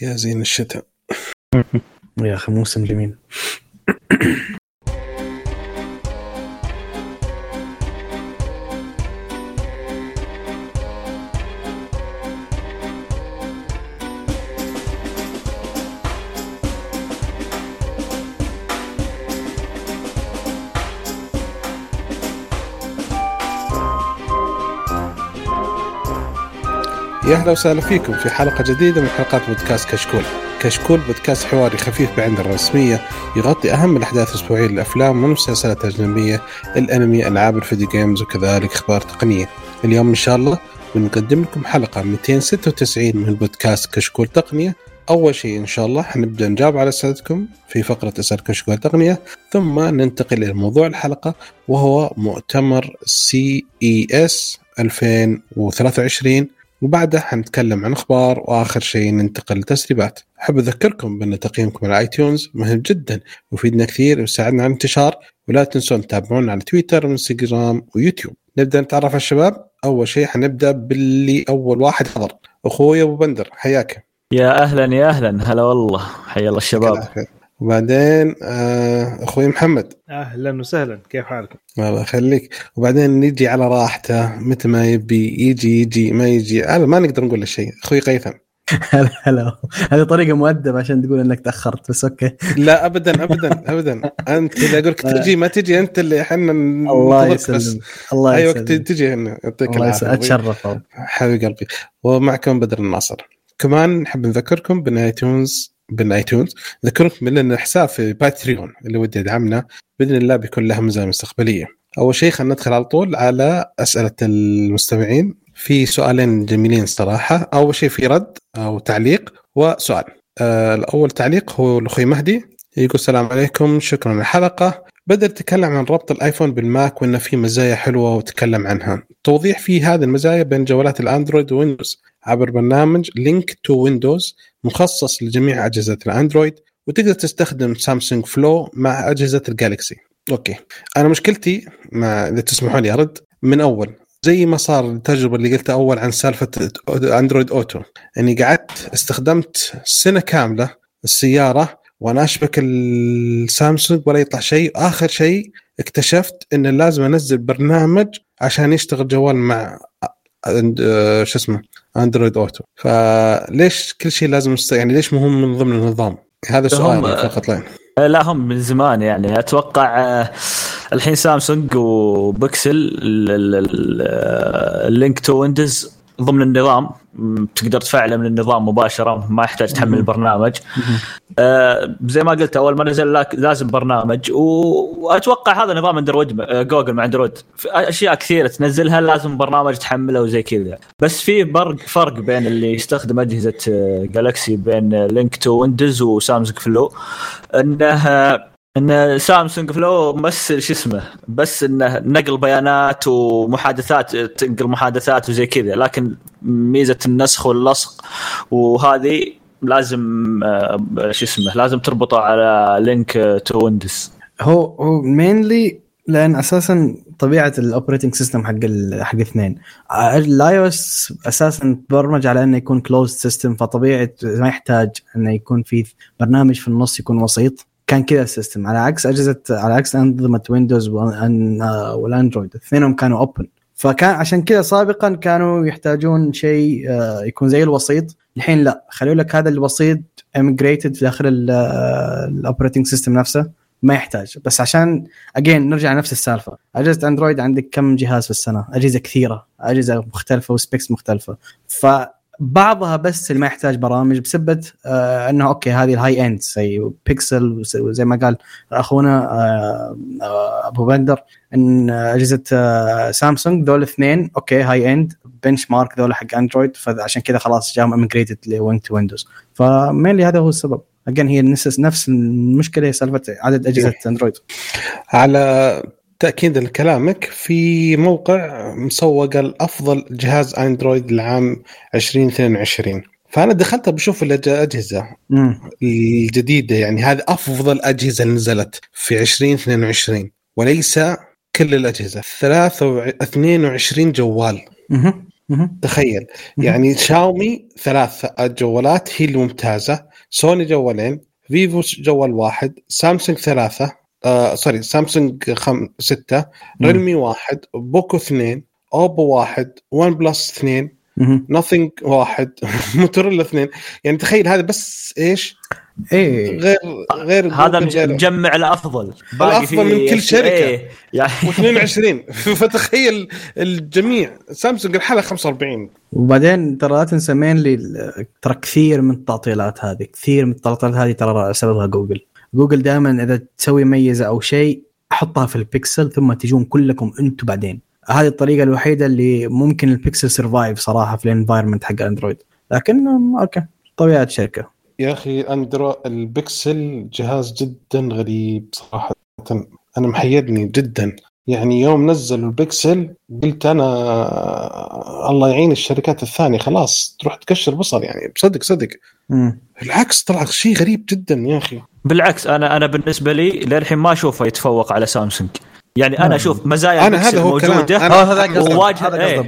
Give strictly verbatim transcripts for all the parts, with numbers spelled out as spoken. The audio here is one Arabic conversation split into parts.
يا زين الشتاء. يا أخي موسم جميل. يا أهلا وسهلا فيكم في حلقة جديدة من حلقات بودكاست كشكول. كشكول بودكاست حواري خفيف بعين الرسمية، يغطي أهم الأحداث الأسبوعية للأفلام والمسلسلات الأجنبية، الأنمي، ألعاب الفيديو جيمز، وكذلك أخبار تقنية. اليوم إن شاء الله بنقدم لكم حلقة مئتين وستة وتسعين من بودكاست كشكول تقنية. أول شيء إن شاء الله حنبدأ نجاوب على أسئلتكم في فقرة أسئلة كشكول تقنية، ثم ننتقل إلى موضوع الحلقة وهو مؤتمر سي إي إس ألفين وثلاثة وعشرين، وبعدها حنتكلم عن أخبار، وآخر شيء ننتقل لتسريبات. أحب أذكركم بأن تقييمكم على آيتونز مهم جدا ويفيدنا كثير ويساعدنا على الانتشار، ولا تنسون تتابعونا على تويتر وإنستغرام ويوتيوب. نبدأ نتعرف على الشباب. أول شيء حنبدأ باللي أول واحد حضر، أخوي أبو بندر، حياك. يا أهلا يا أهلا، هلا والله، حيا الله الشباب. وبعدين أخوي محمد، أهلا وسهلا، كيف حالكم؟ الله يخليك. وبعدين نيجي على راحته، متى ما يبي يجي يجي، ما يجي هذا ما نقدر نقول له شيء. أخوي قيثم، هلا هلا. هذه طريقة مؤدبة عشان تقول إنك تأخرت، بس أوكي. لا أبدا أبدا أبدا، أنت اللي أقولك تجي ما تجي، أنت اللي إحنا الله يسلم. الله أيوة يسلم. تجي هنا، يعطيك العافية. أتشرف حبيب قلبي. ومعكم بدر الناصر. كمان نحب نذكركم بآيتونز بالآيتونز نذكركم بأن حساب في باتريون اللي ودي يدعمنا بإذن الله بيكون له مزايا مستقبلية. أول شيء خلينا ندخل على طول على أسئلة المستمعين. في سؤالين جميلين صراحة. أول شيء في رد أو تعليق وسؤال. آه الأول تعليق هو الأخوي مهدي، يقول السلام عليكم، شكرا للحلقة. بدر تكلم عن ربط الآيفون بالماك وإنه في مزايا حلوة وتكلم عنها. توضيح في هذه المزايا بين جوالات الأندرويد وويندوز عبر برنامج لينك تو ويندوز مخصص لجميع أجهزة الأندرويد، وتقدر تستخدم سامسونج فلو مع أجهزة الجالكسي. أوكي، أنا مشكلتي مع إذا تسمحوا لي أرد من أول، زي ما صار التجربة اللي قلتها أول عن سالفة أندرويد أوتو، أني قعدت استخدمت سنة كاملة السيارة وأنا أشبك السامسونج ولا يطلع شيء. آخر شيء اكتشفت إن لازم أنزل برنامج عشان يشتغل جوال مع شو اسمه أندرويد أوتو. فليش كل شيء لازم است... يعني ليش مهم من ضمن النظام؟ هذا سؤال فقط. لا لا هم من زمان يعني أتوقع الحين سامسونج وبكسل اللينك تو ويندوز ضمن النظام، تقدر تفعله من النظام مباشرة، ما يحتاج تحمل البرنامج. آه زي ما قلت أول ما نزل لازم برنامج، وأتوقع هذا نظام اندرويد جوجل مع اندرويد أشياء كثيرة تنزلها لازم برنامج تحمله وزي كذا. بس في فرق فرق بين اللي يستخدم أجهزة جالكسي بين لينك تو ويندوز وسامسونج فلو، أنها ان سامسونج فلو بس شو اسمه بس انه نقل بيانات ومحادثات، تنقل محادثات وزي كذا، لكن ميزه النسخ واللصق وهذه لازم شو اسمه لازم تربطه على لينك تو ويندوز. هو هو مينلي لان اساسا طبيعه الاوبريتنج سيستم حق حق اثنين، الاي او اس اساسا برمج على انه يكون كلوزد سيستم، فطبيعه ما يحتاج انه يكون في برنامج في النص يكون وسيط. كان كذا السيستم على عكس أجهزة على عكس أنظمة ويندوز والأندرويد، اثنينهم كانوا أوبن. فكان عشان كذا سابقا كانوا يحتاجون شيء يكون زي الوسيط. الحين لا، خلوا لك هذا الوسيط إميجريتد داخل الأوبريتنج سيستم نفسه، ما يحتاج. بس عشان أجين نرجع نفس السالفة، أجهزة أندرويد عندك كم جهاز في السنة، أجهزة كثيرة، أجهزة مختلفة وسبيكس مختلفة، ف بعضها بس اللي ما يحتاج برامج بسبب آه انه اوكي هذه الهاي اند زي بيكسل، وزي ما قال اخونا آه آه ابو بندر ان اجهزه آه سامسونج ذول اثنين اوكي هاي اند بنش مارك ذول حق اندرويد، فعشان كذا خلاص جاهم اميجريتد لويندوز ويندوز. فمين هذا هو السبب. اجين هي نفس نفس المشكله، هي سالفه عدد اجهزه اندرويد. على تأكيد لكلامك، في موقع مسوق الأفضل جهاز أندرويد العام عشرين اثنين وعشرين، فأنا دخلت بشوف الأجهزة مم. الجديدة، يعني هذه أفضل أجهزة نزلت في عشرين اثنين وعشرين، وليس كل الأجهزة. ثلاثة واثنين وعشرين جوال تخيل يعني شاومي ثلاث جوالات هي الممتازة، سوني جوالين، فيفو جوال واحد، سامسونج ثلاثة آه سوري سامسونج خم... ستة، ريلمي واحد، بوكو اثنين، اوبو واحد، وان بلس اثنين، نوثينج واحد، موتوريلا اثنين. يعني تخيل هذا بس ايش ايه غير غير هذا مجمع الافضل الافضل من كل شركه ايه يعني واثنين وعشرين. فتخيل الجميع سامسونج الحاله خمسة وأربعين. وبعدين ترى لا تنسى مينلي ترى كثير من التعطيلات هذه كثير من التعطيلات هذه ترى سببها جوجل. جوجل دائما اذا تسوي ميزه او شيء احطها في البيكسل ثم تجون كلكم انتم بعدين. هذه الطريقه الوحيده اللي ممكن البيكسل سيرفايف صراحه في الانفايرمنت حق اندرويد. لكن اوكي طبيعه الشركه يا أخي أندرو البكسل جهاز جدا غريب صراحة، أنا محيدني جدا. يعني يوم نزلوا البكسل قلت أنا الله يعين الشركات الثانية خلاص تروح تكشر بصر، يعني بصدق صدق. مم. العكس طلع شيء غريب جدا يا أخي. بالعكس أنا أنا بالنسبة لي للحين ما أشوفه يتفوق على سامسونج. يعني أنا أشوف مزايا البكسل موجودة وواجهة ايه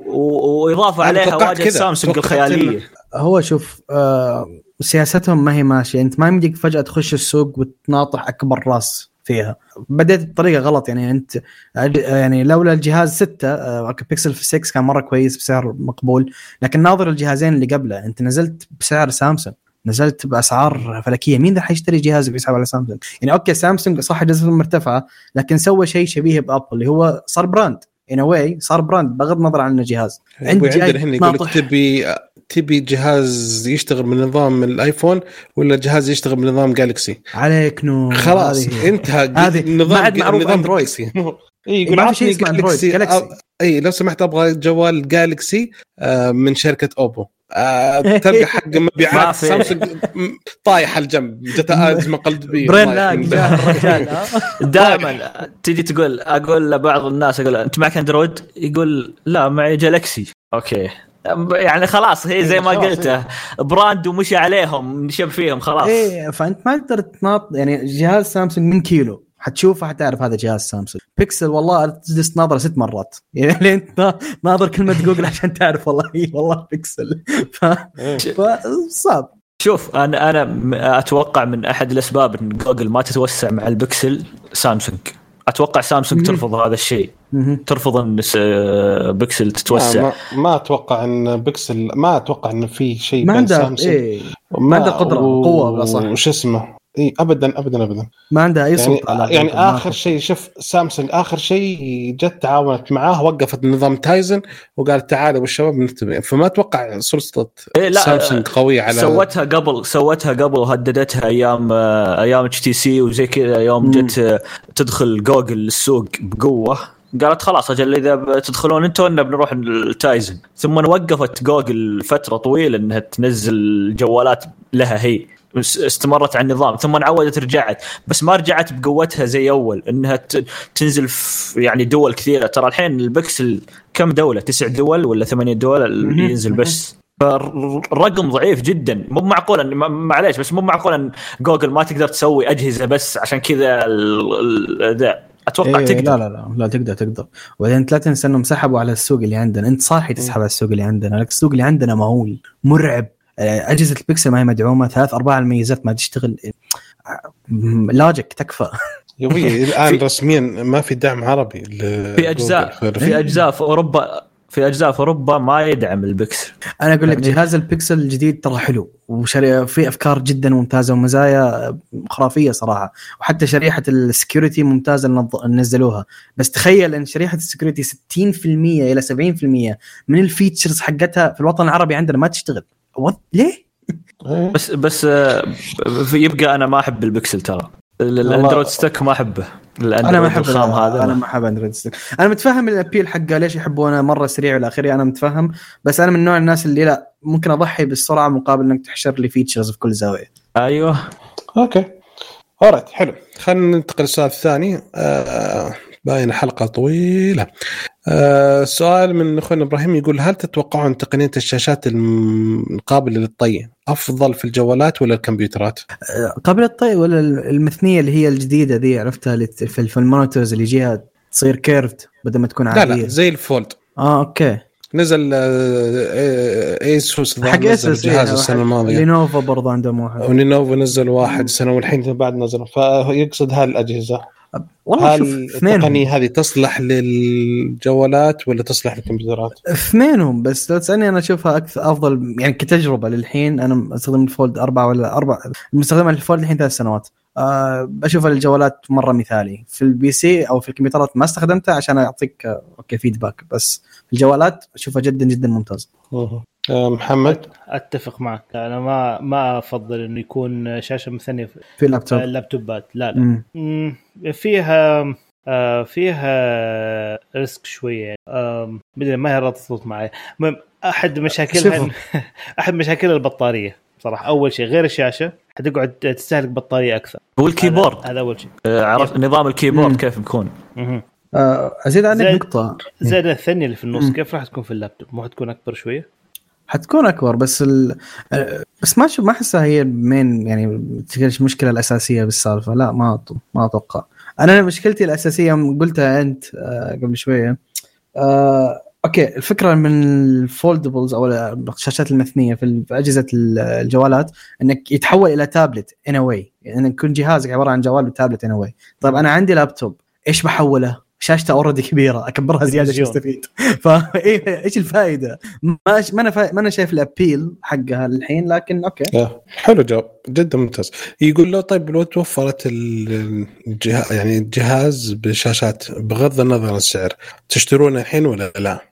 وإضافة عليها واجهة سامسونج الخيالية. هو شوف آه سياستهم ما هي ماشية. أنت ما يمديك فجأة تخش السوق وتناطح أكبر راس فيها. بدأت بطريقة غلط. يعني أنت يعني لولا الجهاز ستة آه بيكسل في ستة كان مرة كويس بسعر مقبول، لكن ناظر الجهازين اللي قبله أنت نزلت بسعر سامسونج، نزلت بأسعار فلكية. مين ذا حيشتري جهازك بيسحب على سامسونج؟ يعني أوكي سامسونج صح جزء مرتفعة لكن سوى شيء شبيه بأبل اللي هو صار براند in a way، صار براند بغض النظر عن الجهاز. عندي هنا يقول لك تبي تبي جهاز يشتغل من نظام الايفون ولا جهاز يشتغل من نظام جالكسي؟ عليك نور خلاص انتهى النظام معروف اندرويد. اي يقول عطني جالكسي. اي لو سمحت ابغى جوال جالكسي من شركة اوبو. آه، تلقى حق مبيعات سامسونج طايح الجنب جت أزمة قلبية دائما تيجي تقول أقول لبعض الناس أقول أنت معك أندرويد يقول لا معي جالكسي. أوكي يعني خلاص هي زي ما قلته براند ومشي عليهم نشب فيهم خلاص. إيه فأنت ما تقدر تناط. يعني جهاز سامسونج من كيلو حتشوفه حتعرف هذا جهاز سامسونج. بيكسل والله تجلس ناظر ست مرات يعني انت ناظر كلمة جوجل عشان تعرف والله ايه والله بيكسل. ف... فصعب. شوف انا انا اتوقع من احد الاسباب ان جوجل ما تتوسع مع البيكسل سامسونج. اتوقع سامسونج ترفض هذا الشيء، ترفض ان بيكسل تتوسع. ما, ما اتوقع ان بيكسل ما اتوقع ان في شيء بين سامسونج إيه. ما عنده قدرة و... قوة بلا صح وش اسمه اي ابدا ابدا ابدا ما عندها اي سلطه. يعني, يعني اخر شيء شوف سامسونج اخر شيء جت تعاونت معاه وقفت نظام تايزن وقالت تعالوا والشباب نتبع. فما اتوقع سلطه إيه سامسونج قويه على سوتها قبل سوتها قبل وهددتها ايام ايام اتش تي سي وزي كذا يوم جت تدخل جوجل السوق بقوه قالت خلاص اجل اذا تدخلون انتوا إننا بنروح التايزن. ثم وقفت جوجل فتره طويله انها تنزل جوالات لها هي استمرت على النظام ثم عودت رجعت بس ما رجعت بقوتها زي أول إنها تنزل في يعني دول كثيرة. ترى الحين البكسل كم دولة تسع دول ولا ثمانية دول اللي ينزل بس فالرقم ضعيف جدا. مو معقول أن معليش بس مو معقول أن جوجل ما تقدر تسوي أجهزة بس عشان كذا ذا أتوقع إيه تقدر. لا لا لا لا تقدر تقدر. وبعدين لا تنسى إنهم سحبوا على السوق اللي عندنا. أنت صاحي تسحب على السوق اللي عندنا لكن السوق اللي عندنا مهول مرعب. أجهزة البيكسل ما هي مدعومة ثلاث أرباع الميزات ما تشتغل لاجيك تكفى. يوي الآن رسميا ما في دعم عربي في أجزاء في أجزاء في أوروبا في أجزاء في أوروبا ما يدعم البكسل. أنا أقول لك جهاز البيكسل الجديد ترى حلو وشري في أفكار جدا ممتازة ومزايا خرافية صراحة. وحتى شريحة السكيورتي ممتازة نزلوها. بس تخيل أن شريحة السكيورتي ستين بالمية إلى سبعين بالمية من الفيتشرز حقتها في الوطن العربي عندنا ما تشتغل. ليه؟ بس بس يبقى أنا ما أحب البكسل ترى. الاندرويد ستيك ما احبه. انا ما احب الخام هذا. انا ما احب اندرويد ستيك. انا متفهم الابيل حقه ليش يحبونه مره سريع والاخير انا متفهم. بس انا من نوع الناس اللي لا ممكن اضحي بالسرعه مقابل انك تحشر لي فيتشرز في كل زاويه. ايوه اوكي اوريت حلو. خلينا ننتقل للسؤال الثاني. آه باين حلقه طويله. آه سؤال من اخونا ابراهيم يقول هل تتوقعون تقنيه الشاشات القابله للطي افضل في الجوالات ولا الكمبيوترات؟ قابله للطي ولا المثنيه اللي هي الجديده ذي عرفتها في المونيتورز اللي يجيها تصير كيرفت بدل ما تكون عاديه؟ لا لا زي الفولد. اه اوكي نزل ايسوس حق نزل جهاز السنه الماضيه، لينوفو برضه عندهم واحد، ولينوفو نزل واحد السنه والحين بعد نزل. فيقصد هالاجهزه والله شوف التقنيه هذه تصلح للجوالات ولا تصلح للكمبيوترات؟ اثنينهم، بس لو تسالني انا اشوفها اكثر افضل يعني كتجربه للحين. انا استخدم الفولد أربعة ولا أربعة، مستخدم الفولد الحين ثلاث سنوات. أه بشوفها للجوالات مره مثالي. في البي سي او في الكمبيوترات ما استخدمتها عشان اعطيك اوكي فيدباك، بس الجوالات اشوفها جدا جدا ممتاز. محمد اتفق معك، انا ما ما افضل انه يكون شاشه مثنيه في اللابتوب اللابتوبات. لا لا مم. فيها آه فيها ريسك شويه يعني. بدل ما هي رضت معي. احد مشاكلها احد مشاكل البطاريه صراحه. اول شيء غير الشاشه حتقعد تستهلك بطاريه اكثر. هو الكيبورد هذا, هذا اول شيء. آه عرفت نظام الكيبورد مم. كيف بيكون؟ آه ازيد عنك نقطه زائد الثانيه اللي في النص مم. كيف راح تكون في اللابتوب؟ مو حتكون اكبر شويه؟ حتكون اكبر بس ال... بس ما شو ما احسها هي المين يعني المشكله الاساسيه بالسالفه. لا ما أطو... ما اتوقع. انا مشكلتي الاساسيه قلتها انت آه قبل شويه. آه اوكي الفكره من الفولدبلز او الشاشات المثنيه في اجهزه الجوالات انك يتحول الى تابلت ان واي، يعني يكون جهازك عباره عن جوال وتابلت ان واي. طيب انا عندي لابتوب ايش بحوله؟ شاشته اوريدي كبيره اكبرها زياده عشان استفيد. فايه ايش الفائده؟ ما ما انا فا... ما انا شايف الابيل حقها الحين. لكن اوكي حلو جواب جدا ممتاز. يقول له طيب لو توفرت الجهاز يعني الجهاز بشاشات بغض النظر عن السعر تشترونه الحين ولا لا؟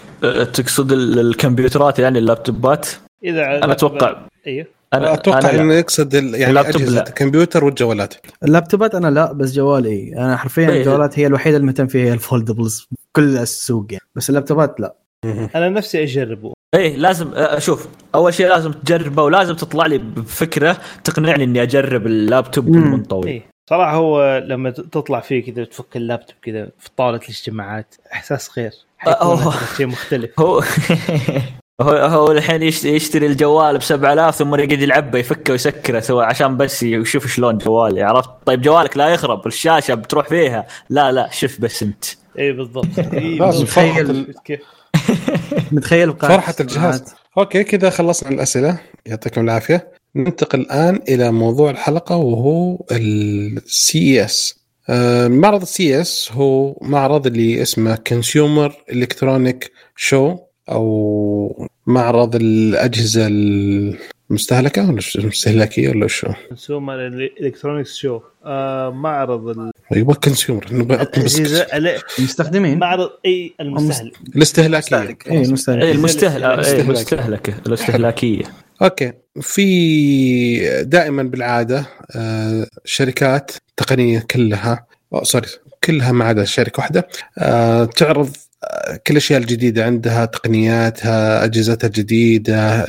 تقصد الكمبيوترات يعني اللابتوبات؟ اذا انا اتوقع ايوه أنا أتوقع إنه يقصد يعني أجهزة الكمبيوتر والجوالات. اللابتوبات أنا لا، بس جوالي أنا حرفيا إيه. الجوالات هي الوحيدة اللي مهتم فيها الفولدبلز كل السوق يعني. بس اللابتوبات لا. أنا نفسي أجربه. إيه لازم أشوف. أول شيء لازم تجربه ولازم تطلع لي بفكرة تقنعني إني أجرب اللابتوب المنطوي. إيه. صراحة هو لما تطلع فيه كذا تفك اللابتوب كذا في طاولة الاجتماعات إحساس غير. حيكون شيء مختلف. هو هو هو الحين يشتري الجوال بسبعة آلاف ثم يقعد يلعبه يفكه ويسكره سوا عشان بس يشوف شلون جوالي. عرفت؟ طيب جوالك لا يخرب الشاشة بتروح فيها. لا لا شوف بس انت. اي بالضبط. متخيل كيف متخيل فرحة الجهاز. اوكي كذا خلصنا الأسئلة يعطيكم العافية. ننتقل الآن إلى موضوع الحلقة وهو السي إي إس. معرض السي إي إس هو معرض اللي اسمه Consumer Electronic Show أو معرض الأجهزة المستهلكة ولا المستهلكية ولا شو؟ كونسيومر إلكترونيكس شو. آه معرض ال... يبغى كونسيومر الأجهزة المستخدمين. معرض أي المستهلك. الاستهلاكية. أي المستهلك. أي المستهلك. المستهلكة. الاستهلاكية. أوكي. في دائما بالعادة آه شركات تقنية كلها أو سوري كلها ما عدا شركة واحدة آه تعرض كل الأشياء الجديدة عندها، تقنياتها، أجهزتها الجديدة،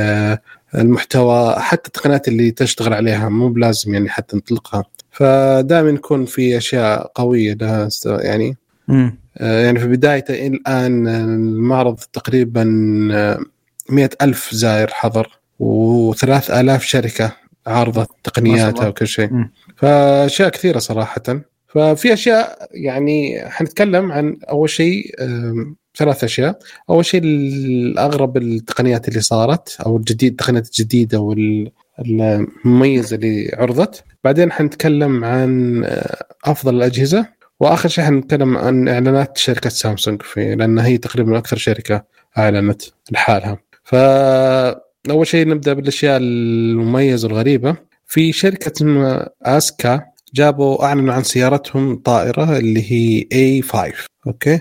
المحتوى، حتى التقنيات اللي تشتغل عليها مو بلازم يعني حتى نطلقها. فدائما يكون في أشياء قوية لها يعني مم. يعني في بدايته الآن المعرض تقريبا مئة ألف زائر حضر وثلاث آلاف شركة عارضة تقنياتها وكل شيء. فأشياء كثيرة صراحة. ففي أشياء يعني حنتكلم عن أول شيء ثلاث أشياء. أول شيء الأغرب التقنيات اللي صارت أو الجديد التقنيات الجديدة والمميزة اللي عرضت. بعدين حنتكلم عن أفضل الأجهزة. وآخر شيء حنتكلم عن إعلانات شركة سامسونج في لأن هي تقريبا أكثر شركة أعلنت لحالها. فأول شيء نبدأ بالأشياء المميزة والغريبة. في شركة آسكا جابوا أعلنوا عن سيارتهم طائرة اللي هي إيه فايف. أوكي.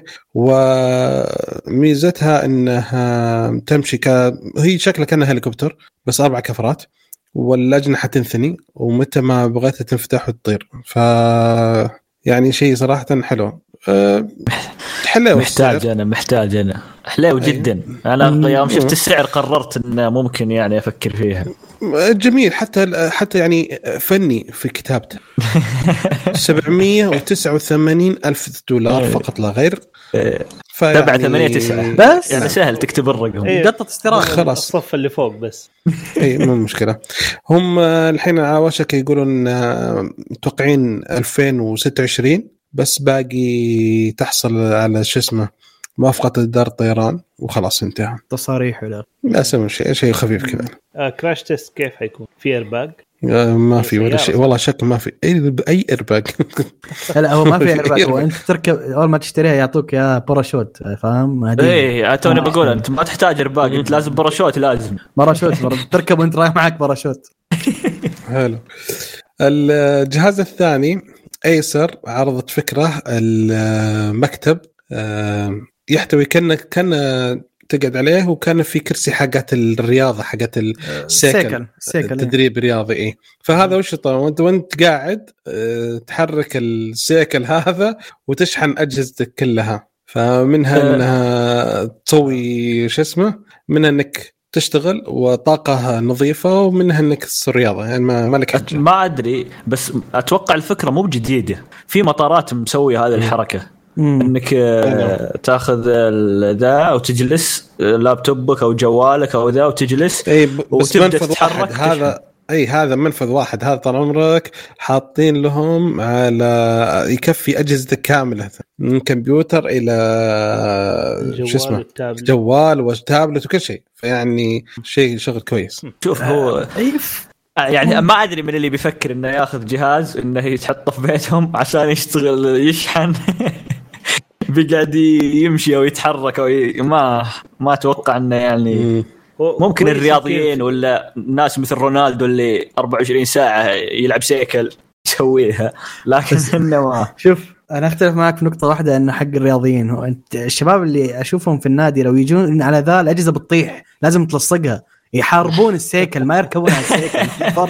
وميزتها أنها تمشي ك هي شكلها كأنها هليكوبتر بس أربع كفرات والأجنحة تنثني ومتى ما بغيتها تنفتح وتطير. ف يعني شيء صراحة حلو. أه... حلو. محتاج أنا محتاج أنا حلو جدا. أنا يوم شفت السعر قررت إنه ممكن يعني أفكر فيها. جميل حتى حتى يعني فني في كتابته. سبعمية وتسعة وثمانين ألف دولار فقط لا غير. سبعة ثمانية تسعة بس يعني سهل تكتب الرقم. ايه قطة استراحة خلاص الصف اللي فوق بس. اي مو مشكلة. هم الحين على وشك يقولون متوقعين ألفين وستة وعشرين بس باقي تحصل على شو اسمه موافقه اداره الطيران وخلاص انتهى. تصاريح ولا لا سوى شيء شيء خفيف كذا. آه كراش تيست كيف حيكون؟ في ايرباج؟ آه ما في ولا شيء والله، شكل ما في اي اي ايرباج. لا هو ما في ايرباج، هو انت تركب اول ما تشتريها يعطوك يا باراشوت، فاهم؟ ايه توني بقول انت ما تحتاج ايرباج، انت لازم باراشوت، لازم باراشوت تركب وانت رايح معك باراشوت. حلو. الجهاز الثاني ايسر عرضت فكره المكتب يحتوي كأنك كان تقعد عليه وكان في كرسي حقت الرياضه حقت السيكل التدريب الرياضي. ايه فهذا وش طبعا وانت وانت قاعد تحرك السيكل هذا وتشحن اجهزتك كلها، فمنها انها تسوي شو اسمه، منها انك تشتغل وطاقه نظيفه، ومنها انك تصير رياضه يعني ما مالك حاجه. ما ادري بس اتوقع الفكره مو جديده، في مطارات مسويه هذه الحركه انك تاخذ ذا وتجلس لابتوبك او جوالك او ذا وتجلس اي وتبدا تتحرك. هذا اي هذا منفذ واحد، هذا طال عمرك حاطين لهم على يكفي اجهزتك كامله من كمبيوتر الى شو اسمه جوال وتابلت وكل شيء، فيعني شيء شغل كويس. شوف هو يعني ما أدري من اللي بيفكر إنه يأخذ جهاز إنه يتحطه في بيتهم عشان يشتغل يشحن بيقعد يمشي أو يتحرك أو ي... ما ما أتوقع إنه يعني ممكن الرياضيين ولا ناس مثل رونالدو اللي أربعة وعشرين ساعة يلعب سيكل يسويها، لكن إنه ما. شوف أنا أختلف معك في نقطة واحدة، إنه حق الرياضيين هو أنت الشباب اللي أشوفهم في النادي لو يجون على ذا الأجهزة بتطيح لازم تلصقها، يحاربون السيكل ما يركبون على السيكل. فرق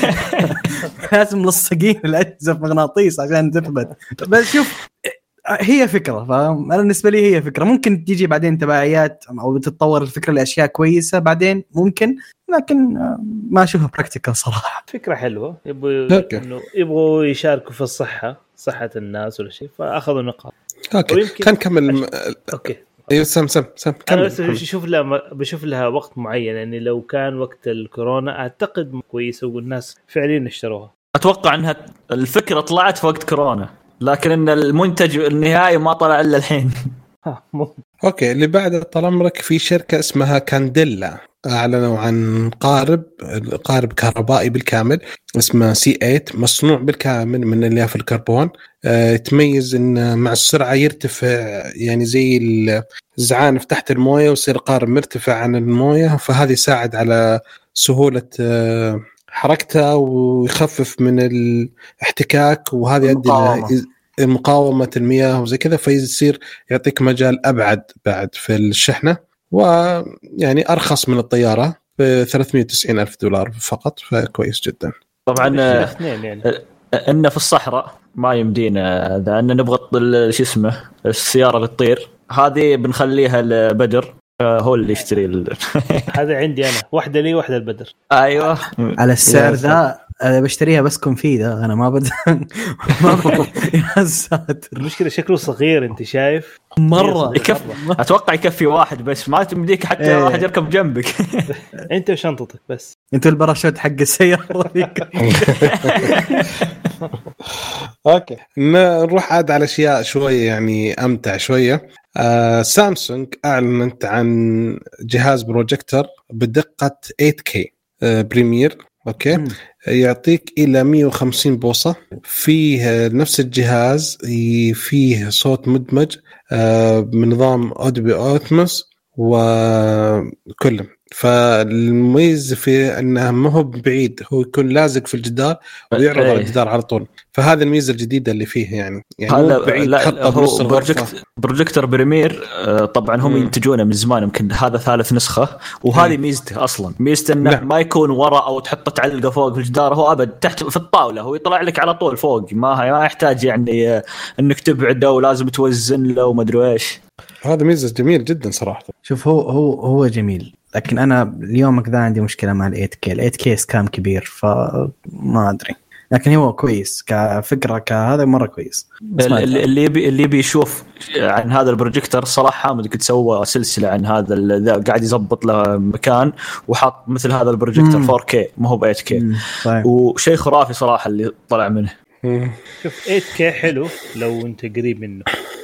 لازم ملصقين الأجهزة بمغناطيس عشان تثبت. بس شوف هي فكرة، فاهم؟ أنا بالنسبة لي هي فكرة ممكن تيجي بعدين تبعيات أو تتطور الفكرة لأشياء كويسة بعدين ممكن، لكن ما أشوفها براكتيكال صراحة. فكرة حلوة، يبغوا إنه يبغوا يشاركوا في الصحة صحة الناس ولا شيء فأخذوا نقاط. أوكي كان كمل. أوكي ايوه سم سم سم انا بس بشوف لها بشوف لها وقت معين، يعني لو كان وقت الكورونا اعتقد كويسه والناس فعليا اشتروها. اتوقع انها الفكره طلعت في وقت كورونا، لكن ان المنتج النهائي ما طلع الا الحين. اوكي اللي بعد طال عمرك في شركه اسمها كانديلا، اعلنوا عن قارب قارب كهربائي بالكامل اسمه سي ثمانية، مصنوع بالكامل من الياف الكربون. أه يتميز ان مع السرعه يرتفع يعني زي الزعانف تحت المويه ويصير قارب مرتفع عن المويه، فهذا يساعد على سهوله أه حركته ويخفف من الاحتكاك، وهذا يؤدي الى مقاومه المياه وزي كذا، فيصير يعطيك مجال ابعد بعد في الشحنه، ويعني ارخص من الطياره ب ثلاثمية وتسعين ألف دولار فقط، فكويس جدا. طبعا يعني. ان في الصحراء ما يمدينا اذا ان نبغى شو اسمه السياره اللي تطير هذه بنخليها البدر هو اللي يشتري ال... هذا عندي انا واحده لي واحده البدر. ايوه على السعر ذا انا بشتريها بس كونفيدا، انا ما بد ما ب... يا ساتر المشكله شكله صغير انت شايف مره يكفي. اتوقع يكفي واحد بس، ما تمديك حتى ايه. واحد يركب جنبك انت وشنطتك بس، انت الباراشوت حق السياره فيك. اوكي نروح عاد على اشياء شويه يعني امتع شويه. آه سامسونج اعلنت عن جهاز بروجيكتور بدقه ثمانية كي آه بريمير. اوكي م. يعطيك الى مية وخمسين بوصه، فيه نفس الجهاز فيه صوت مدمج آه بنظام اودبي اوتموس وكله، فالمميز في انه ما هو بعيد، هو يكون لازق في الجدار ويعرض على الجدار على طول، فهذه الميزه الجديده اللي فيه يعني يعني مو بعيد خطه بنص الغرفه. بروجيكتور بريمير طبعا هم ينتجونه من زمان، يمكن هذا ثالث نسخه، وهذه ميزته اصلا ميزته انه لا. ما يكون ورا او تحطه تعلقه فوق في الجدار، هو ابد تحت في الطاوله، هو يطلع لك على طول فوق، ما ما يحتاج يعني انك تبعده ولازم توزن له وما ادري ايش. هذا ميزه جميل جدا صراحه. شوف هو هو هو جميل، لكن انا اليوم كذا عندي مشكله مع ال8 كي ال8 كي سكام كبير فما ادري، لكن هو كويس كفكره كهذا مره كويس. اللي يبي اللي يبي يشوف عن هذا البروجيكتور صراحه حامد قد سوى سلسله عن هذا ذا، قاعد يزبط له مكان وحط مثل هذا البروجيكتور فور كي ما هو ب ثمانية كي، طيب. وشيء خرافي صراحه اللي طلع منه. شوف ثمانية كي حلو لو انت قريب منه،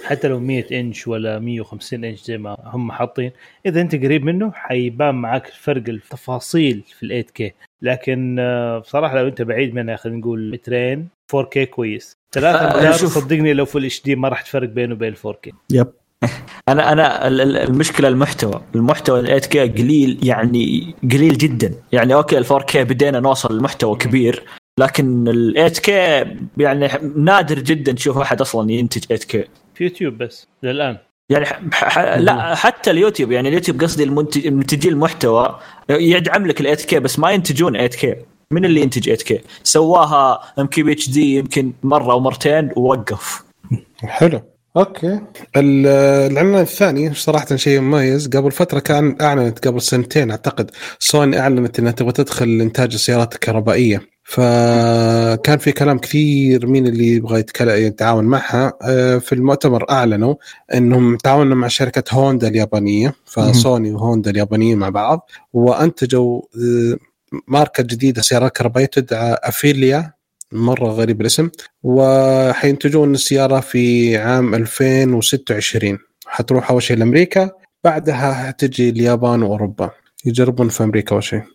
حتى لو مية انش ولا مية وخمسين انش زي ما هم حاطين، اذا انت قريب منه حيبان معك فرق التفاصيل في ال إيت كيه. لكن بصراحه لو انت بعيد منها خلينا نقول مترين فور كيه كويس. ثلاثة مليار صدقني لو فل اتش دي ما راح تفرق بينه وبين ال فور كيه. يب انا انا المشكله المحتوى المحتوى ال إيت كيه قليل، يعني قليل جدا. يعني اوكي ال فور كيه بدينا نوصل لمحتوى كبير، لكن ال إيت كيه يعني نادر جدا تشوف احد اصلا ينتج إيت كيه في يوتيوب بس للان. يعني ح... لا حتى اليوتيوب، يعني اليوتيوب قصدي المنتج منتجي المحتوى يدعم لك ال إيت كيه بس ما ينتجون إيت كيه. من اللي ينتج إيت كيه؟ سواها ام كي بي اتش دي يمكن مره او مرتين ووقف. حلو اوكي. العنوان الثاني صراحه شيء مميز. قبل فتره كان اعلنت قبل سنتين اعتقد سوني اعلنت انها تبغى تدخل انتاج السيارات الكهربائيه، فكان في كلام كثير مين اللي يبغى يتعاون معها. في المؤتمر اعلنوا انهم تعاونوا مع شركه هوندا اليابانيه، فسوني وهوندا اليابانيين مع بعض وانتجوا ماركه جديده سيارات كهربائيه تدعى افيليا، مرة غريب الاسم، وحينتجون السيارة في عام ألفين وستة وعشرين. حتروح أول شيء لأمريكا، بعدها هتجي اليابان وأوروبا، يجربون في أمريكا أول شيء.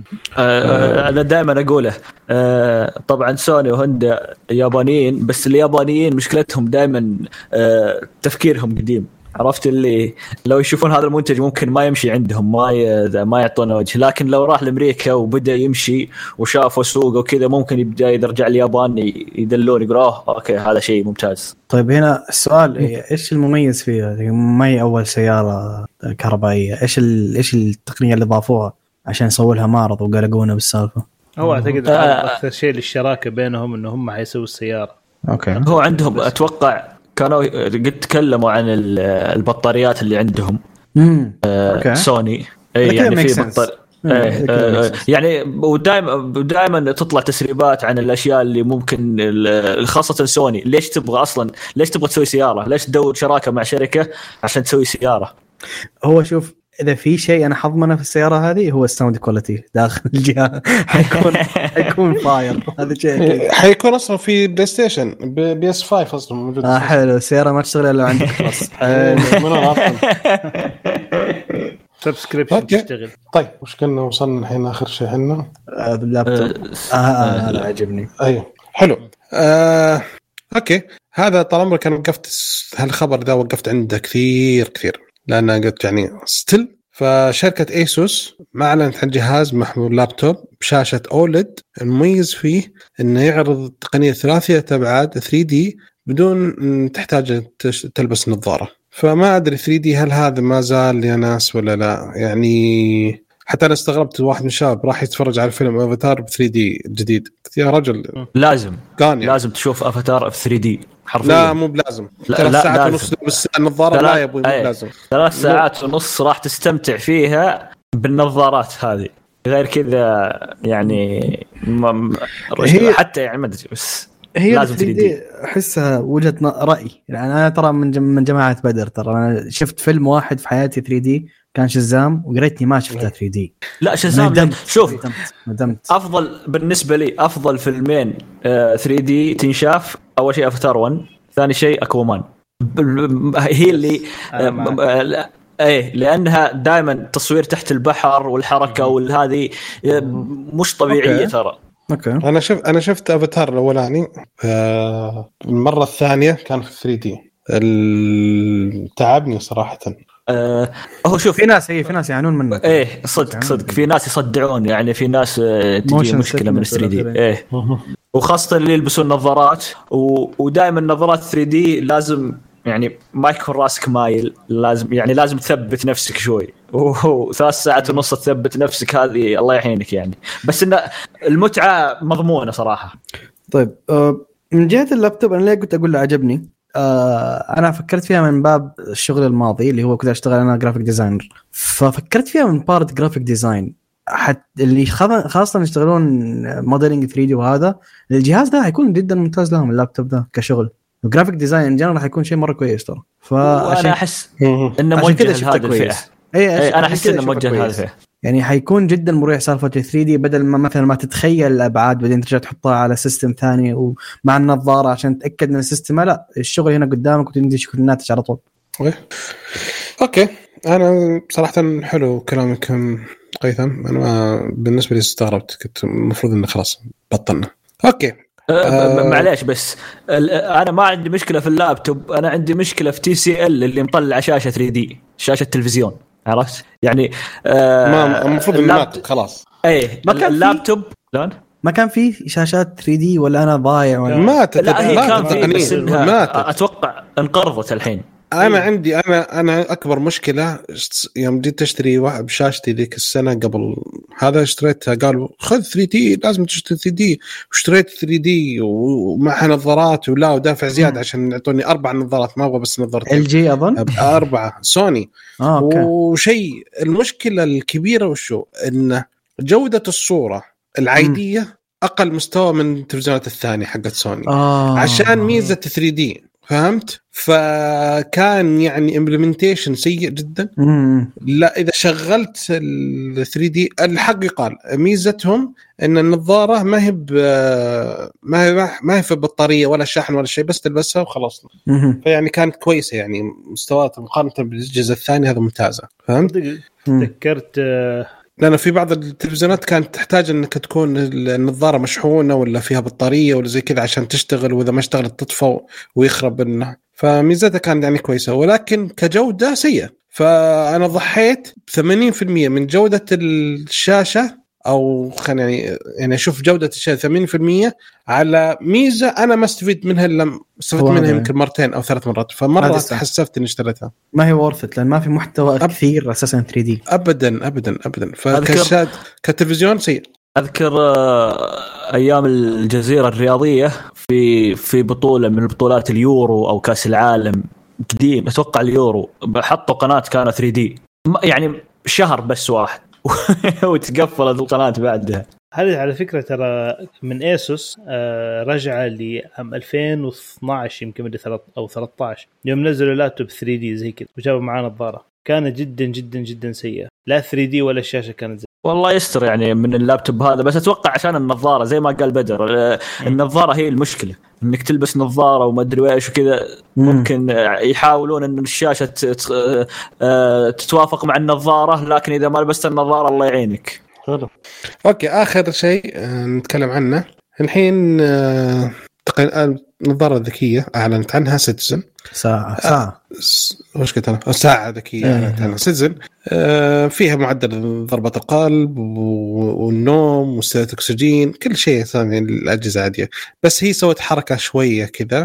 آه أنا دائما أقوله آه طبعا سوني وهوندا يابانيين، بس اليابانيين مشكلتهم دائما آه تفكيرهم قديم. عرفت اللي لو يشوفون هذا المنتج ممكن ما يمشي عندهم، ما ي... ما يعطونه وجه. لكن لو راح لأمريكا وبدأ يمشي وشافوا سوق وكذا ممكن يبدأ يرجع اليابان يدلون يقول اه اوكي هذا شيء ممتاز. طيب هنا السؤال ايش المميز فيها؟ ما هي اول سيارة كهربائية، ايش ال... ايش التقنية اللي ضافوها عشان يسووا لها معرض وقلقونا بالسالفة؟ هو اعتقد آه اكثر شيء للشراكة بينهم انه هم حيسووا السيارة. اوكي. هو عندهم اتوقع كانوا قد تكلموا عن البطاريات اللي عندهم. آه سوني اي يعني في بطاريات آه آه يعني ودائما ودائما تطلع تسريبات عن الاشياء اللي ممكن خاصه سوني. ليش تبغى اصلا ليش تبغى تسوي سياره؟ ليش تدور شراكه مع شركه عشان تسوي سياره؟ هو شوف اذا في شيء انا حضمنه في السياره هذه هو الساوند كواليتي داخل الجهاز حيكون حيكون فاير. هذا شيء حيكون اصلا في بلاي ستيشن بي اس خمسة اصلا موجود. اه حلو. السياره ما تشتغل الا عندك خلاص. من اصلا سبسكريبشن تشتغل. طيب وش كنا وصلنا الحين اخر شيء هنا اللابتوب. اه هذا عجبني. ايوه حلو. آه، اوكي هذا طال عمرك انا وقفت هالخبر ده وقفت عنده كثير كثير لأن قلت يعني ستيل. فشركة ايسوس ما أعلنت عن جهاز محمول لابتوب بشاشة أوليد المميز فيه إنه يعرض تقنية ثلاثية أبعاد ثري دي بدون تحتاج تلبس نظارة. فما أدري ثري دي هل هذا ما زال يا ناس ولا لا. يعني حتى أنا استغربت واحد من الشباب راح يتفرج على فيلم أفاتار ب ثري دي جديد. يا رجل لازم يعني. لازم تشوف أفاتار ب ثري دي حرفيا. لا مو بلازم. ثلاث ساعات ونص بس النظارة لا يبوي مو لازم. ثلاث ساعات ونص راح تستمتع فيها بالنظارات هذه. غير كذا يعني ما هي حتى يعني ما ادري بس هي لازم ثري دي. احسها وجهة راي. يعني انا ترى من من جماعه بدر ترى انا شفت فيلم واحد في حياتي ثري دي كان شزام وقريتني ما شفتها ثري دي. لا شزام ندمت. شوف ندمت. ندمت. افضل بالنسبه لي افضل فيلمين ثري دي تنشاف اول شيء افاتار ون، ثاني شيء اكوامان. هي اللي ايه لانها دائما تصوير تحت البحر والحركه والهذه مش طبيعيه. ترى اوكي انا شفت انا شفت افاتار الاولاني آه المره الثانيه كان في ثري دي تعبني صراحه. آه هو شوف في ناس هي في ناس يعانون منه. ايه صدق صدق في ناس يصدعون. يعني في ناس تجي مشكله من ثري دي ايه وخاصه اللي يلبسون نظارات ودائما نظارات ثري دي لازم يعني ما يكون راسك مايل. لازم يعني لازم تثبت نفسك شوي. اوه ثلاث ساعات ونص تثبت نفسك هذه الله يعينك يعني. بس ان المتعه مضمونه صراحه. طيب من جهه اللابتوب انا ليه قلت اقول له عجبني. انا فكرت فيها من باب الشغل الماضي اللي هو كنت اشتغل انا جرافيك ديزاينر. ففكرت فيها من بارت جرافيك ديزاين حتى اللي خاصه يشتغلون موديلنج ثري دي وهذا الجهاز ده هيكون جدا ممتاز لهم. اللابتوب ده كشغل وجرافيك ديزاين جنرال راح يكون شيء مره كويس ترى. فانا احس انه موجه لهذا الفئه. اي انا احس انه موجه لهذا الفئه. يعني حيكون جدا مريح سالفه ثري دي، بدل ما مثلا ما تتخيل الابعاد بعدين ترجع تحطها على سيستم ثاني ومع النظاره عشان تتاكد من السيستم، لا الشغل هنا قدامك وتقدر تشوف الناتج على طول. اوكي انا صراحه حلو كلامكم قيثم. انا بالنسبه لي استغربت، كنت المفروض انه خلاص بطلنا. اوكي أه معليش بس انا ما عندي مشكله في اللابتوب، انا عندي مشكله في تي سي ال اللي مطلع شاشه ثري دي، شاشه تلفزيون، عرفت يعني؟ أه ما المفروض انه خلاص اي اللابتوب لون ما كان فيه شاشات ثري دي ولا انا ضايع ولا ما تت... لا هي ما كان فيه بس ما اتوقع انقرضت الحين. انا عندي انا انا اكبر مشكله يوم جيت اشتري واحد بشاشتي ذيك السنه قبل هذا اشتريتها قالوا خذ ثري دي لازم تشتري ثري دي، واشتريت ثري دي ومعها نظارات ولا ودافع زياده عشان يعطوني اربع نظارات، ما ابغى بس نظارتين ال جي اظن اربعه سوني. آه، وشيء المشكله الكبيره وشو ان جوده الصوره العاديه م. اقل مستوى من التلفزيونات الثانيه حقت سوني آه. عشان ميزه ثري دي، فهمت؟ فكان يعني امبلمنتيشن سيء جدا. مم. لا اذا شغلت ال ثري دي الحق يقال ميزتهم ان النظاره ما هي ما هي ما هي في بطاريه ولا شاحن ولا شيء، بس تلبسها وخلاص. مم. فيعني كانت كويسه، يعني مستويات مقارنه بالجزء الثاني هذا ممتازه، فهمت؟ تذكرت لأن في بعض التلفزيونات كانت تحتاج أنك تكون النظارة مشحونة ولا فيها بطارية ولا زي كذا عشان تشتغل، وإذا ما اشتغلت تطفى ويخرب النه. فميزتها كانت يعني كويسة، ولكن كجودة سيئة. فأنا ضحيت ثمانين بالمئة من جودة الشاشة، أو خلينا يعني يعني أشوف جودة الشاشة ثمانين بالمئة على ميزة أنا ما استفيد منها إلا استفدت منها يمكن مرتين أو ثلاث مرات، فمرة حسفت إني اشتريتها. ما هي ورثت لأن ما في محتوى أب... كثير أساسا ثري دي أبدا أبدا أبدا. فكشاد كتلفزيون سيء. أذكر أيام الجزيرة الرياضية في في بطولة من بطولات اليورو أو كأس العالم قديم، أتوقع اليورو، حطوا قناة كانت ثري دي يعني شهر بس واحد وتقفلت القناة بعدها. هذه على فكرة ترى من ايسوس رجع لعام ألفين واثناشر يمكن بدي ثلاثة أو ثلاثة عشر يوم نزلوا لابتوب ثري دي زي كده وجابوا معاه نظارة، كانت جدا جدا جدا سيئة، لا ثري دي ولا الشاشة كانت زي. والله يستر يعني من اللابتوب هذا، بس أتوقع عشان النظارة زي ما قال بدر، النظارة هي المشكلة، إنك تلبس نظارة وما أدري إيش وكذا، ممكن يحاولون إن الشاشة تتوافق مع النظارة، لكن إذا ما لبست النظارة الله يعينك. حلو. أوكي آخر شيء نتكلم عنه الحين، النظارة الذكية أعلنت عنها سيتيزن. ساعة ساعة وش قلت أنا؟ ساعة ذكية أعلنت عنها سيتيزن، فيها معدل ضربة القلب والنوم وسعة أكسجين، كل شيء ثاني الأجهزة عادية، بس هي سوت حركة شوية كذا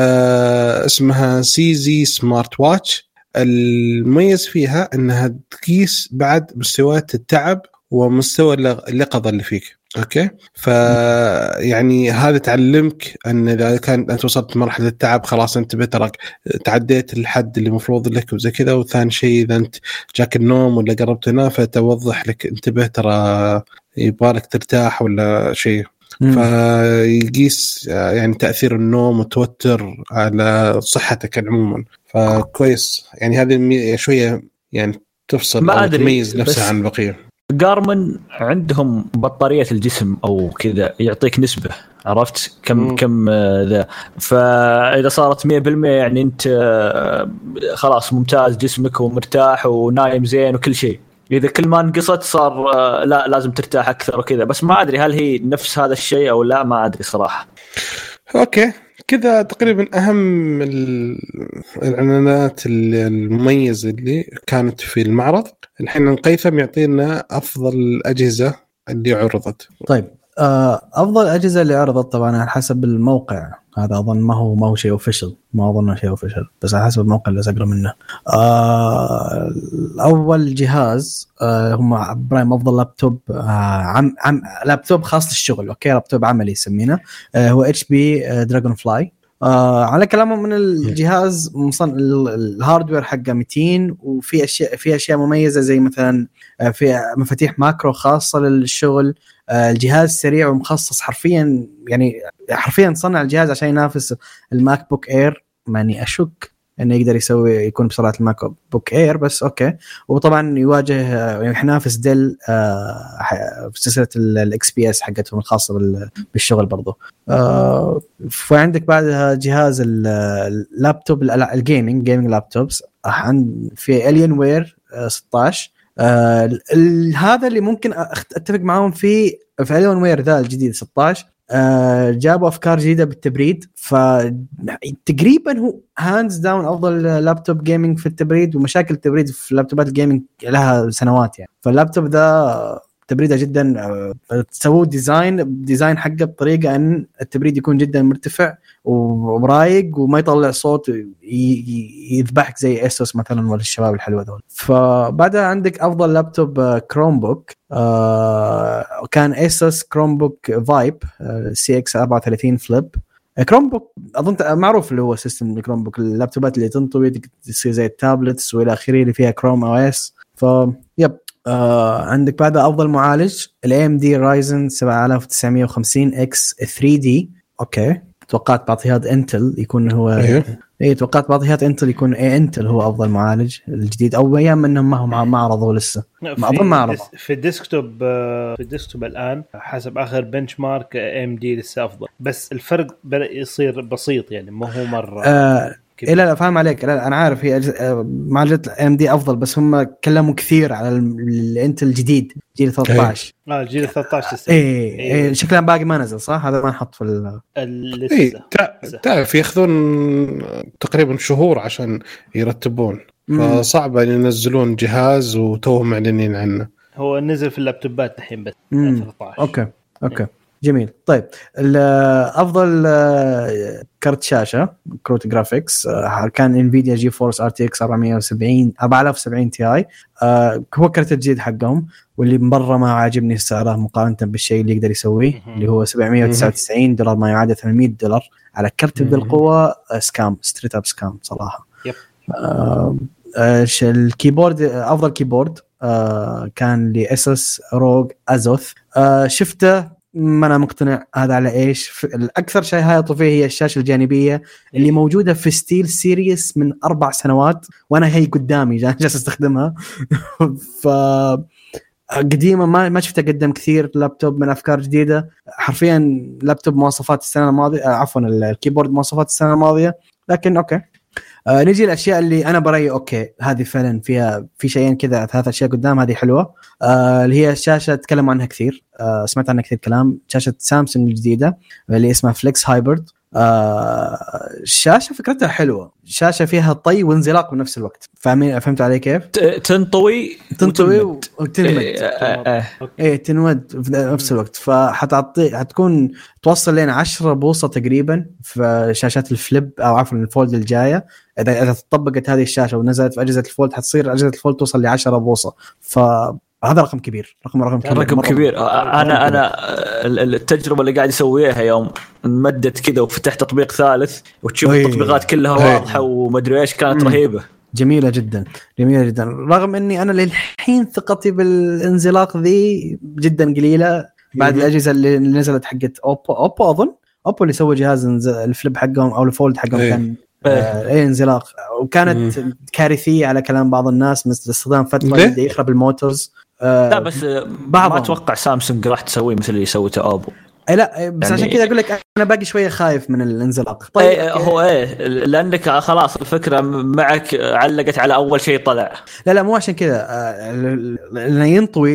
اسمها سيزي سمارت واتش. المميز فيها أنها تقيس بعد مستويات التعب ومستوى اليقظة اللي فيك. اوكي فيعني هذا تعلمك ان اذا كان انت وصلت مرحله التعب خلاص انتبه تراك تعديت الحد اللي مفروض لك وزي كذا. وثاني شيء اذا انت جاك النوم ولا قربت تنام فتوضح لك انتبه ترى يبغالك ترتاح ولا شيء. فيقيس يعني تاثير النوم والتوتر على صحتك عموما، فكويس يعني هذه شويه يعني تفصل او تميز نفسها عن البقيه. جارمن عندهم بطارية الجسم أو كذا يعطيك نسبة، عرفت كم مم. كم ذا، فإذا صارت مية بالمية يعني أنت خلاص ممتاز جسمك ومرتاح ونايم زين وكل شيء. إذا كل ما انقصت صار لا لازم ترتاح أكثر وكذا، بس ما أدري هل هي نفس هذا الشيء أو لا، ما أدري صراحة. أوكي كذا تقريبا أهم الإعلانات المميزة اللي كانت في المعرض. الحين قيثم يعطينا أفضل الأجهزة اللي عرضت. طيب أفضل الأجهزة اللي عرضت طبعا على حسب الموقع، هذا أظن ما هو ما هو شيء أوفيشل، ما أظن شيء أوفيشل، بس على حسب الموقع اللي أقرأ منه. أول جهاز هم برايم أفضل لابتوب عم عم لابتوب خاص للشغل، أوكي لابتوب عملي يسمينه، هو إتش بي دراجون فلاي. آه على كلامه من الجهاز مصنع الهاردوير حقه مئتين، وفي اشياء في اشياء مميزه زي مثلا في مفاتيح ماكرو خاصه للشغل. آه الجهاز سريع ومخصص حرفيا، يعني حرفيا صنع الجهاز عشان ينافس الماك بوك اير، ماني اشك انه يقدر يسوي يكون بسرعه الماك بوك اير بس اوكي. وطبعا يواجه ينافس ديل في سلسله الاكس بي اس حقتهم الخاصه بالشغل برضو. فعندك بعدها جهاز اللابتوب الجيمنج جيمنج لابتوبس في الين وير ستة عشر. هذا اللي ممكن اتفق معاهم في في الين وير ذا الجديد ستة عشر. آه جابوا أفكار جديدة بالتبريد، فتقريبا هو هاندز داون أفضل لابتوب جيمينج في التبريد. ومشاكل التبريد في لابتوبات الجيمينج لها سنوات يعني. فاللابتوب ذا تبريده جدا آه تسووا ديزاين ديزاين حقه بطريقة أن التبريد يكون جدا مرتفع ورايق وما يطلع صوت يذبحك زي اسوس مثلا ولا الشباب الحلوة ذول. فبعدها عندك أفضل لابتوب كروم بوك آه كان اسوس كروم بوك فايب سي اكس أربعة وثلاثين فليب. كروم بوك اظن معروف اللي هو سيستم الكروم بوك، اللابتوبات اللي تنطوي تصير زي التابلتس والى اخره اللي فيها كروم او اس. ف يب آه عندك بعد افضل معالج الاي ام دي رايزن سبعة آلاف وتسعمية وخمسين اكس ثري دي. اوكي توقعت بعطيات انتل يكون هو أيوه. اي توقعت بعطيات انتل يكون اي انتل هو افضل معالج الجديد، او ايام انهم ما هم ما عرضوا لسه ما اظن ما عرضوا في الديسكتوب. في الديسكتوب الان حسب اخر بنش مارك ام دي لسه افضل، بس الفرق بدا يصير بسيط يعني مو هو مره آه إيه لا لا فاهم عليك. لا انا عارف هي معالجة ام دي افضل، بس هم كلموا كثير على الانتل الجديد جيل ثلاثة عشر. اه جيل ثلاثة عشر لسه ايه, إيه شكله باقي ما نزل صح، هذا ما نحط في لسه إيه تعرف ياخذون تقريبا شهور عشان يرتبون، فصعب ان ينزلون جهاز وتوهم معلنين عنه. هو نزل في اللابتوبات الحين بس ثلاثة عشر. اوكي اوكي جميل. طيب افضل كرت شاشه كروت جرافيكس كان انفيديا جي فورس ار تي اكس أربعمية وسبعين أربعة آلاف وسبعين تي اي. هو كرت الجديد حقهم واللي مره ما عاجبني سعره مقارنه بالشيء اللي يقدر يسويه اللي هو سبعمية وتسعة وتسعين دولار ما يعادل ثمانمية دولار على كرت بالقوه. سكام ستريت اب سكام صراحه. يب. آه الكيبورد افضل كيبورد آه كان لاسوس روج ازوث. آه شفته ما أنا مقتنع هذا على إيش. الأكثر شيء هايطوا فيه هي الشاشة الجانبية اللي موجودة في ستيل سيريس من أربع سنوات وأنا هي قدامي جالس أستخدمها. ف قديمة ما ما شفتها قدم كثير لابتوب من أفكار جديدة حرفيا. لابتوب مواصفات السنة الماضية عفوا الكيبورد مواصفات السنة الماضية. لكن أوكي آه نجي الأشياء اللي أنا برأيي أوكي هذه فعلا فيها في شيئين كذا ثلاث أشياء قدام هذه حلوة. آه اللي هي الشاشة تكلم عنها كثير آه سمعت عنها كثير كلام. شاشة سامسونج الجديدة اللي اسمها فليكس هايبرد. آه الشاشة فكرتها حلوة، شاشة فيها طي وانزلاق بنفس الوقت. فاهمين فهمت علي كيف؟ تنطوي تنطوي وتنمد ايه, ايه تنمد في نفس الوقت. فحتعطي حتكون توصل لين عشرة بوصة تقريبا في شاشات الفليب او عفوا الفولد الجاية. اذا اذا طبقت هذه الشاشة ونزلت في اجهزة الفولد حتصير اجهزة الفولد توصل لعشرة بوصة. ف هذا رقم كبير رقم رقم كبير رقم كبير. انا انا التجربه اللي قاعد يسويها يوم مدت كذا وفتحت تطبيق ثالث وتشوف التطبيقات كلها واضحه وما ادري ايش كانت رهيبه جميلة جدا جميلة جدا. رغم اني انا للحين ثقتي بالانزلاق ذي جدا قليله بعد الاجهزه اللي نزلت حقت اوبو اوبو اظن اوبو اللي سوى جهاز الفليب حقهم او الفولد حقهم كان اي انزلاق وكانت مم. كارثيه على كلام بعض الناس مثل استخدام فتره يبدا يخرب الموتورز. آه لا بس ما اتوقع سامسونج راح تسوي مثل اللي سوته ابو. اي لا بس يعني عشان كذا اقول لك انا باقي شويه خايف من الانزلاق. طيب ايه هو ايه لانك خلاص الفكره معك علقت على اول شيء طلع. لا لا مو عشان كذا لانه ينطوي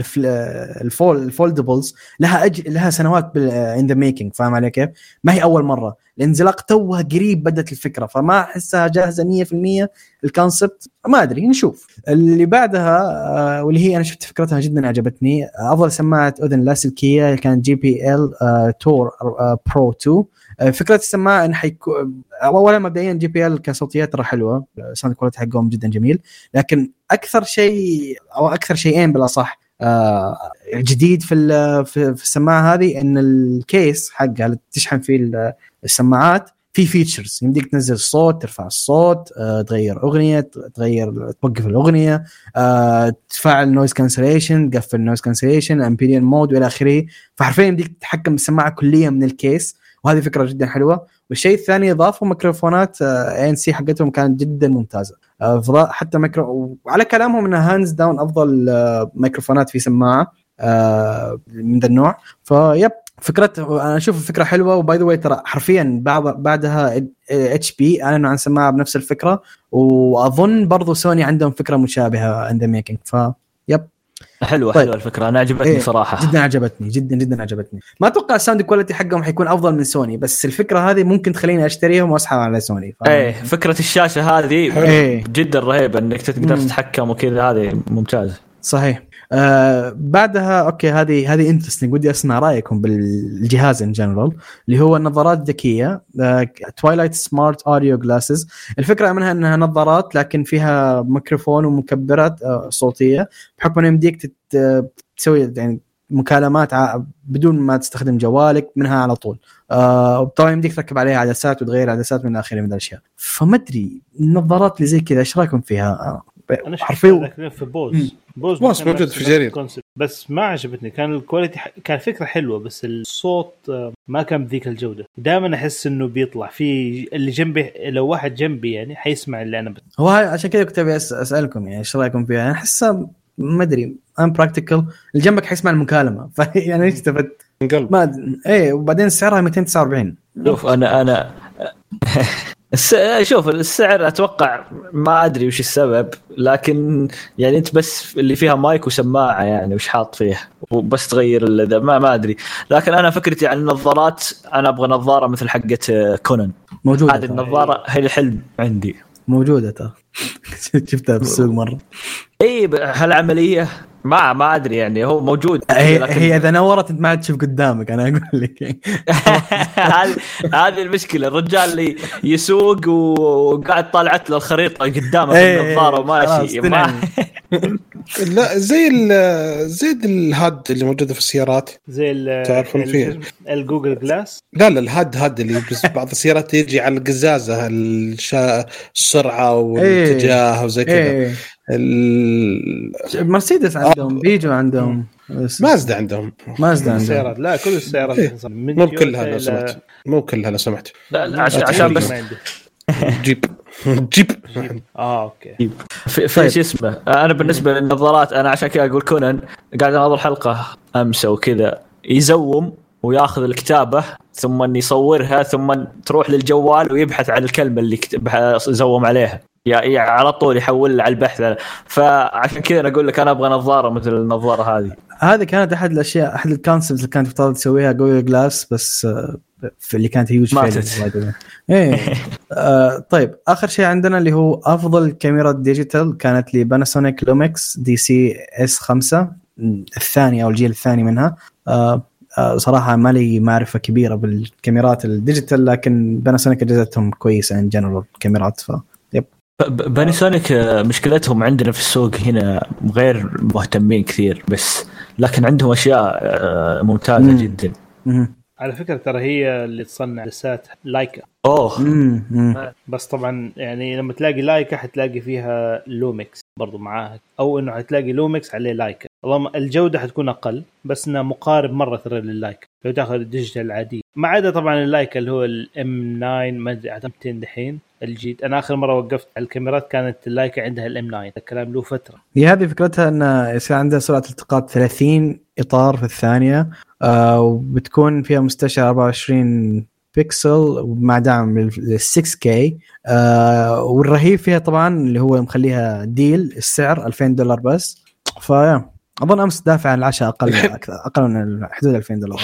الفول الفولدبلز لها أج... لها سنوات ان ذا ميكينج. فاهم علي كيف؟ ما هي اول مره. الانزلاق توه قريب بدت الفكره فما احسها جاهزه مية بالمية الكونسبت. ما ادري نشوف. اللي بعدها واللي هي انا شفت فكرتها جدا عجبتني افضل سماعه اذن لاسلكيه كانت جي بي ال تور برو تو. فكره السماعه ان حيكون اولا مبدئيا جي بي ال كصوتيات ترى حلوه ساوند كواليتي حقهم جدا جميل. لكن اكثر شيء او اكثر شيئين بالاصح آه جديد في في السماعه هذه ان الكيس حقها اللي تشحن فيه السماعات في فيتشرز يمديك تنزل الصوت ترفع الصوت آه، تغير أغنية تغير توقف الأغنية آه، تفعل نويز كانسليشن تقفل نويز كانسليشن امبيريال مود والى اخره. فحرفيا يمديك تتحكم بالسماعة كليا من الكيس وهذه فكره جدا حلوه. والشيء الثاني اضافوا ميكروفونات اي ان سي حقتهم كانت جدا ممتازه، حتى ميكرو وعلى كلامهم انها هاندز داون افضل ميكروفونات في سماعه من ذا النوع. فيب فكرة انا اشوف الفكره حلوه. وباي ذا واي ترى حرفيا بعد بعدها اتش بي اعلنوا عن سماعه بنفس الفكره، واظن برضو سوني عندهم فكره مشابهه عند ميكينج. ف يب حلوه طيب. حلوه الفكره، انا عجبتني إيه صراحه، جدا عجبتني جدا جدا عجبتني. ما اتوقع الساوند كواليتي حقهم حيكون افضل من سوني، بس الفكره هذه ممكن تخليني اشتريهم واسحب على سوني. ف... ايه فكره الشاشه هذه إيه. جدا رهيبه انك تقدر مم. تتحكم وكذا، هذه ممتازه صحيح. آه بعدها اوكي هذه هذه انترستنج، ودي اسمع رايكم بالجهاز ان جنرال اللي هو النظارات الذكيه تويلايت سمارت اوديو جلاسز. الفكره منها انها نظارات لكن فيها ميكروفون ومكبرات آه صوتيه، بحكم انه يمديك تسوي يعني مكالمات بدون ما تستخدم جوالك منها على طول. آه طبعا يمديك تركب عليها عدسات وتغير عدسات من اخره من الاشياء. فما ادري النظارات اللي زي كذا ايش رايكم فيها؟ انا حرفيا في بوز بوز, بوز موجود في جرير بس ما عجبتني. كان الكواليتي كان فكره حلوه بس الصوت ما كان بذيك الجوده. دائما احس انه بيطلع في اللي جنبي، لو واحد جنبي يعني حيسمع اللي انا بت... هو عشان كذا كنت ابي اسالكم يعني ايش رايكم فيها. انا احسها ما ادري ان براكتيكال، اللي جنبك حيسمع المكالمه يعني ايش تبت ما ايه. وبعدين سعرها مئتين وتسعة وأربعين. شوف انا انا شوف السعر اتوقع ما ادري وش السبب، لكن يعني انت بس اللي فيها مايك وسماعه يعني وش حاط فيها وبس تغير ذا ما ما ادري. لكن انا فكرتي عن النظارات، انا ابغى نظاره مثل حقه كونان موجوده. هذه النظاره هي الحلم عندي موجوده ترى شفتها بالسوق مره. اي هالعمليه ما ما ادري يعني هو موجود. هي, لكن... هي اذا نورت انت ما تشوف قدامك. انا اقول لك هذه هذه المشكله. الرجال اللي يسوق وقاعد طالعت له الخريطه قدامه بالنظاره وماشي ما... لا زي ال زي الهاد اللي موجوده في السيارات، زي تعرفون فيه الجوجل جلاس. لا لا الهاد هاد اللي بس بعض السيارات يجي على القزازه الشا... السرعه والاتجاه وزي كذا. المرسيدس عندهم آه. بيجوا عندهم مازدا عندهم مازدا عندهم السيارات. لا كل السيارات إيه. مو كلها لو سمحت مو كلها لو سمحت لا, لا عشان, عشان بس جيب جيب اه اوكي جيب في في ايش اسمه. انا بالنسبه للنظارات انا عشان كذا اقول كونان قاعد اناظر حلقه امس وكذا يزوم وياخذ الكتابه ثم يصورها ثم تروح للجوال ويبحث عن الكلمه اللي زوم عليها يا على طول يحول على البحث. فعشان كذا اقول لك انا ابغى نظاره مثل النظاره هذه. هذه كانت احد الاشياء احد الكونسبتس اللي كانت تفترض تسويها جوجل جلاس، بس في اللي كانت هيوج فيل. ايه آه طيب اخر شيء عندنا اللي هو افضل كاميرا ديجيتال كانت لباناسونيك لوميكس دي سي اس خمسة الثاني او الجيل الثاني منها. آه صراحة ما لي معرفة كبيرة بالكاميرات الديجيتال، لكن باناسونيك جزتهم كويسة ان جنرال كاميرات. ف يب باناسونيك مشكلتهم عندنا في السوق هنا غير مهتمين كثير، بس لكن عندهم اشياء ممتازة مم. جدا. مم. على فكرة ترى هي اللي تصنع عدسات لايكا. اوه مم. مم. بس طبعا يعني لما تلاقي لايكا حتلاقي فيها لوميكس برضو معاها، او انه حتلاقي لوميكس عليه لايكا. والله الجودة حتكون اقل بس انها مقارب مرة ترى لللايكا لو تاخذ الديجيتال العادي، ما عدا طبعا اللايكا اللي هو الام تسعة ما ادري مئتين دحين الجديد. انا اخر مرة وقفت على الكاميرات كانت اللايكا عندها الام تسعة، الكلام له فترة. هي هذه فكرتها ان يصير عندها سرعة التقاط ثلاثين اطار في الثانية، آه وبتكون فيها مستشعر أربعة وعشرين بيكسل ومع دعم لل سكس كي. آه والرهيب فيها طبعا اللي هو مخليها ديل السعر ألفين دولار بس. فيا اظن امس دافع عن العشاء اقل اقل من حدود ألفين دولار.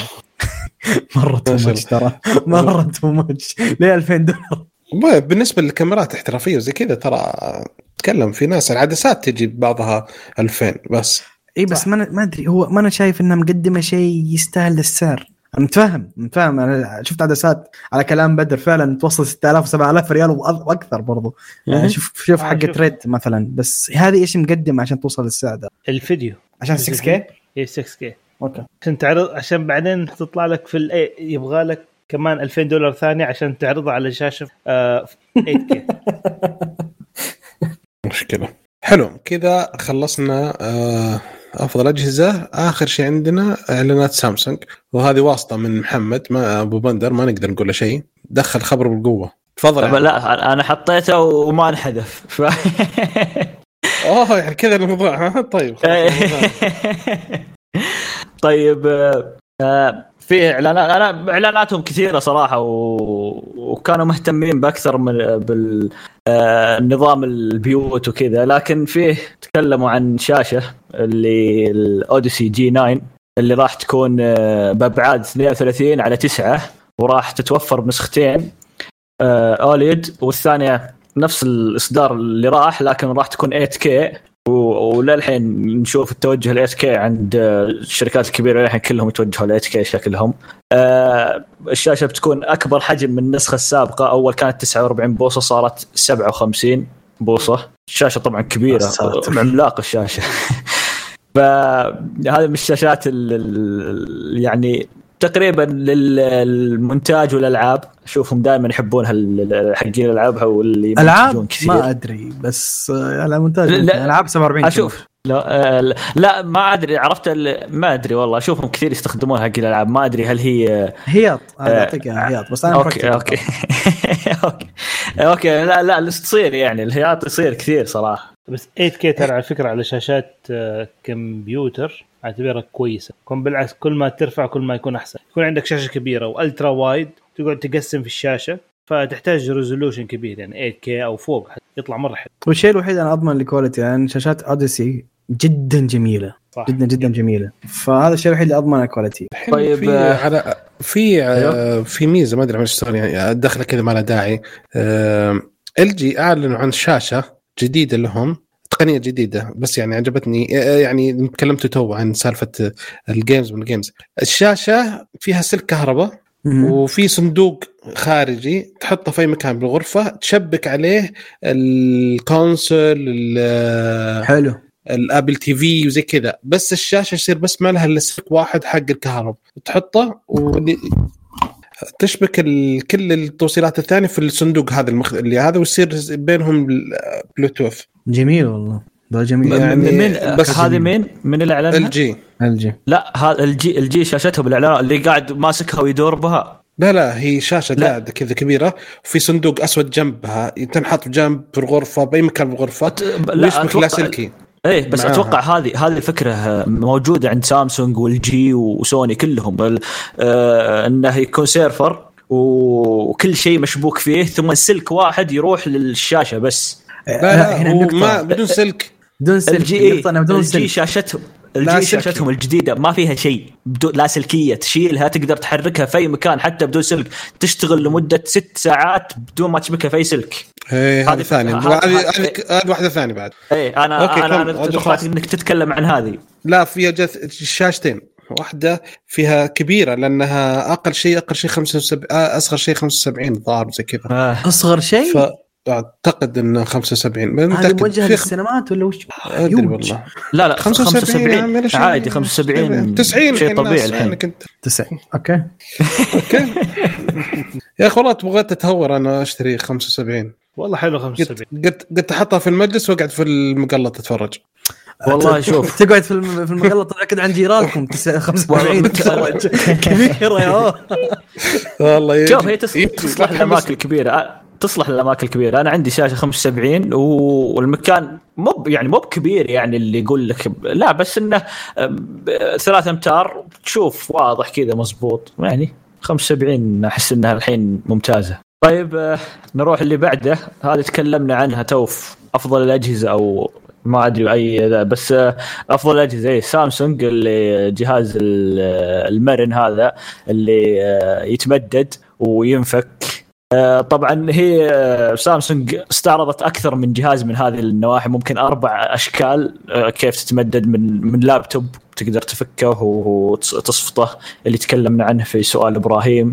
مره تومج ترى مره تومج ليه ألفين دولار. بالنسبه للكاميرات احترافيه وزي كذا ترى تكلم في ناس العدسات تجي بعضها ألفين بس. اي بس ما ما ادري هو ما انا شايف انها مقدمه شيء يستاهل السعر. انا متفهم متفهم انا شفت عدسات على كلام بدر فعلا توصل ستة آلاف وسبعة آلاف ريال واكثر برضو. يعني شوف شوف حق تريد مثلا، بس هذه ايش مقدم عشان توصل للسعر ده؟ الفيديو عشان سكس كي. اي سكس كي اوكي عشان تعرض، عشان بعدين تطلع لك في الاي يبغى لك كمان ألفين دولار ثاني عشان تعرضها على شاشه آه ثمانية كي. مشكله. حلو كذا خلصنا آه افضل اجهزه اخر شيء عندنا اعلانات سامسونج، وهذه واسطه من محمد ما ابو بندر، ما نقدر نقول له شيء، دخل خبر بالقوه. تفضل. لا انا حطيته وما انحذف ف... اوه يعني كذا الموضوع. طيب طيب آه في اعلانات، انا اعلاناتهم كثيره صراحه و... وكانوا مهتمين باكثر من بالنظام آه البيوت وكذا، لكن فيه تكلموا عن شاشه اللي الاوديسي جي تسعة اللي راح تكون آه بابعاد اثنين وثلاثين على تسعة، وراح تتوفر بنسختين آه اوليد، والثانيه نفس الاصدار اللي راح لكن راح تكون ثمانية كي، وللحين نشوف التوجه ل ثمانية كي عند الشركات الكبيره، الحين كلهم يتوجهوا ل ثمانية كي شكلهم. آه الشاشه بتكون اكبر حجم من النسخه السابقه، اول كانت تسعة وأربعين بوصه صارت سبعة وخمسين بوصه. الشاشه طبعا كبيره عملاق الشاشه. فهذه من الشاشات يعني تقريبا للمونتاج والالعاب، اشوفهم دائما يحبون حقين العابها واللي العاب ما ادري، بس على مونتاج العاب سبعة وأربعين اشوف لا لا ما ادري، عرفت ما ادري والله، اشوفهم كثير يستخدمون حق الالعاب، ما ادري هل هي هياط اعطيك هياط بس انا اوكي اوكي اوكي اوكي لا لا تصير يعني الهياط يصير كثير صراحه. بس ثمانية كي ترى على فكره على شاشات كمبيوتر اعتبرها كويسه، كون بالعكس كل ما ترفع كل ما يكون احسن. يكون عندك شاشه كبيره والترا وايد تقعد تقسم في الشاشه، فتحتاج ريزولوشن كبير يعني ثمانية كي او فوق يطلع مره حلو. والشيء الوحيد انا اضمن الكواليتي يعني شاشات اوديسي جدا جميله صح. جدا جدا جميله، فهذا الشيء الوحيد اللي اضمن الكواليتي. طيب في آه على في آه في ميزه ما ادري ايش صار يعني ادخل كذا ما له داعي. آه ال جي اعلنوا عن شاشه جديده لهم، تقنيه جديده بس يعني عجبتني، يعني تكلمت تو عن سالفه الجيمز والجيمز. الشاشه فيها سلك كهرباء وفي صندوق خارجي تحطه في مكان بالغرفه، تشبك عليه الكونسول حلو الابل تي في وزي كذا، بس الشاشه يصير بس ما لها الا سلك واحد حق الكهرباء، تحطه وتشبك كل التوصيلات الثانيه في الصندوق هذا المخ... اللي هذا، ويصير بينهم بلوتوث. جميل والله ده جميل يعني من بس هذه من من الاعلان الجي الجي لا هذا الجي الجي شاشتها بالاعلان اللي قاعد ماسكها ويدور بها. لا لا هي شاشه قاعده كذا كبيره وفي صندوق اسود جنبها تنحط جنب الغرفه باي مكان بالغرفه ويشبك لاسلكي. ايه بس معاها. اتوقع هذه هذه الفكره موجوده عند سامسونج والجي وسوني كلهم، آه انه يكون سيرفر وكل شيء مشبوك فيه ثم السلك واحد يروح للشاشه بس. لا لا هنا ما بدون سلك بدون سلك الجي, الجي شاشتهم الجي شاشتهم الجديدة ما فيها شيء بدون لا سلكية، تشيلها تقدر تحركها في أي مكان حتى بدون سلك، تشتغل لمدة ست ساعات بدون ما تشبكها في سلك. هذه ثانية هذه هذه واحدة ثانية بعد. إيه أنا أوكي أنا أنا توقعت إنك تتكلم عن هذه. لا فيها جت شاشتين، واحدة فيها كبيرة لأنها أقل شيء أقل شيء خمسة وسبعين، أصغر شيء خمسة وسبعين ضارب زي كذا. آه. أصغر شيء ف... أعتقد إنه خمسة وسبعين. هذا موجه للسينمات ولا وش؟ أدري والله. لا لا خمسة وسبعين عادي، خمسة وسبعين تسعين شيء طبيعي الحين. تسعين أوكي أوكي يا أخي والله بغيت أتهور أنا أشتري خمسة وسبعين. والله حلو خمسة وسبعين. قلت قلت أحطها في المجلس وقعد في المقلط أتفرج. والله شوف تقعد في في المقلط تأكد عن جيرانكم خمسة وسبعين تتفرج كبيرة يا والله. شوف هي تصلح للأماكن الكبيرة، تصلح للأماكن الكبيرة. أنا عندي شاشة خمسة وسبعين والمكان مو يعني مو بكبير يعني اللي يقول لك لا، بس إنه ثلاثة أمتار تشوف واضح كذا مزبوط يعني. خمسة وسبعين أحس إنها الحين ممتازة. طيب نروح اللي بعده، هذا تكلمنا عنها توف أفضل الأجهزة أو ما أدري أي، بس أفضل الأجهزة زي سامسونج اللي جهاز المرن هذا اللي يتمدد وينفك. طبعا هي سامسونج استعرضت أكثر من جهاز من هذه النواحي، ممكن أربع أشكال كيف تتمدد من من لابتوب تقدر تفكه وتصفطه اللي تكلمنا عنه في سؤال إبراهيم،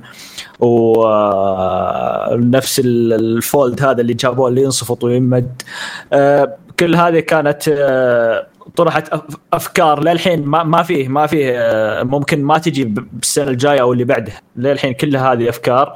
ونفس الفولد هذا اللي جابوه اللي ينصفط ويمد. كل هذه كانت طرحت أفكار للحين ما ما فيه ما فيه ممكن ما تجي بالسنة الجاية أو اللي بعدها، للحين كل هذه أفكار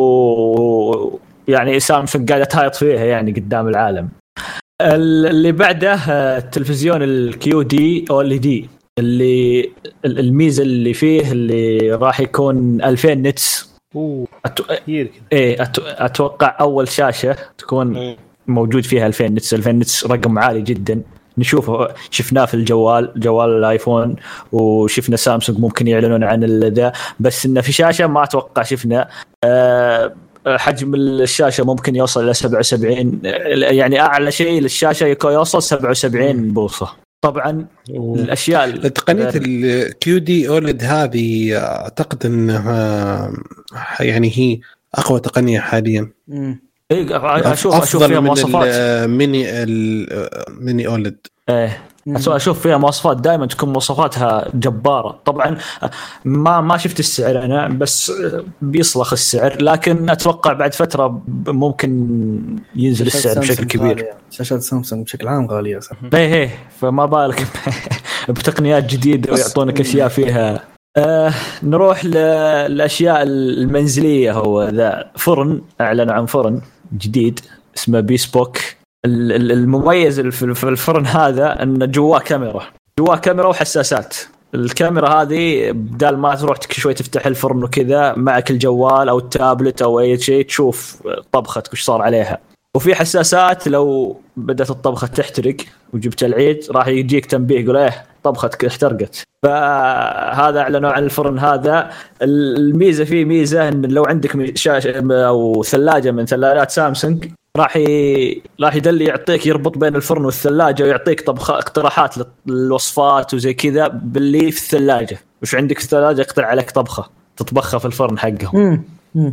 ويعني سامسونج قاعدة تهايط فيها يعني قدام العالم. اللي بعده التلفزيون الكيو دي أو ال دي اللي الميزه اللي فيه اللي راح يكون ألفين نتس. اوه أتو... كثير كذا. ايه أتو... اتوقع اول شاشه تكون م. موجود فيها ألفين نتس. ألفين نتس رقم عالي جدا، نشوفه شفناه في الجوال جوال الايفون، وشفنا سامسونج ممكن يعلنون عن ذا، بس انه في شاشه ما اتوقع شفنا. أه حجم الشاشه ممكن يوصل الى سبعة وسبعين، يعني اعلى شيء للشاشه يكون يوصل سبعة وسبعين بوصه. طبعا الاشياء تقنيه الكيو دي اولد هذه اعتقد انها يعني هي اقوى تقنيه حاليا. ايه اشوف اشوف فيها مواصفات الميني الميني اولد. ايه اشوف فيها مواصفات دائما تكون مواصفاتها جباره. طبعا ما ما شفت السعر انا، بس بيصلخ السعر، لكن اتوقع بعد فتره ممكن ينزل السعر بشكل كبير. شاشات سامسونج بشكل عام غاليه صح. ايه ايه فما بالك بتقنيات جديده ويعطونك اشياء فيها. آه نروح للاشياء المنزليه. هو ذا فرن، اعلن عن فرن جديد اسمه بيسبوك. المميز في الفرن هذا ان جواه كاميرا جواه كاميرا وحساسات. الكاميرا هذه بدال ما تروح شوي تفتح الفرن وكذا، معك الجوال او التابلت او اي شيء تشوف طبختك وش صار عليها. وفي حساسات لو بدأت الطبخة تحترق وجبت العيد راح يجيك تنبيه يقول ايه طبختك احترقت. فهذا اعلنوا عن الفرن هذا. الميزة فيه ميزة ان لو عندك شاشة او ثلاجة من ثلاجات سامسونج راح ي... راح يدلي يعطيك يربط بين الفرن والثلاجة ويعطيك طبخ اقتراحات للوصفات وزي كذا باللي في الثلاجة. وش عندك في الثلاجة يقترح عليك طبخة تطبخها في الفرن حقهم.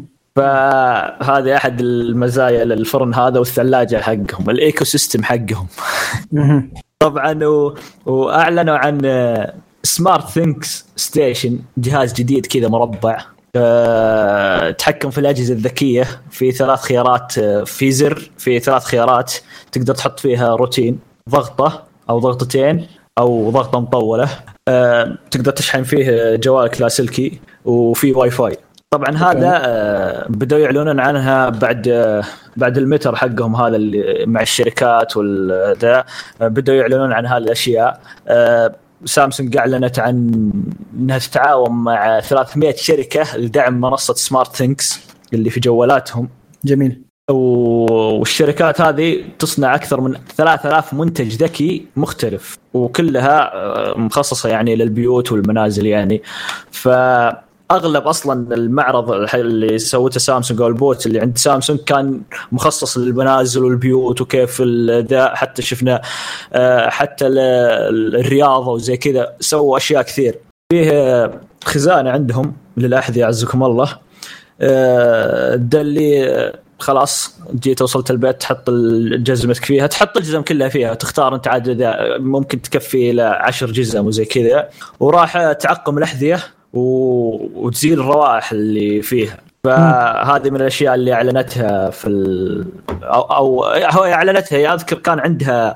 فهذا أحد المزايا للفرن هذا والثلاجة حقهم، الإيكو سيستم حقهم. طبعا و... وأعلنوا عن سمارت ثينكس ستيشن، جهاز جديد كذا مربع أه... تحكم في الأجهزة الذكية. في ثلاث خيارات، في زر في ثلاث خيارات تقدر تحط فيها روتين، ضغطة أو ضغطتين أو ضغطة مطولة. أه... تقدر تشحن فيه جوالك لاسلكي وفي واي فاي. طبعا هذا آه بدأوا يعلنون عنها بعد آه بعد المتر حقهم هذا اللي مع الشركات والذا. آه بدأوا يعلنون عن هذه الأشياء. آه سامسونج أعلنت عن أنها تتعاون مع ثلاثمائة شركة لدعم منصة سمارت ثينكس اللي في جوالاتهم. جميل. والشركات هذه تصنع أكثر من ثلاثة آلاف منتج ذكي مختلف، وكلها آه مخصصة يعني للبيوت والمنازل يعني. ف أغلب أصلاً المعرض اللي سوته سامسونج أو البوت اللي عند سامسونج كان مخصص للمنازل والبيوت وكيف ذا. حتى شفنا حتى الرياضة وزي كذا، سووا أشياء كثير. فيه خزانة عندهم للأحذية عزكم الله. ده اللي خلاص جيت وصلت البيت تحط جزمتك فيها، تحط الجزم كلها فيها، تختار انت عاد ذا ممكن تكفي الى عشر جزم وزي كذا، وراح تعقم الأحذية وتزيل الروائح اللي فيها. فهذه من الاشياء اللي اعلنتها في ال... او او هو اعلنتها. اذكر كان عندها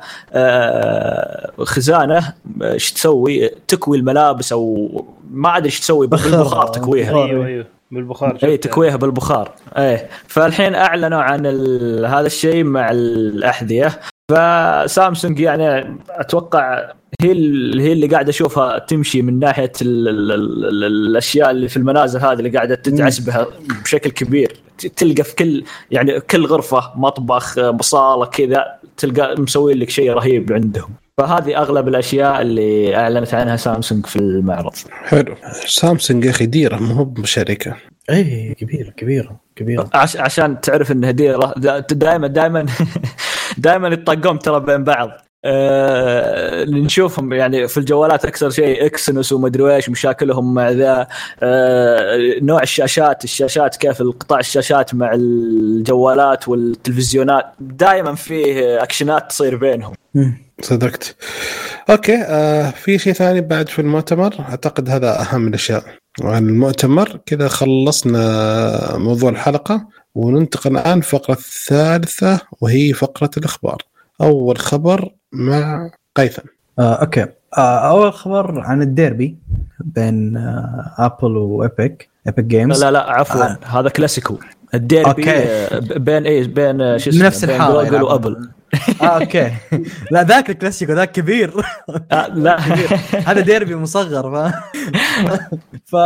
خزانه ايش تسوي، تكوي الملابس او ما ادري ايش تسوي بالبخار، تكويها. ايوه ايوه بالبخار، اي تكويها بالبخار. ايه فالحين اعلنوا عن ال... هذا الشيء مع الاحذيه. فسامسونج يعني اتوقع هي هي اللي قاعده اشوفها تمشي من ناحيه ال ال ال الاشياء اللي في المنازل هذه اللي قاعده تدعس بها بشكل كبير. تلقى في كل يعني كل غرفه مطبخ مصاله كذا تلقى مسوي لك شيء رهيب عندهم. فهذه اغلب الاشياء اللي اعلنت عنها سامسونج في المعرض. حلو. سامسونج يا اخي ديره مو بشركه. اي كبيره كبيره كبيره عش عشان تعرف انها ديره. دائما دائما دائما يطقون ترى بين بعض. أه نشوفهم يعني في الجوالات أكثر شيء إكسينوس ومدري إيش مشاكلهم مع ذا. أه نوع الشاشات الشاشات كيف القطاع الشاشات مع الجوالات والتلفزيونات دائما فيه أكشنات تصير بينهم. صدقت. أوكي. آه في شيء ثاني بعد في المؤتمر؟ أعتقد هذا أهم الأشياء عن المؤتمر. كذا خلصنا موضوع الحلقة وننتقل الآن الفقرة الثالثة وهي فقرة الأخبار. أول خبر مع قيثم. آه، أوكي. آه، أول خبر عن الديربي بين آه، أبل وإيبك إيبك جيمز. لا لا عفوا آه. هذا كلاسيكو. الديربي آه. بين إيه بين شو اسمه نفس الحالة جوجل وأبل. اه اوكي لا ذاك الكلاسيكو ذاك كبير آه لا هذا ديربي مصغر ف ف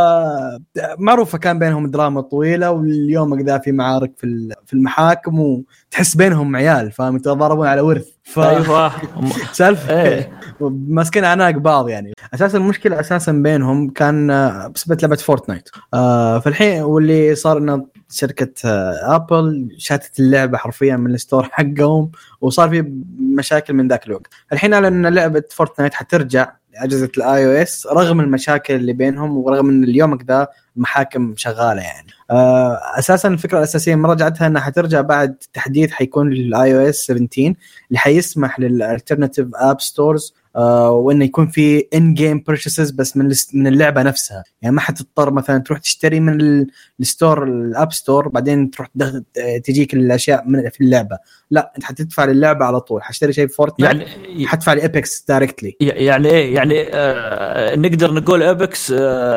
معروفه كان بينهم دراما طويله واليوم ذا في معارك في في المحاكم وتحس بينهم عيال فاهم يتضاربون على ورث ف ايوه سالفه ايه ماسكين عناق بعض يعني. اساسا المشكله اساسا بينهم كان بسبب لعبه فورتنايت آه فالحين واللي صار انه شركه آه ابل شاتت اللعبه حرفيا من الستور حقهم وصار في مشاكل من ذاك الوقت. الحين على ان لعبه فورتنايت حترجع اجهزه الاي او اس رغم المشاكل اللي بينهم ورغم ان اليوم كذا محاكم شغاله يعني. آه اساسا الفكره الاساسيه من رجعتها انها حترجع بعد تحديث حيكون للاي او اس سبعتاشر اللي حيسمح للالترناتيف اب ستورز آه وانه يكون في ان جيم بيرشيسز بس من من اللعبه نفسها يعني ما حتضطر مثلا تروح تشتري من الستور الاب ستور بعدين تروح تجيك الاشياء من في اللعبه. لا انت حتدفع للعبه على طول. حشتري شيء فورتنايت يعني حتدفع لإيبكس دايركتلي. يعني ايه يعني آه نقدر نقول إيبكس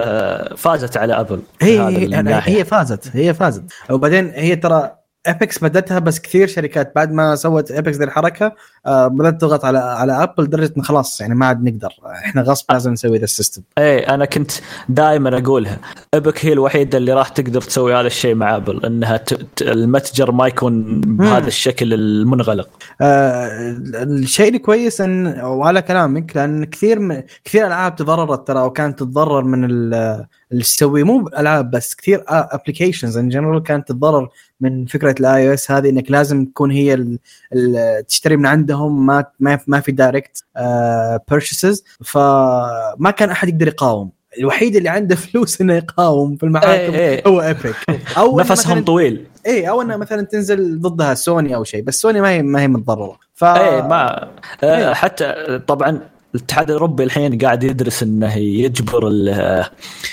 آه فازت على ابل. هي هي فازت هي فازت وبعدين هي ترى إيبكس بدتها بس كثير شركات بعد ما سوت إيبكس ذي الحركة آه بدأت تضغط على على أبل لدرجة إن خلاص يعني ما عاد نقدر إحنا غصب لازم نسوي ذا السيستم. إيه أنا كنت دائما أقولها إيبك هي الوحيدة اللي راح تقدر تسوي هذا الشيء مع أبل إنها ت... ت... المتجر ما يكون بهذا الشكل المنغلق. آه الشيء الكويس إن وعلى كلامك لأن كثير من كثير ألعاب تضررت ترى وكانت تتضرر من ال اللي تسوي مو ألعاب بس كثير ابليكيشنز ان جنرال كانت تتضرر من فكره الاي او اس هذه انك لازم تكون هي ال ال تشتري من عندهم ما ما, ما في دايركت بيرشيسز فما كان احد يقدر يقاوم. الوحيد اللي عنده فلوس انه يقاوم في المحاكم ايه ايه هو ايبك او نفسهم طويل ايه او انه مثلا تنزل ضدها سوني او شيء بس سوني ما هي ما هي متضرره ف ايه ما ايه. حتى طبعا الاتحاد الاوروبي الحين قاعد يدرس انه يجبر ال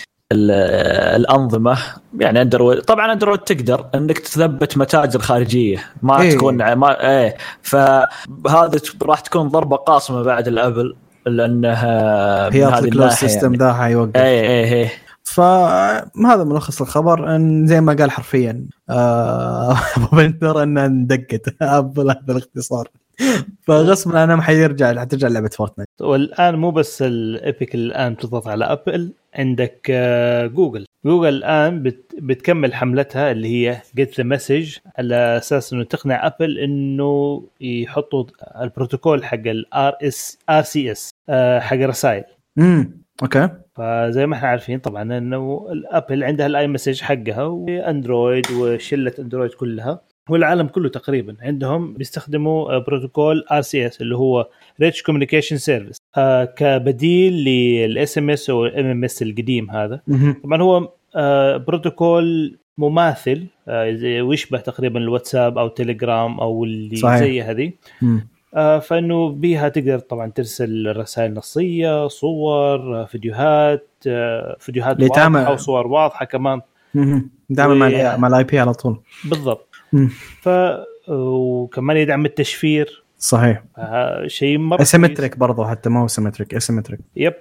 الأنظمة يعني أندرويد. طبعا أندرويد تقدر أنك تثبت متاجر خارجية ما إيه. تكون ما إيه فهذا راح تكون ضربة قاصمة بعد الأبل لأنها هي هذه الكلوز سيستم ذا حيوقف. إيه إيه إيه فهذا ملخص الخبر ان زي ما قال حرفيا ابو بندر ان اندقت ابل هذا الاختصار فغصب انا ما حيرجع حترجع لعبه فورتنايت. والان مو بس الابيك الان تضغط على ابل عندك جوجل. جوجل الان بت بتكمل حملتها اللي هي get the message على اساس انه تقنع ابل انه يحطوا البروتوكول حق الار اس ار سي اس حق الرسائل. امم اوكي فزي ما احنا عارفين طبعا انه الابل عندها الاي مسج حقها واندرويد وشله اندرويد كلها والعالم كله تقريبا عندهم بيستخدموا بروتوكول ار سي اس اللي هو Rich Communication Service آه كبديل للاس ام اس او ام ام اس القديم هذا. طبعا هو آه بروتوكول مماثل آه ويشبه تقريبا الواتساب او تيليجرام او اللي صحيح. زي هذه آه فانه بيها تقدر طبعا ترسل رسائل نصيه صور فيديوهات آه فيديوهات واضحه او صور واضحه كمان دعم مع مع الاي بي على طول بالضبط. ف وكمان يدعم التشفير صحيح آه شيء مره اسيمتريك برضه حتى ما هو سيمتريك اسيمتريك يب.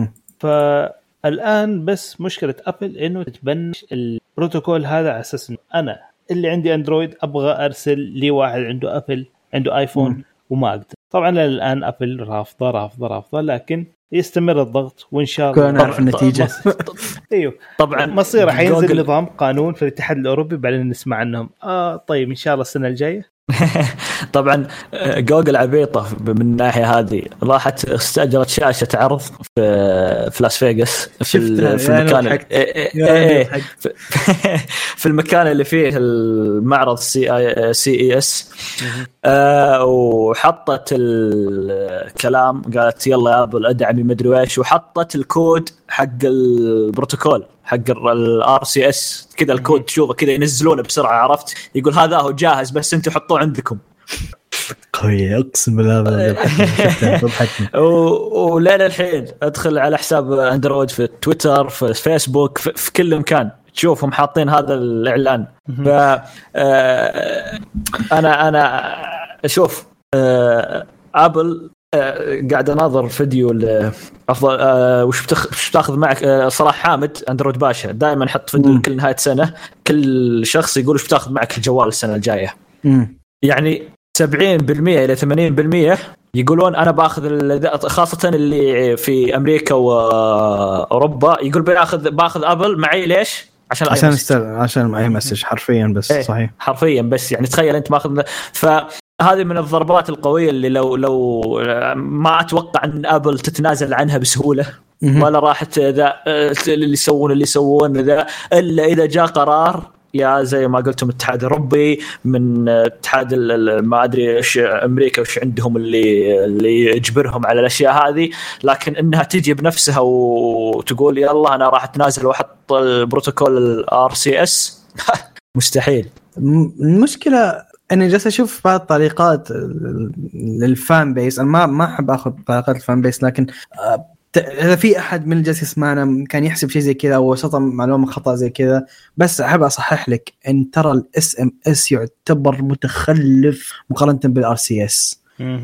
فالان بس مشكله ابل انه تتبنش البروتوكول هذا على اساس انه انا اللي عندي اندرويد ابغى ارسل لي واحد عنده ابل عنده ايفون م. وما اقدر. طبعا الان ابل رافضه رافضه رافضه لكن يستمر الضغط وان شاء الله نعرف النتيجه. ايوه طبعا مصيره حينزل جوجل... نظام قانون في الاتحاد الاوروبي بعدين نسمع عنهم اه طيب ان شاء الله السنه الجايه. طبعا جوجل عبيطه من الناحيه هذه راحت استاجرت شاشه عرض في في لاس فيغاس في في المكان في المكان اللي فيه المعرض سي اي سي اي اس وحطت الكلام قالت يلا يا ابل ادعمي مدري ايش وحطت الكود حق البروتوكول حق الار سي اس كذا الكود تشوفه كذا ينزلونه بسرعه عرفت يقول هذا هو جاهز بس انتم حطوه عندكم. قوي اقسم بالله ولين الحين ادخل على حساب اندرويد في تويتر في فيسبوك في, في كل مكان تشوفهم حاطين هذا الاعلان. ف انا انا اشوف ابل قاعد اناظر فيديو افضل أه وش بتخ... بتاخذ معك أه صلاح حامد اندرويد باشا دائما يحط فيديو كل نهايه سنه كل شخص يقول وش بتاخذ معك الجوال السنه الجايه. مم. يعني سبعين بالمئة إلى ثمانين بالمئة يقولون أنا بأخذ، خاصة اللي في أمريكا وأوروبا يقول بأخذ بأخذ أبل معي. ليش؟ عشان عشان استر... عشان معي مسج حرفيا بس. إيه صحيح حرفيا بس. يعني تخيل أنت ماخذ. فهذه من الضربات القوية اللي لو لو ما أتوقع أن أبل تتنازل عنها بسهولة ولا راحت ذا اللي يسوون اللي يسوون ذا إلا إذا جاء قرار يا زي ما قلتم الاتحاد الأوروبي من اتحاد ما أدري إيش أمريكا وش عندهم اللي اللي يجبرهم على الأشياء هذه. لكن إنها تيجي بنفسها وتقول يلا أنا راح أتنازل وأحط البروتوكول الآر سي إس مستحيل. المشكلة أنا جالس أشوف بعض طريقات للفان بيس. أنا ما ما أحب أخذ طريقات الفان بيس، لكن إذا في أحد من الجالس يسمعنا كان يحسب شيء زي كذا أو سطم معلومة خطأ زي كذا، بس أحب أصحح لك إن ترى الاس ام اس يعتبر متخلف مقارنة بالار سي اس.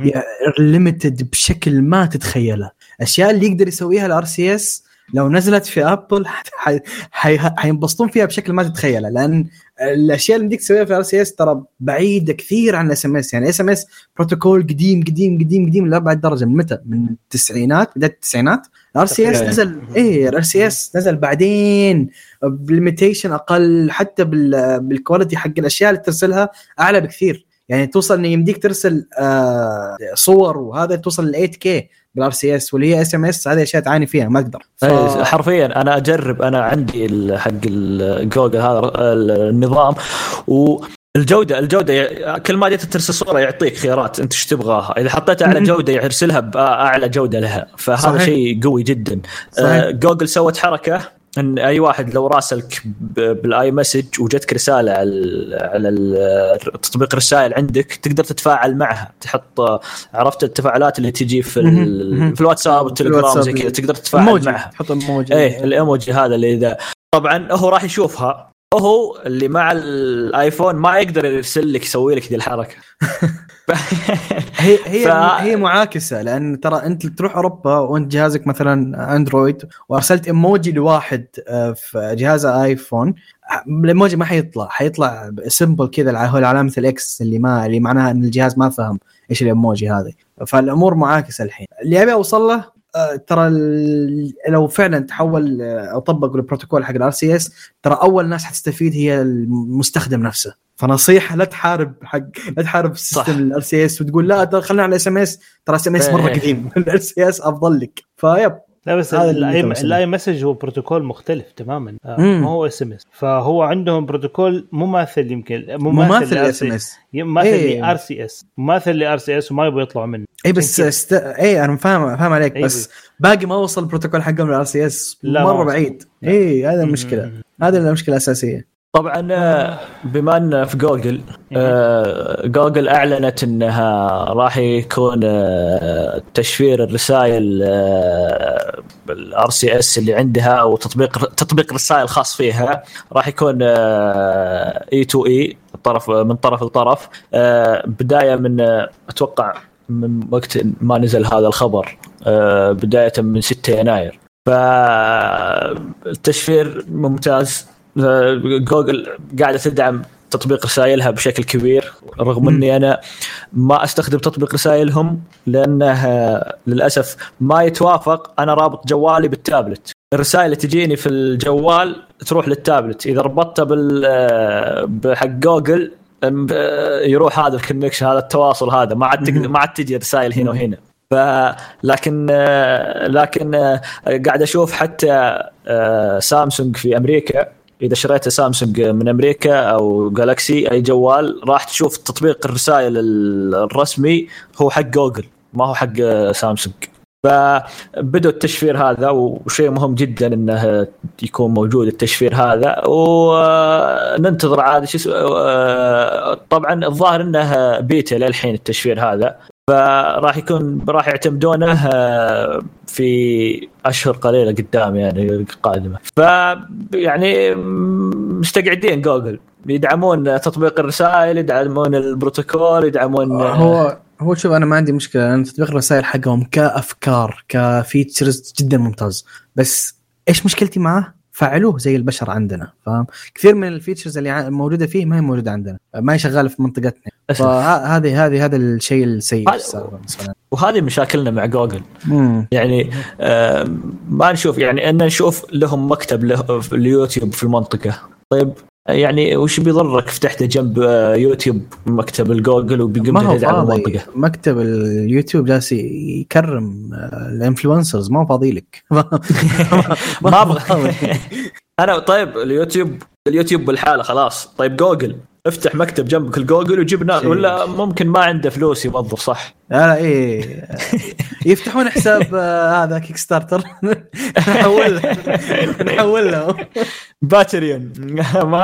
ليميتد بشكل ما تتخيله. أشياء اللي يقدر يسويها الار سي اس لو نزلت في أبل حينبسطون فيها بشكل ما تتخيله، لأن الأشياء اللي بدك تسويها في ار سي اس ترى بعيدة كثير عن الاس ام اس. يعني اس ام اس بروتوكول قديم قديم قديم قديم لأبعد درجة. من متى؟ من التسعينات، بداية التسعينات. الار سي اس نزل ايه الار سي اس نزل بعدين بليميتيشن أقل، حتى بالكواليتي حق الأشياء اللي ترسلها أعلى بكثير. يعني توصل إن يمديك ترسل آه صور وهذا توصل ل ثمانية كيه بالار سي اس، واللي هي اس ام اس هذه اشياء تعاني فيها ما اقدر. ف... حرفيا انا اجرب، انا عندي حق الجوجل هذا النظام والجوده الجوده كل ما جيت ترسل صوره يعطيك خيارات انت ايش تبغاها. اذا حطيتها على جوده يرسلها باعلى جوده لها، فهذا شيء قوي جدا. آه جوجل سوت حركه ان اي واحد لو راسلك بالاي مسج وجتك رساله على على تطبيق الرسائل عندك تقدر تتفاعل معها، تحط عرفت التفاعلات اللي تجي في في الواتساب والتليجرام زي كذا تقدر تتفاعل معها، تحط ايموجي. ايه الايموجي هذا اللي اذا طبعا هو راح يشوفها، هو اللي مع الايفون ما يقدر يرسل لك يسوي لك دي الحركه. هي هي ف... هي معاكسه، لان ترى انت تروح اوروبا وانت جهازك مثلا اندرويد وارسلت ايموجي لواحد في جهاز ايفون، الايموجي ما حيطلع، حيطلع سيمبل كذا على علامه الاكس اللي ما اللي معناها ان الجهاز ما فهم ايش الايموجي هذه. فالامور معاكسه الحين. اللي ابي اوصل له أه ترى لو فعلا تحول او طبقوا البروتوكول حق الار سي اس، ترى اول ناس حتستفيد هي المستخدم نفسه. فنصيحه لا تحارب حق لا تحارب السيستم الار سي اس وتقول لا خلينا على اس ام اس، ترى اس ام اس مره قديم، الار سي اس افضل لك. فيب لا بس الاي مسج هو بروتوكول مختلف تماما، ما هو اس ام اس. فهو عندهم بروتوكول مماثل، يمكن مماثل لاس ام اس، مماثل لار سي اس، مماثل لار سي اس وما يبغوا يطلعوا منه. اي بس است... اي انا فاهم فاهم عليك، بس باقي ما وصل البروتوكول حقهم للار سي اس مره بعيد. اي هذا المشكله، هذه المشكله الاساسيه. طبعا بما ان في جوجل جوجل اعلنت انها راح يكون تشفير الرسائل الار سي اس اللي عندها وتطبيق تطبيق الرسائل الخاص فيها راح يكون اي تو اي الطرف من طرف لطرف، بدايه من اتوقع من وقت ما نزل هذا الخبر، بدايه من ستة يناير. فالتشفير ممتاز. جوجل قاعدة تدعم تطبيق رسائلها بشكل كبير، رغم أني أنا ما أستخدم تطبيق رسائلهم لأنه للأسف ما يتوافق. أنا رابط جوالي بالتابلت، الرسائل اللي تجيني في الجوال تروح للتابلت، إذا ربطتها بحق جوجل يروح هذا الكونكشن، هذا التواصل هذا ما عاد ما عاد تجي رسائل هنا وهنا. فلكن لكن قاعد أشوف حتى سامسونج في أمريكا، إذا شريت سامسونج من أمريكا أو جالاكسي أي جوال راح تشوف تطبيق الرسائل الرسمي هو حق جوجل ما هو حق سامسونج. فبدأ التشفير هذا، وشيء مهم جدا إنه يكون موجود التشفير هذا، وننتظر عاد شيء. طبعا الظاهر إنه بيتا للحين التشفير هذا، فراح يكون راح يعتمدونه في أشهر قليلة قدام يعني قادمة. فيعني مستقعدين جوجل يدعمون تطبيق الرسائل، يدعمون البروتوكول، يدعمون هو هو شوف أنا ما عندي مشكلة أن تطبيق الرسائل حقهم كأفكار كفيتشرز جدا ممتاز، بس إيش مشكلتي معه؟ فعلوه زي البشر عندنا. فاهم؟ كثير من الفيتشرز اللي موجوده فيه ما هي موجوده عندنا، ما هي شغاله في منطقتنا. فهذه هذه هذا الشيء السيء. وهذه مشاكلنا مع جوجل. مم. يعني آه ما نشوف يعني ان نشوف لهم مكتب له في اليوتيوب في المنطقه. طيب يعني وش بيضرك فتحت جنب يوتيوب مكتب الجوجل وبيقوم يهد على المنطقه؟ مكتب اليوتيوب جالس يكرم الانفلونسرز، ما فاضي لك. ما ابغى انا. طيب اليوتيوب اليوتيوب بالحاله خلاص. طيب جوجل افتح مكتب جنبك الجوجل وجبنا، ولا ممكن ما عنده فلوس يوظف صح؟ لا ايه يفتحون حساب هذا كيك ستارتر نحول نحول له باتريون. ما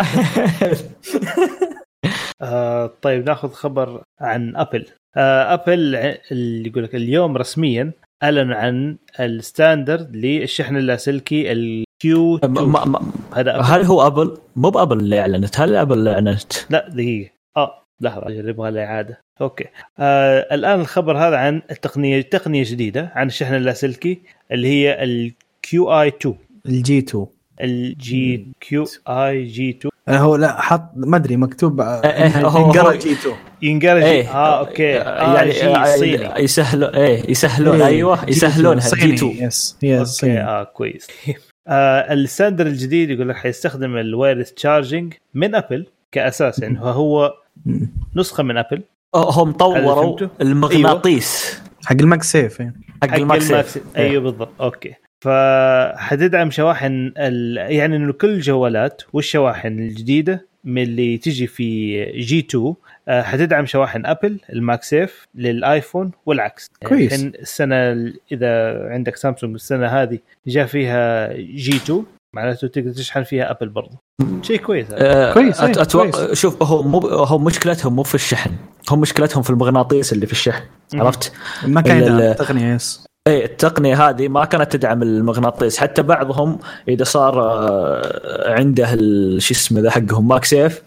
آه طيب ناخذ خبر عن ابل. آه ابل اللي يقول لك اليوم رسميا اعلن عن الستاندرد للشحن اللاسلكي الكيو تو. هذا هل هو ابل؟ مو بابل اللي اعلنت، هل ابل اللي اعلنت؟ لا دقيقه اه لحظه اجربها الاعاده. اوكي آه الان الخبر هذا عن التقنيه تقنيه جديده عن الشحن اللاسلكي اللي هي الكيو اي تو الجي تو الجي كيو اي جي تو. هو لا حط ما ادري مكتوب ينقرا جي تو ينقرا ايه. اه اوكي آه يعني يسهلون ايه يسهلون إيه. ايوه يسهلونها جي تو. يس يس اوكي اه كويس. آه الستاندرد الجديد يقول لك حيستخدم الوايرلس تشارجنج من ابل كاساس، يعني هو نسخه من ابل. هم طوروا المغناطيس أيوة. حق الماكس سيف يعني. حق الماكس سيف ايوه أيه. بالضبط. اوكي فحتدعم شواحن ال... يعني انه كل الجوالات والشواحن الجديده من اللي تجي في جي تو آه حتدعم شواحن ابل الماكس سيف للايفون والعكس. كويس. يعني السنه اذا عندك سامسونج السنه هذه جاء فيها جي تو معناته تقدر تشحن فيها ابل برضو. شيء كويس. آه كويس. أت... اتوقع شوف هو مو هو مشكلتهم مو في الشحن، هم مشكلتهم في المغناطيس اللي في الشحن. عرفت؟ ما كان التقنيه يس ايه التقنيه هذه ما كانت تدعم المغناطيس. حتى بعضهم اذا صار عنده شو اسمه ذا حقهم ماك سيف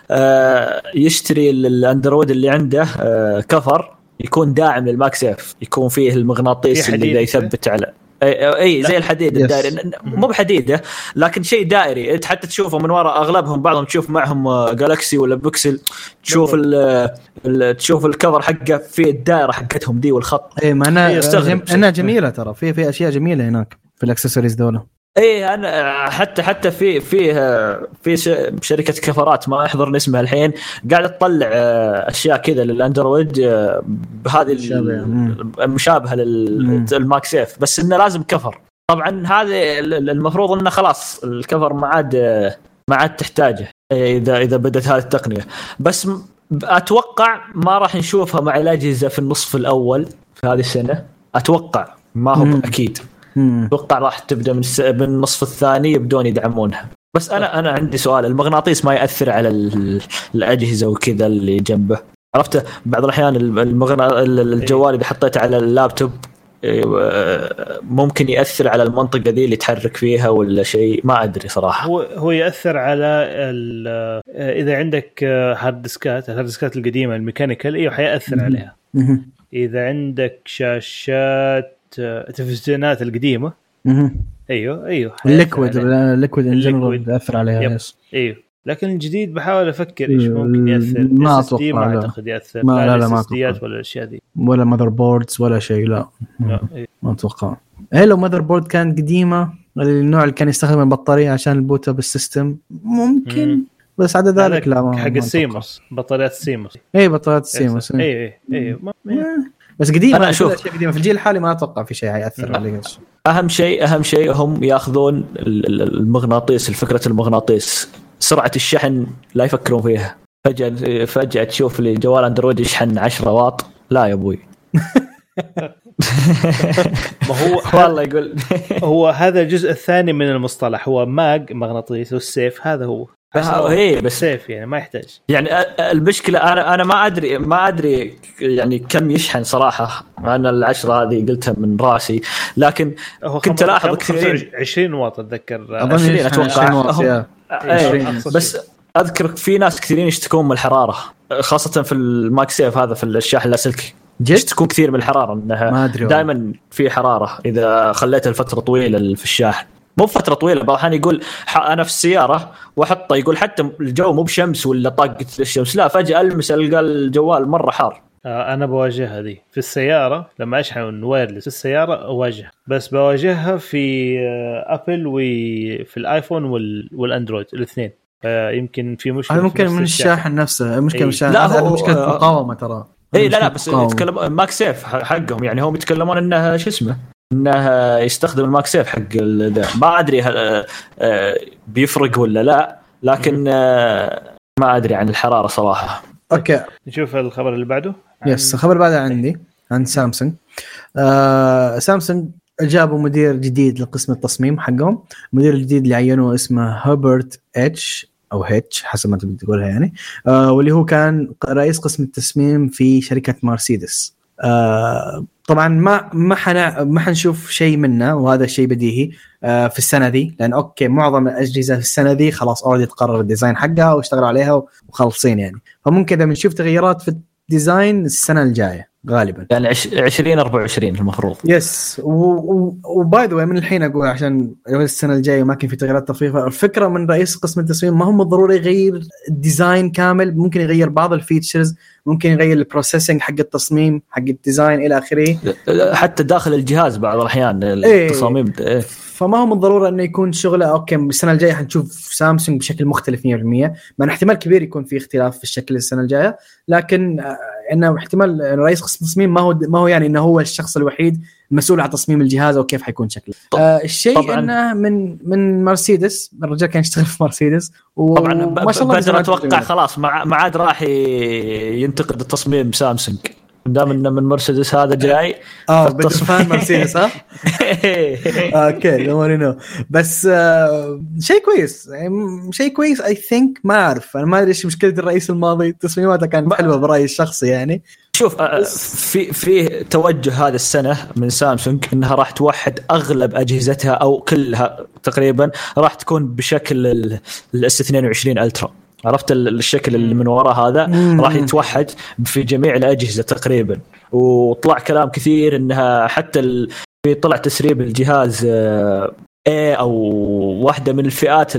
يشتري الاندرويد اللي عنده كفر يكون داعم للماك سيف، يكون فيه المغناطيس اللي يثبت على اي اي زي الحديد الدائري، مو بحديده لكن شيء دائري حتى تشوفه من وراء. اغلبهم بعضهم تشوف معهم جالكسي ولا بيكسل، تشوف ال تشوف الكفر حقه في الدائره حقتهم دي والخط. اي ما انا جم... انا جميله ترى في في اشياء جميله هناك في الاكسسوارز دول. اي انا حتى حتى في في في شركه كفرات ما احضر اسمها الحين قاعده تطلع اشياء كذا للاندرويد بهذه المشابهه للماك سيف، بس انه لازم كفر. طبعا هذا المفروض انه خلاص الكفر ما عاد ما عاد تحتاجه اذا اذا بدت هذه التقنيه، بس اتوقع ما راح نشوفها مع الاجهزه في النصف الاول في هذه السنه. اتوقع ما هو اكيد، اتوقع راح تبدا من من النصف الثاني يبدون يدعمونها. بس انا انا عندي سؤال، المغناطيس ما ياثر على الاجهزه وكذا اللي جنبه؟ عرفته بعض الاحيان المغنا الجوال اذا حطيته على اللابتوب ممكن ياثر على المنطقه ذي اللي تحرك فيها ولا شيء، ما ادري صراحه. هو هو ياثر على اذا عندك هارد ديسكات الهارد ديسكات القديمه الميكانيكال ايوه حياثر عليها. اذا عندك شاشات التلفزيونات القديمه ايوه ايوه الليكويد الليكويد انجن ياثر عليها يس. ايوه لكن الجديد بحاول افكر ايش ممكن ياثر. ما اتوقع ما اعتقد ياثر ما لا لا ما اتوقع ولا الاشياء دي ولا ماذر بوردز ولا شيء. لا, لا. ما اتوقع. هي لو ماذر بورد كانت قديمه النوع اللي كان يستخدم البطاريه عشان البوت بالسيستم ممكن مم. بس عدا ذلك لا ما حق السيموس بطاريات السيموس اي بطاريات السيموس اي اي بس قديمه انا اشوف قديمه في الجيل الحالي ما اتوقع في شيء هياثر عليه. اهم شيء اهم شيء هم ياخذون المغناطيس الفكره المغناطيس سرعه الشحن لا يفكرون فيها. فجاه فجاه تشوف لي جوال اندرويد يشحن عشرة واط، لا يا ابوي. ما هو والله يقول هو هذا الجزء الثاني من المصطلح، هو ماج مغناطيس والسيف هذا هو هي بس سيف يعني ما يحتاج. يعني المشكله انا انا ما ادري ما ادري يعني كم يشحن صراحه. انا العشرة هذه قلتها من راسي، لكن كنت لاحظ كثيرين عشرين واط اتذكر عشرين اتوقع أيه. بس اذكر في ناس كثيرين يشتكون من الحراره خاصه في الماك سيف هذا في الشاحن اللاسلكي يشتكون كثير من الحراره انها دائما في حراره اذا خليتها لفتره طويله في الشاحن. مو فتره طويله. بعض الحين يقول انا في السياره واحطه يقول حتى الجو مو بشمس ولا طاقه الشمس، لا فجاه المس القى الجوال مره حار. انا بواجهها دي في السياره لما اشحن وايرلس في السياره اواجه، بس بواجهها في ابل وفي الايفون والاندرويد الاثنين. يمكن في مشكله ممكن من الشاحن نفسه، مشكله إيه. من الشاحن. لا هو مشكله مقاومه ترى. اي لا لا بس يتكلم ماك سيف حقهم، يعني هم يتكلمون انها شو اسمه انه يستخدم الماك سيف حق ذا. ما ادري بيفرق ولا لا، لكن ما ادري عن الحراره صراحه. اوكي نشوف الخبر اللي بعده. يس الخبر اللي بعده عندي عن سامسونج. آه سامسونج جابوا مدير جديد لقسم التصميم حقهم. المدير الجديد اللي عينوه اسمه هربرت اتش او هيتش حسب ما تبي تقولها يعني. آه واللي هو كان رئيس قسم التصميم في شركه مرسيدس. آه طبعا ما ما حنا ما حنشوف شيء منه، وهذا الشيء بديهي آه في السنه دي، لان اوكي معظم الاجهزه في السنه دي خلاص اوريدي تقرر الديزاين حقها واشتغلوا عليها وخلصين يعني. فممكن اذا بنشوف تغييرات في الديزاين السنه الجايه غالبا يعني عشرين أربعة وعشرين المفروض. يس وباي ذا واي من الحين اقول عشان السنه الجايه ما كان في تغييرات طفيفه. الفكره من رئيس قسم التصميم ما هم ضروري يغير الديزاين كامل، ممكن يغير بعض الفيتشرز، ممكن يغير البروسيسنج حق التصميم حق الديزاين الى اخره، حتى داخل الجهاز بعض الاحيان التصاميم إيه. فما هو من ضروره انه يكون شغله اوكي السنه الجايه حنشوف سامسونج بشكل مختلف مية بالمية. مع احتمال كبير يكون في اختلاف في الشكل السنه الجايه، لكن انه احتمال رئيس قسم التصميم ما هو ما هو يعني انه هو الشخص الوحيد المسؤول عن تصميم الجهاز او كيف حيكون شكله. آه الشيء انه من من مرسيدس، الرجال كان يشتغل في مرسيدس طبعا ما شاء الله بدنا نتوقع خلاص ما عاد راح ينتقد التصميم سامسونج دام انه من مرسيدس هذا جاي. اه بتصفان مرسيدس ها اوكي نو بس آه شيء كويس شيء كويس اي ثينك. ما اعرف انا ما ادري ايش مشكله الرئيس الماضي، تصميماته كانت حلوه برايي الشخصي يعني. شوف في في توجه هذا السنه من سامسونج انها راح توحد اغلب اجهزتها او كلها تقريبا راح تكون بشكل الاس اثنين وعشرين الترا. عرفت الشكل اللي من وراء هذا راح يتوحد في جميع الأجهزة تقريبا. وطلع كلام كثير إنها حتى في طلع تسريب الجهاز A أو واحدة من الفئات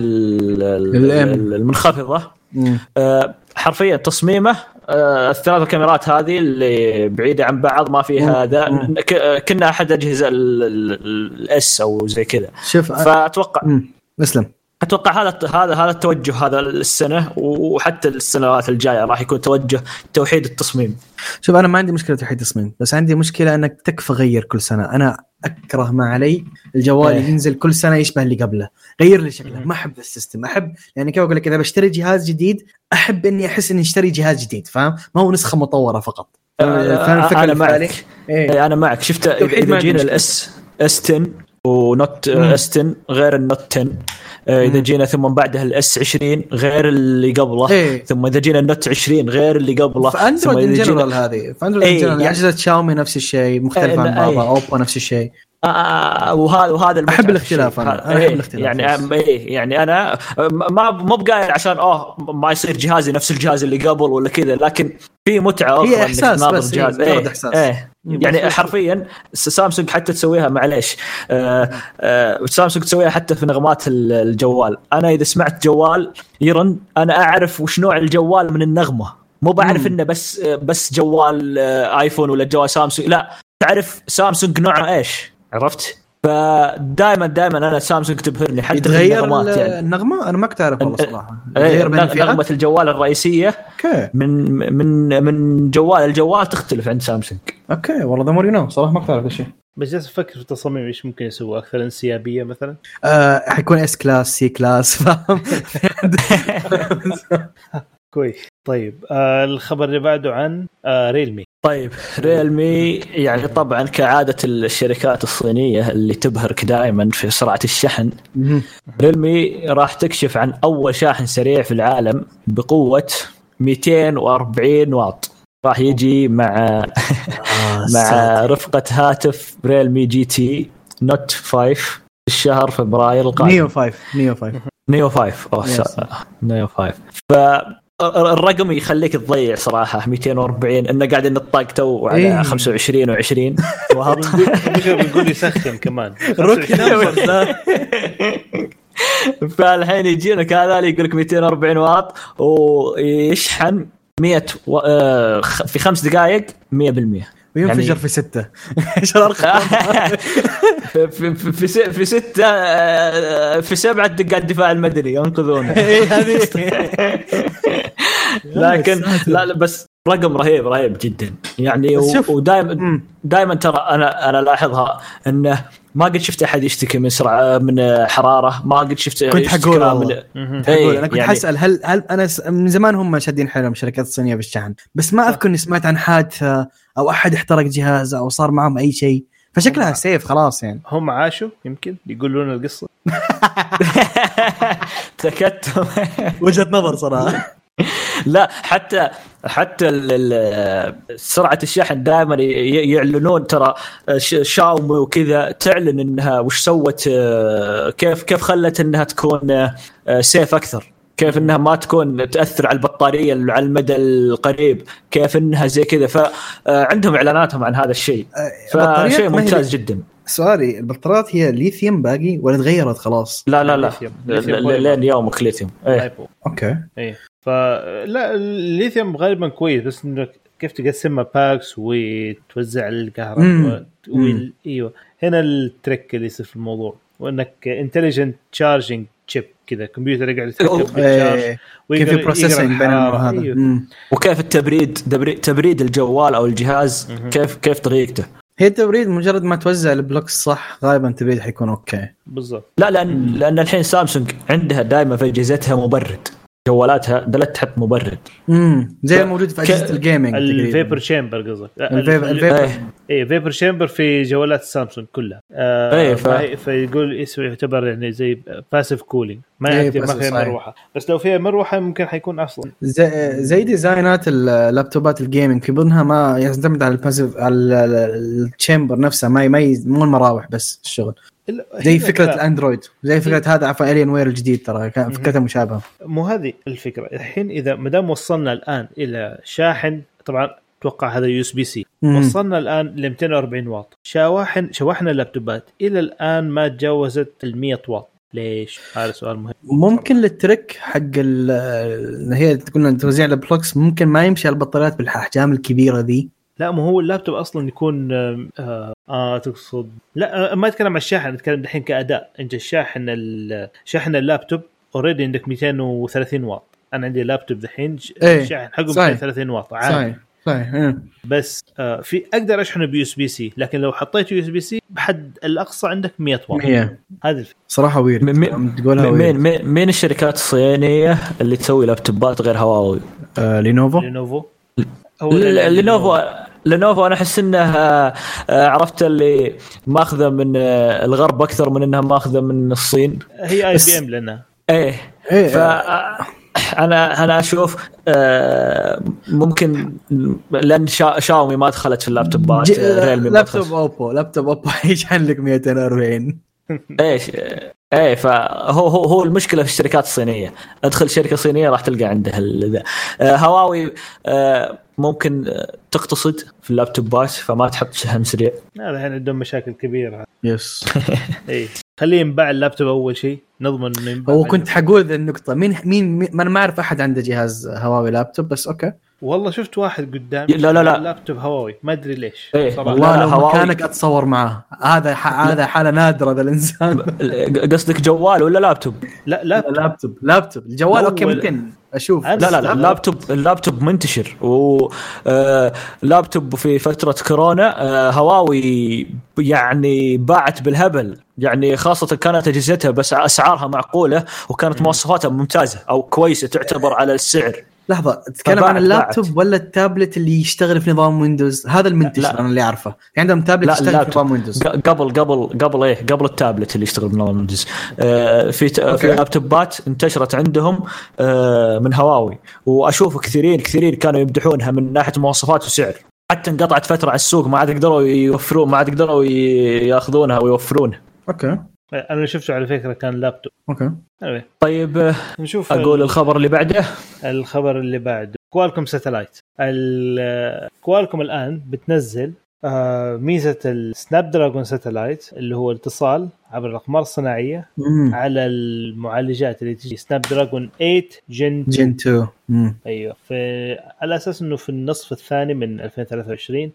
المنخفضة حرفيا تصميمه الثلاث كاميرات هذه اللي بعيدة عن بعض ما فيها هذا كنا أحد أجهزة الإس أو زي كذا. فأتوقع مسلم اتوقع هذا هذا هذا التوجه هذا السنه وحتى السنوات الجايه راح يكون توجه توحيد التصميم. شوف انا ما عندي مشكله توحيد التصميم، بس عندي مشكله انك تكفى غير كل سنه. انا اكره ما علي الجوال إيه. ينزل كل سنه يشبه اللي قبله، غير لي شكله. ما احب السيستم، احب يعني كيف اقول لك اذا بشتري جهاز جديد احب اني احس اني اشتري جهاز جديد، فاهم؟ ما هو نسخه مطوره فقط. انا معك إيه. انا معك شفت اذا جينا الاس اس عشرة ونوت اس عشرة غير النوت عشرة، إذا جينا ثم بعدها الاس عشرين غير اللي قبله إيه. ثم إذا جينا النوت عشرين غير اللي قبله. فاندرويد ان جنرال هذه فاندرويد ان جنرال اجهزه شاومي نفس الشيء مختلفه عن بعضها، اوبو نفس الشيء. آه وهذا وهذا احب الاختلاف انا احب إيه الاختلاف يعني إيه يعني انا ما مو بقايل عشان اه ما يصير جهازي نفس الجهاز اللي قبل ولا كذا، لكن في متعه اخرى انك تناظر جهاز إيه إحساس. إيه يعني حرفيا سامسونج حتى تسويها معليش آه آه سامسونج تسويها حتى في نغمات الجوال. انا اذا سمعت جوال يرن انا اعرف وش نوع الجوال من النغمه، مو بعرف انه بس بس جوال ايفون ولا جوال سامسونج، لا تعرف سامسونج نوعه ايش. عرفت؟ فدائما دائما انا سامسونج تبهرني حتى تغير يعني. النغمه انا ما كنت اعرف والله صراحه غير نغمه الجوال الرئيسيه أوكي. من من من جوال الجوال تختلف عند سامسونج. اوكي والله ذا مورينو صراحه ما كنت اعرف الشيء، بس جالس افكر في التصاميم ايش ممكن يسوي اكثر انسيابيه مثلا. آه حيكون اس كلاس سي كلاس فاهم كويس. طيب آه الخبر اللي بعده عن آه ريلمي. طيب ريلمي يعني طبعا كعادة الشركات الصينية اللي تبهرك دائما في سرعة الشحن، ريلمي راح تكشف عن أول شاحن سريع في العالم بقوة مئتين وأربعين واط، راح يجي مع مع رفقة هاتف ريلمي جي تي نوت خمسة في الشهر فبراير القادم. نيو خمسة نيو خمسة نيو خمسة أوه نيو خمسة. ف الرقم يخليك تضيع صراحه مئتين وأربعين انه قاعد نطاق تو على إيه. خمسة وعشرين وعشرين وهذا بنقول يسخن كمان روكي فالحين يجينك هذا اللي يقول لك مئتين وأربعين واط ويشحن مئة و... آه في خمس دقائق مئة بالمئة وينفجر يعني... في ستة ايش الارقام في في في, س... في ستة آه في سبعة دقات الدفاع المدني ينقذونه لكن لا, لا بس رقم رهيب رهيب جدا يعني ودائما دائما ترى انا انا لاحظها انه ما قد شفت احد يشتكي من سرعه من حراره ما قد شفت كنت حقول من... ايه انا كنت يعني... حسأل هل هل انا من زمان هم شادين حيلهم شركات الصينيه بالشحن بس ما اذكر اني سمعت عن حادثه او احد احترق جهاز او صار معهم اي شيء فشكلها هم... سيف خلاص يعني هم عاشوا يمكن يقولون القصه تكتم وجهه نظر صراحه لا حتى حتى سرعه الشحن دائما يعلنون ترى شاومي وكذا تعلن انها وش سوت كيف كيف خلت انها تكون سيف اكثر كيف انها ما تكون تاثر على البطاريه على المدى القريب كيف انها زي كذا فعندهم اعلاناتهم عن هذا الشيء فشيء ممتاز جدا. سؤالي البطاريات هي ليثيوم باقي ولا تغيرت خلاص؟ لا لا لا لين يومك ليثيوم ايه اوكي ايه فلا الليثيوم غالبا كويس بس انك كيف تقسمها باكس وتوزع الكهرباء وال... ايوه هنا التريك اللي يصير في الموضوع وانك انتليجنت تشارجنج تشيب كذا كمبيوتر يقعد يتركب بالشارج وكيف البروسيسنج بين هذا أيوه. وكيف التبريد تبريد الجوال او الجهاز م- كيف كيف طريقته هي التبريد مجرد ما توزع البلوكس صح غالبا التبريد حيكون اوكي بالضبط. لا لان لان الحين سامسونج عندها دائما في اجهزتها مبرد جوالاتها دلت تحت مبرد امم زي الموجود في اجهزه ك... الجيمنج الفيبر تشامبر قصدك الفيبر الفيبر اي فيبر تشامبر في جوالات سامسونج كلها آه ايه ف... فيقول اسمه يعتبر يعني زي باسيف كولينج ما يعتبر ما فيها مروحه بس لو فيها مروحه ممكن حيكون افضل زي, زي ديزاينات اللابتوبات الجيمنج في ضمنها ما يعتمد على الباسيف على التشامبر نفسها ما ما مو المراوح بس الشغل زي فكرة كلام. الأندرويد زي فكرة هذا عفوا إلين وير الجديد ترى كان فكرته مشابهة مو هذه الفكرة الحين إذا مدام وصلنا الآن إلى شاحن طبعا أتوقع هذا يو اس بي سي وصلنا الآن ل مئتين وأربعين واط شواحن شواحن اللابتوبات إلى الآن ما تجاوزت ال مئة واط ليش؟ هذا سؤال مهم. ممكن للترك حق ال هي تقولنا توزيع البلوكس ممكن ما يمشي على البطاريات بالأحجام الكبيرة ذي لا ما هو اللابتوب اصلا يكون آه, اه تقصد لا ما اتكلم عن الشاحن اتكلم الحين كاداء انت الشاحن شاحن اللابتوب اوريدي عندك مئتين وثلاثين واط انا عندي لابتوب الحين الشاحن حقه مئتين وثلاثين واط عادي صحيح بس آه في اقدر اشحنه بيو اس بي سي لكن لو حطيت يو اس بي سي بحد الاقصى عندك مئة واط هذا صراحه وير تقولها مين مين مين الشركات الصينيه اللي تسوي لابتوبات غير هواوي آه لينوفو لينوفو لينوفو لينوفو انا احس انها عرفت اللي ماخذه من الغرب اكثر من انها ماخذه من الصين هي اي بي ام لنا ايه, إيه ف انا انا اشوف ممكن لان شاومي ما دخلت في اللابتوبات لابتوب اوبو لابتوب اوبو يشحن لك مئتين وأربعين ايش ايه فهو هو هو المشكله في الشركات الصينيه ادخل شركه صينيه راح تلقى عندها ذا هواوي ممكن تقتصد في اللابتوبات فما تحط شحن سريع هذا الحين عندهم مشاكل كبيره يس اي خليه ينباع اللابتوب اول شيء نضمن انه ينباع هو كنت حقول ذا النقطه مين مين ما انا ما اعرف احد عنده جهاز هواوي لابتوب بس اوكي والله شفت واحد قدام لا لا لا لابتوب هواوي ما ادري ليش إيه. والله لو هواوي مكانك اتصور معه هذا هذا حاله نادره ذا الانسان قصدك جوال ولا لابتوب لا لا لابتوب لابتوب الجوال اوكي ممكن اشوف لا لا لا اللابتوب اللابتوب منتشر و آه لابتوب في فتره كورونا آه هواوي يعني باعت بالهبل يعني خاصه كانت اجهزتها بس اسعارها معقوله وكانت مواصفاتها ممتازه او كويسه تعتبر على السعر. لحظه تتكلم عن اللابتوب باعت. ولا التابلت اللي يشتغل في نظام ويندوز هذا المنتشر انا اللي اعرفه عندهم تابلت يشتغل في نظام ويندوز قبل قبل قبل ايه قبل التابلت اللي يشتغل بنظام ويندوز آه في في لابتوبات انتشرت عندهم آه من هواوي واشوف كثيرين كثيرين كانوا يمدحونها من ناحيه مواصفات وسعر حتى انقطعت فتره على السوق ما عاد يقدروا يوفرون ما عاد يقدروا ياخذونها ويوفرونها. اوكي انا اللي شفته على فكره كان لابتوب. اوكي anyway. طيب نشوف اقول ال... الخبر اللي بعده. الخبر اللي بعده كوالكوم ساتلايت. كوالكوم الان بتنزل آه ميزه السناب دراجون ساتلايت اللي هو اتصال عبر الاقمار الصناعيه مم. على المعالجات اللي تجي سناب دراجون ثمانية جن جن اثنين. مم. ايوه في على اساس انه في النصف الثاني من ألفين وثلاثة وعشرين.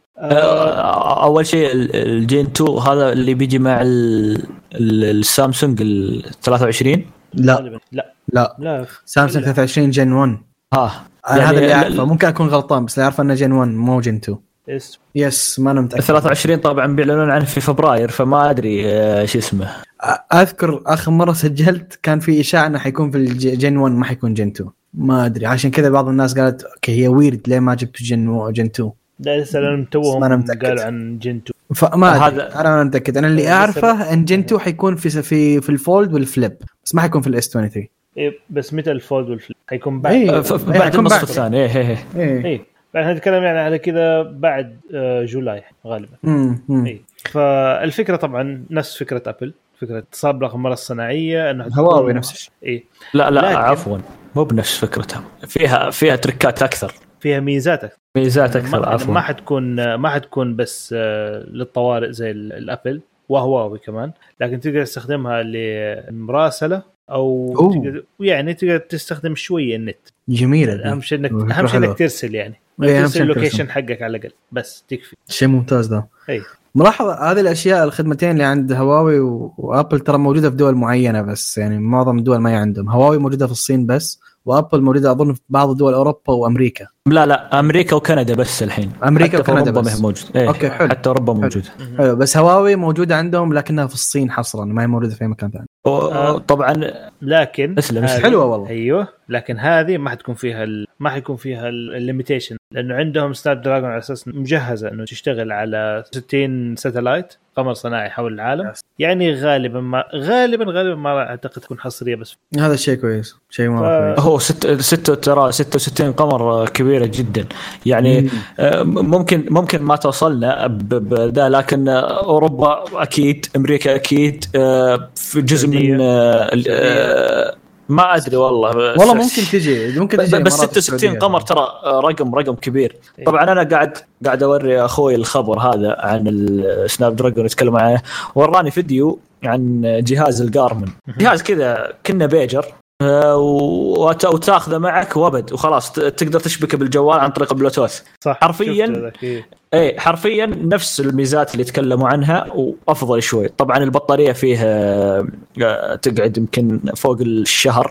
آه اول شيء الجين اثنين هذا اللي بيجي مع ال- ال- السامسونج ال ثلاثة وعشرين. لا لا لا لا سامسونج ثلاثة وعشرين جن واحد. ها يعني هذا اللي ال- أعرفه. ممكن أكون غلطان بس اللي أعرفه أنه جن واحد مو جن اثنين. اسم يس ما أنا متأكد. ثلاثة وعشرين طبعا بيعلنون عنه في فبراير فما ادري آه، شو اسمه. أذكر آخر مرة سجلت كان في إشاعة أنه حيكون في الجن واحد ما حيكون جن اثنين. ما أدري عشان كذا بعض الناس قالت أوكي هي ويرد ليه ما جبت جن جن اثنين. ده لسه لأنهم توهم أنا متأكد. قالوا عن جن اثنين. فما أدري. هذا- أنا ما متأكد. أنا اللي بس- أعرفه أن جن اثنين حيكون في في في الفولد والفليب بس ما حيكون في الاس ثلاثة وعشرين. إيه بس متى الفولد والفليب حيكون بعد؟ إيه. آه، ف- إيه، بعد حيكون النصف بعد. الثاني ايه ايه إيه. ايه بعد نتكلم يعني على كذا بعد آه، جولاي غالبا. مم. مم. ايه فالفكره طبعا نفس فكره ابل، فكره اتصال بالاقمار الصناعيه انه هواوي نفس الشيء. ايه لا لا لكن- عفوا مو بنفس فكرتها. فيها فيها تركات اكثر فيها ميزات أكثر. ميزات اكثر ما, عفوا. ما حتكون ما حتكون بس آه، للطوارئ زي ال- الابل وهواوي كمان، لكن تقدر تستخدمها للمراسله او أوه. تقدر يعني تقدر تستخدم شويه النت. جميلة دي. اهم شيء انك فكرة اهم شيء حلوة. انك ترسل يعني إيه، أهم ترسل شيء إنك اللوكيشن ترسل. حقك على الاقل بس تكفي. شيء ممتاز ده. اي ملاحظة هذه الأشياء الخدمتين اللي عند هواوي و- وأبل ترى موجودة في دول معينة بس يعني معظم الدول ما هي عندهم. هواوي موجودة في الصين بس وأبل موجودة أظن في بعض دول أوروبا وأمريكا. لا لا امريكا وكندا بس الحين. أمريكا حتى في وكندا أوروبا بس. ما هي موجود. إيه. أوكي، حلو. حتى اوروبا موجود. حلو بس هواوي موجودة عندهم لكنها في الصين حصرا ما هي موجودة في أي مكان ثاني. آه. طبعا لكن اسلم هذه- حلوة والله. ايوه لكن هذه ما حتكون فيها ال... ما حيكون فيها الليميتيشن لانه عندهم سناب دراجون على اساس مجهزه انه تشتغل على ستين ساتلايت قمر صناعي حول العالم. يعني غالبا ما غالبا غالبا ما اعتقد تكون حصريه بس. هذا شيء كويس شيء مرة ف- كويس. هو ست ستة ترى ستة وستين قمر كبيرة جدا يعني. مم. آه، ممكن ممكن ما توصلنا بذا لكن أوروبا أكيد أمريكا أكيد آه، في جزء من آه، ال- آه، ما أدري والله والله ممكن تجي ممكن تجي بس الإمارات ستة وستين والسعودية. قمر ترى رقم رقم كبير. طبعا انا قاعد قاعد اوري اخوي الخبر هذا عن السناب دراجون يتكلم عنه وراني فيديو عن جهاز الجارمن. جهاز كذا كنا بيجر آه، وت- وتاخذه معك وابد وخلاص ت- تقدر تشبكه بالجوال عن طريق البلوتوث. صح حرفياً. شفت ذاك، إيه. اي حرفيا نفس الميزات اللي تكلموا عنها وافضل شوي. طبعا البطاريه فيها آه، تقعد يمكن فوق الشهر.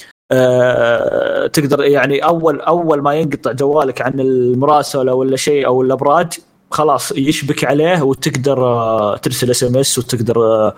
أه تقدر يعني اول اول ما ينقطع جوالك عن المراسله ولا شيء او الابراج خلاص يشبك عليه وتقدر آه، ترسل اس ام اس وتقدر آه،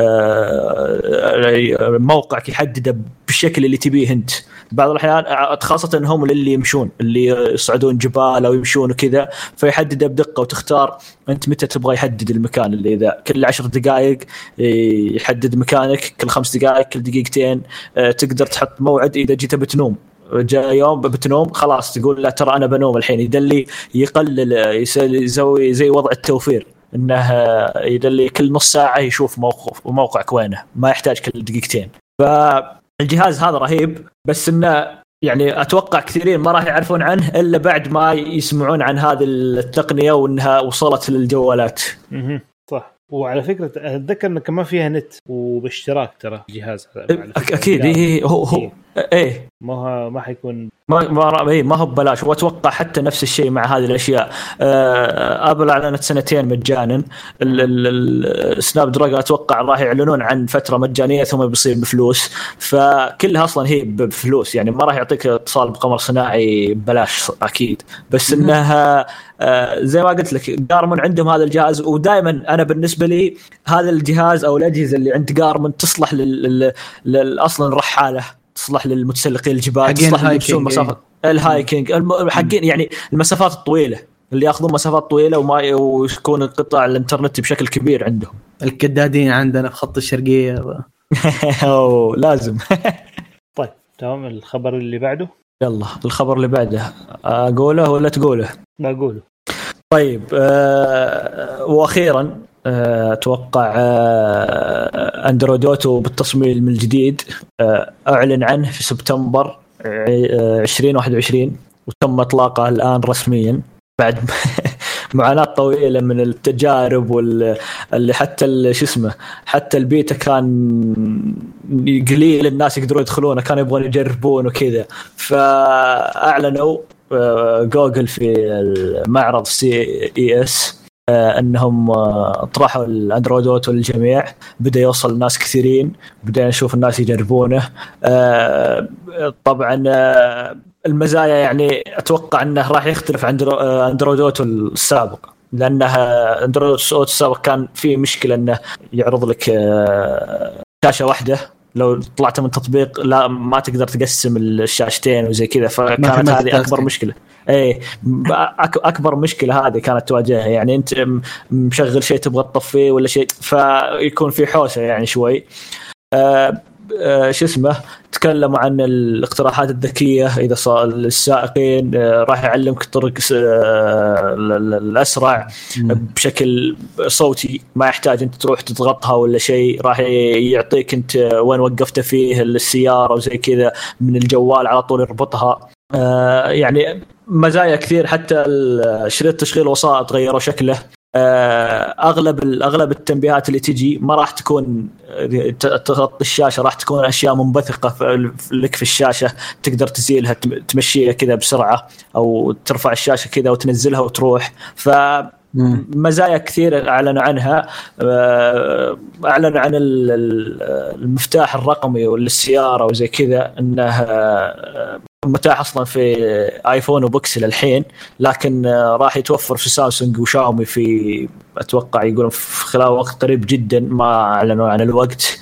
آه، موقعك يحدده بالشكل اللي تبيه انت. بعض الاحيان خاصه انهم اللي يمشون اللي يصعدون جبال او يمشون وكذا فيحدده بدقه وتختار انت متى تبغى يحدد المكان اللي اذا كل عشر دقائق يحدد مكانك، كل خمس دقائق، كل دقيقتين آه، تقدر تحط موعد اذا جيت بتنوم جاء يوم بتنوم خلاص تقول لا ترى أنا بنوم الحين يدلي يقلل يسوي زي وضع التوفير إنه يدلي كل نص ساعة يشوف موقف وموقعك وينه ما يحتاج كل دقيقتين. فالجهاز هذا رهيب بس إنه يعني أتوقع كثيرين ما راح يعرفون عنه إلا بعد ما يسمعون عن هذه التقنية وإنها وصلت للجوالات. صح. وعلى فكرة أتذكر إنه كمان فيها نت وباشتراك ترى الجهاز. أكيد إيه هو هو إيه ما ما حيكون ما ما ما هو ببلاش. واتوقع حتى نفس الشيء مع هذه الاشياء. ابل اعلنت سنتين مجانا. السناب دراجون اتوقع راح يعلنون عن فتره مجانيه ثم بيصير بفلوس. فكلها اصلا هي بفلوس يعني ما راح يعطيك اتصال بقمر صناعي ببلاش اكيد. بس انها زي ما قلت لك جارمن عندهم هذا الجهاز ودائما انا بالنسبه لي هذا الجهاز او الاجهزه اللي عند جارمن تصلح لل اصلا الرحاله، تصلح للمتسلقين الجبال، تصلح للمسافات مسافات الهايكينج حقين يعني المسافات الطويله اللي ياخذون مسافات طويله وما ويكون قطع الانترنت بشكل كبير عندهم. الكدادين عندنا في خط الشرقيه أو لازم. طيب تمام. الخبر اللي بعده يلا الخبر اللي بعده أقوله ولا تقوله؟ بقوله. طيب أه واخيرا اتوقع اندرويد اوتو بالتصميم الجديد اعلن عنه في سبتمبر عشرين واحد وعشرين وتم اطلاقه الان رسميا بعد معاناة طويلة من التجارب واللي حتى شو اسمه حتى البيتا كان قليل الناس يقدرون يدخلونه، كانوا يبغون يجربون وكذا. فأعلنوا جوجل في المعرض سي اي اس انهم طرحوا الاندرويد اوتو للجميع، بدا يوصل الناس كثيرين، بدأنا نشوف الناس يجربونه. طبعا المزايا يعني اتوقع انه راح يختلف عن اندرويد اوتو السابق، لانه اندرويد اوتو السابق كان فيه مشكله انه يعرض لك شاشه واحده، لو طلعت من تطبيق لا ما تقدر تقسم الشاشتين وزي كذا، فكانت هذه اكبر مشكله. اي اكبر مشكله هذه كانت تواجهها، يعني انت مشغل شيء تبغى تطفيه ولا شيء فيكون في حوسه يعني شوي. أه شو اسمه تكلموا عن الاقتراحات الذكيه اذا صار للسائقين، راح يعلمك الطرق الاسرع بشكل صوتي، ما يحتاج انت تروح تضغطها ولا شيء، راح يعطيك انت وين وقفت فيه السياره وزي كذا من الجوال على طول يربطها. يعني مزايا كثير، حتى شريط تشغيل وسائط غيروا شكله. اغلب اغلب التنبيهات اللي تجي ما راح تكون تغطي الشاشه، راح تكون اشياء منبثقه لك في الشاشه، تقدر تزيلها تمشيها كذا بسرعه او ترفع الشاشه كذا وتنزلها وتروح. فمزايا كثيره اعلنوا عنها. اعلنوا عن المفتاح الرقمي والسياره وزي كذا انه متاح اصلا في ايفون وبوكسل الحين، لكن راح يتوفر في سامسونج وشاومي في اتوقع يقولون في خلال وقت قريب جدا، ما اعلنوا عن الوقت.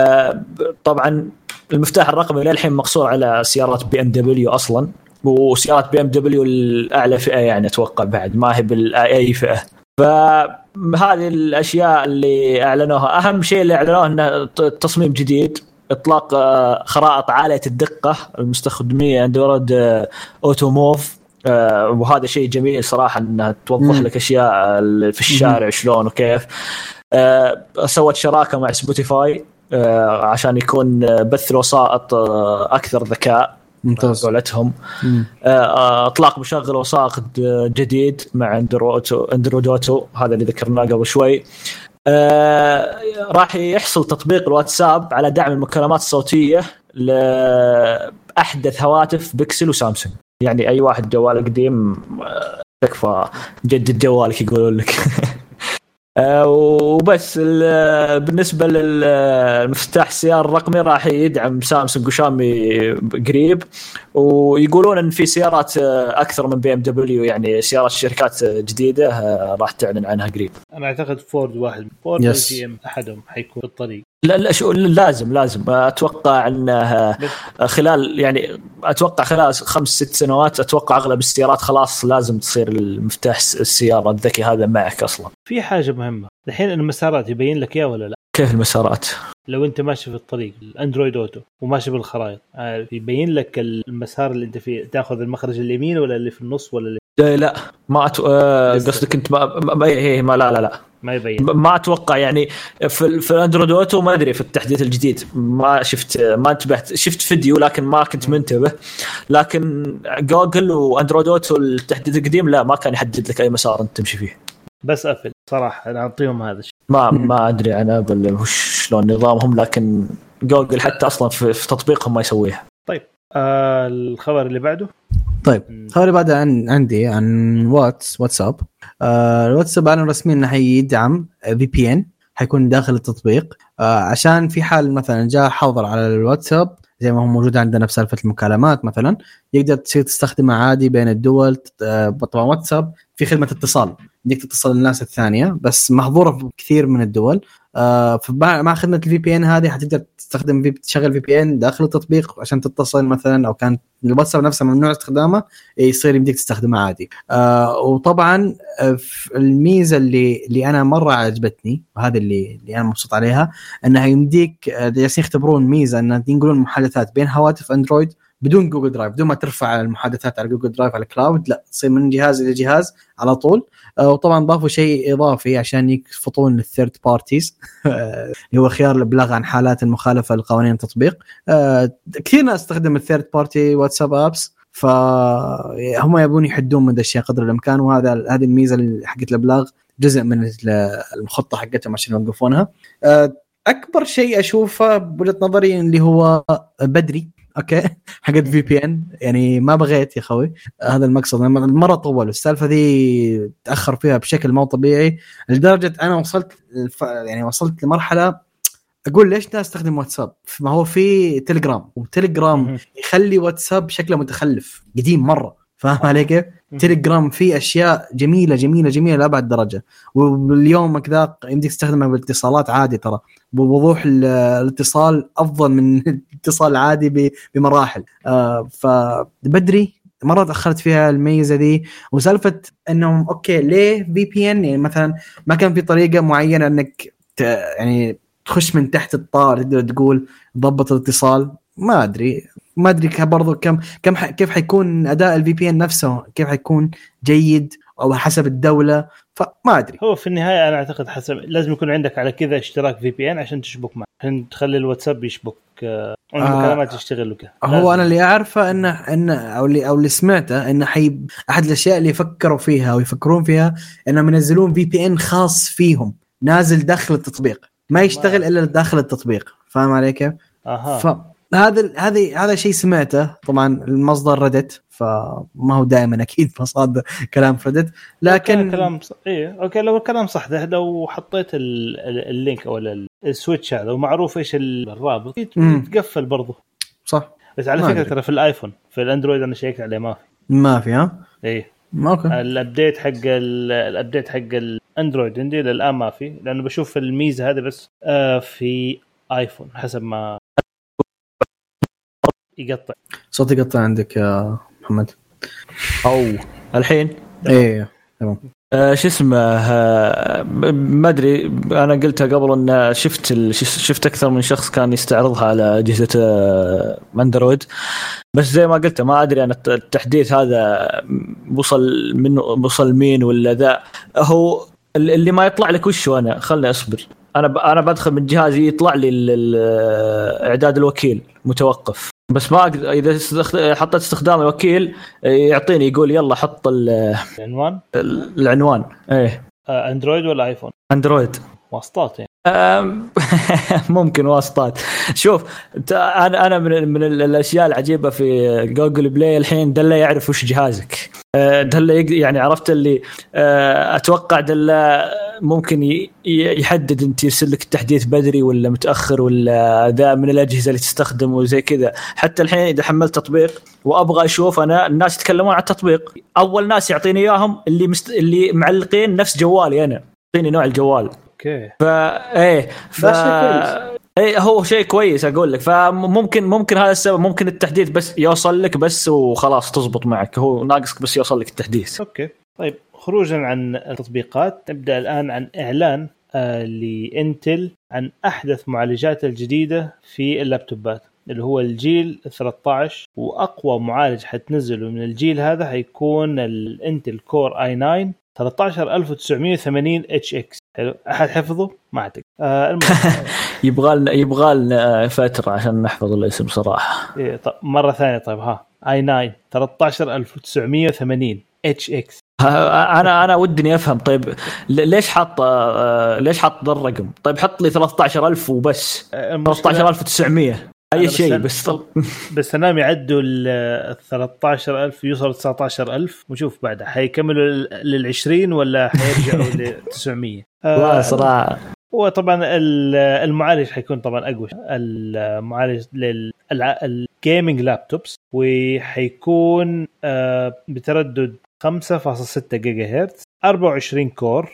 طبعا المفتاح الرقمي للحين مقصور على سيارات بي ام دبليو اصلا، وسيارات بي ام دبليو الاعلى فئه يعني اتوقع بعد ما هي بالاي فئه. فهذه الاشياء اللي اعلنوها. اهم شيء اللي اعلنوه انه تصميم جديد، اطلاق خرائط عاليه الدقه المستخدميه اندرويد اوتو موف، وهذا شيء جميل صراحه انها توضح لك اشياء في الشارع شلون وكيف. سوت شراكه مع سبوتيفاي عشان يكون بث الوسائط اكثر ذكاء، ممتاز قولتهم. اطلاق مشغل وسائط جديد مع اندرويد اوتو، هذا اللي ذكرناه قبل شوي. آه، راح يحصل تطبيق الواتساب على دعم المكالمات الصوتية لأحدث هواتف بيكسل وسامسونج، يعني أي واحد جوال قديم تكفى جدد جوالك يقولون لك. آه، وبس. بالنسبة للمفتاح السيارة الرقمي راح يدعم سامسونج وشاومي قريب، ويقولون ان في سيارات اكثر من بي ام دبليو، يعني سيارات شركات جديدة راح تعلن عنها قريب. انا اعتقد فورد واحد فورد جي ام احدهم حيكون بالطريق. لا لا شو لازم لازم اتوقع انه خلال يعني اتوقع خلال خمس ست سنوات اتوقع اغلب السيارات خلاص لازم تصير المفتاح السيارة الذكي هذا معك اصلا. في حاجة مهمة الحين، المسارات يبين لك اياه ولا لا؟ كيف المسارات؟ لو انت ماشي في الطريق الاندرويد اوتو وماشي بالخرائط يبين لك المسار اللي انت فيه، تاخذ المخرج اليمين ولا اللي في النص ولا اللي... لا ما أتو... قصدك انت ما ما, هي ما لا لا لا ما يبين، ما اتوقع يعني في في الاندرويد اوتو ما ادري في التحديث الجديد ما شفت ما انتبهت، شفت فيديو لكن ما كنت منتبه. لكن جوجل واندرويد اوتو التحديث القديم لا ما كان يحدد لك اي مسار انت تمشي فيه، بس ابل صراحه انا اعطيهم هذا الشيء. ما ما ادري عن ابل وش شلون نظامهم، لكن جوجل حتى اصلا في, في تطبيقهم ما يسويها. طيب آه الخبر اللي بعده. طيب الخبر اللي بعده عن عندي عن واتس واتساب. آه الواتساب اعلن رسميا انه حيدعم في بي ان، حيكون داخل التطبيق آه عشان في حال مثلا جاء حظر على الواتساب زي ما هو موجود عندنا في سالفه المكالمات مثلا، يقدر تصير تستخدمه عادي بين الدول. طبعا واتساب في خدمه اتصال، بدك تتصل الناس الثانيه بس محظوره في كثير من الدول. آه فمع خدمه الفي بي ان هذه حتقدر تستخدم في تشغل في بي ان داخل التطبيق عشان تتصل مثلا، او كان الواتساب نفسه ممنوع استخدامه يصير يمديك تستخدمه عادي. آه وطبعا الميزه اللي اللي انا مره عجبتني وهذا اللي اللي انا مبسوط عليها، انها يمديك جالسين يختبرون ميزه ان ينقلون محادثات بين هواتف اندرويد بدون جوجل درايف، بدون ما ترفع المحادثات على جوجل درايف على كلاود، لا تصير من جهاز الى جهاز على طول. وطبعا ضافوا شيء اضافي عشان يفطون الثيرد بارتيز اللي هو خيار الابلاغ عن حالات المخالفه لقوانين التطبيق. كثير ناس تستخدم الثيرد بارتي واتساب ابس، فهم يبون يحدون من الاشياء قدر الامكان، وهذا هذه الميزه حقت الابلاغ جزء من الخطه حقتهم عشان يوقفونها. اكبر شيء اشوفه بوجهه نظري اللي هو بدري اوكي حقت في بي ان، يعني ما بغيت يا خوي هذا المقصد، مره طول السالفه ذي تاخر فيها بشكل مو طبيعي، لدرجه انا وصلت الف... يعني وصلت لمرحله اقول ليش ناس تستخدم واتساب، ما هو في تليجرام، وتليجرام يخلي واتساب شكله متخلف قديم مره، فاهم علي كيف؟ تليجرام فيه اشياء جميله جميله جميله لابعد درجه، واليوم كذا يمديك تستخدمها بالاتصالات عادي، ترى بوضوح الاتصال افضل من الاتصال العادي بمراحل. آه فبدري مره تاخرت فيها الميزه دي. وسالفه انهم اوكي ليه في بي ان، يعني مثلا ما كان في طريقه معينه انك يعني تخش من تحت الطار تقدر تقول ضبط الاتصال، ما ادري ما ادري برضو كم كم ح... كيف حيكون اداء الفي بي ان نفسه، كيف حيكون جيد او حسب الدوله، فما ادري. هو في النهايه انا اعتقد حسب لازم يكون عندك على كذا اشتراك في بي ان عشان تشبك معه، عشان تخلي الواتساب يشبك آه... المكالمات تشتغل وكذا. هو انا اللي اعرفه انه ان او اللي او اللي سمعته انه حي احد الاشياء اللي يفكروا فيها ويفكرون فيها انهم ينزلون في بي ان خاص فيهم نازل داخل التطبيق، ما يشتغل الا داخل التطبيق، فاهم علي كيف؟ اها ف... هذا هذه هذا شيء سمعته، طبعا المصدر ردت، فما هو دائما اكيد مصادر كلام ردت، لكن كلام ص... ايه اوكي لو الكلام صح ده لو حطيت ال... اللينك او السويتش هذا ومعروف ايش الرابط يتقفل برضه صح. بس على فكره ترى في الايفون في الاندرويد انا شيكت عليه ما في ما في ها ايه اوكي الابديت حق الابديت حق الاندرويد عندي للان ما في، لانه بشوف الميزه هذه بس آه في ايفون حسب ما يقطع صوتي يقطع عندك يا محمد او الحين ايه تمام. آه شو اسمه آه ما ادري انا قلتها قبل ان شفت ال... شفت اكثر من شخص كان يستعرضها على اجهزه آه اندرويد، بس زي ما قلت ما ادري انا التحديث هذا وصل منه وصل مين ولا ذا، هو اللي ما يطلع لك وش انا خلني اصبر، انا ب... انا بدخل من جهازي يطلع لي ال... اعداد الوكيل متوقف، بس ما أقدر إذا حطيت استخدام الوكيل يعطيني يقول يلا حط العنوان العنوان ايه اندرويد ولا ايفون؟ اندرويد. واسطات يعني ممكن واسطات. شوف انا انا من من الاشياء العجيبه في جوجل بلاي الحين دله يعرف وش جهازك، دله يعني عرفت اللي اتوقع دله ممكن يحدد انت يرسل لك التحديث بدري ولا متاخر ولا ذا من الاجهزه اللي تستخدمه وزي كذا. حتى الحين اذا حملت تطبيق وابغى اشوف انا الناس يتكلمون عن التطبيق، اول ناس يعطيني اياهم اللي مست... اللي معلقين نفس جوالي انا، يعطيني نوع الجوال. اوكي فا ايه ف ايه هو شيء كويس اقول لك، فممكن ممكن هذا السبب، ممكن التحديث بس يوصل لك بس وخلاص تزبط معك، هو ناقصك بس يوصل لك التحديث. اوكي طيب خروجا عن التطبيقات نبدا الان عن اعلان آه لانتل عن احدث معالجات الجديده في اللابتوبات اللي هو الجيل ثلاثة عشر، واقوى معالج حتنزله من الجيل هذا حيكون الانتل كور اي تسعة ثلاثة عشر ألف وتسعمية وثمانين اتش اكس. حلو احد حفظه ما اعتقد آه يبغى لنا يبغى لنا فتره عشان نحفظ الاسم صراحه. إيه طب مره ثانيه طيب ها اي تسعة ثلاثة عشر ألف وتسعمية وثمانين اتش اكس. انا انا ودني افهم طيب ليش حط ليش حط ذا الرقم؟ طيب حط لي ثلاثة عشر ألف وبس، ثلاثة عشر ألف وتسعمية اي شيء بس بس انا يعدوا ال ثلاثة عشر ألف يوصل تسعة عشر ألف وشوف بعدها حيكملوا لل عشرين ولا حيرجعوا ل تسعمية. لا صراحه وطبعا المعالج حيكون طبعا اقوى المعالج للجيمنج لابتوبس، وحيكون بتردد خمسة فاصلة ستة جيجا هرتز أربعة وعشرين كور.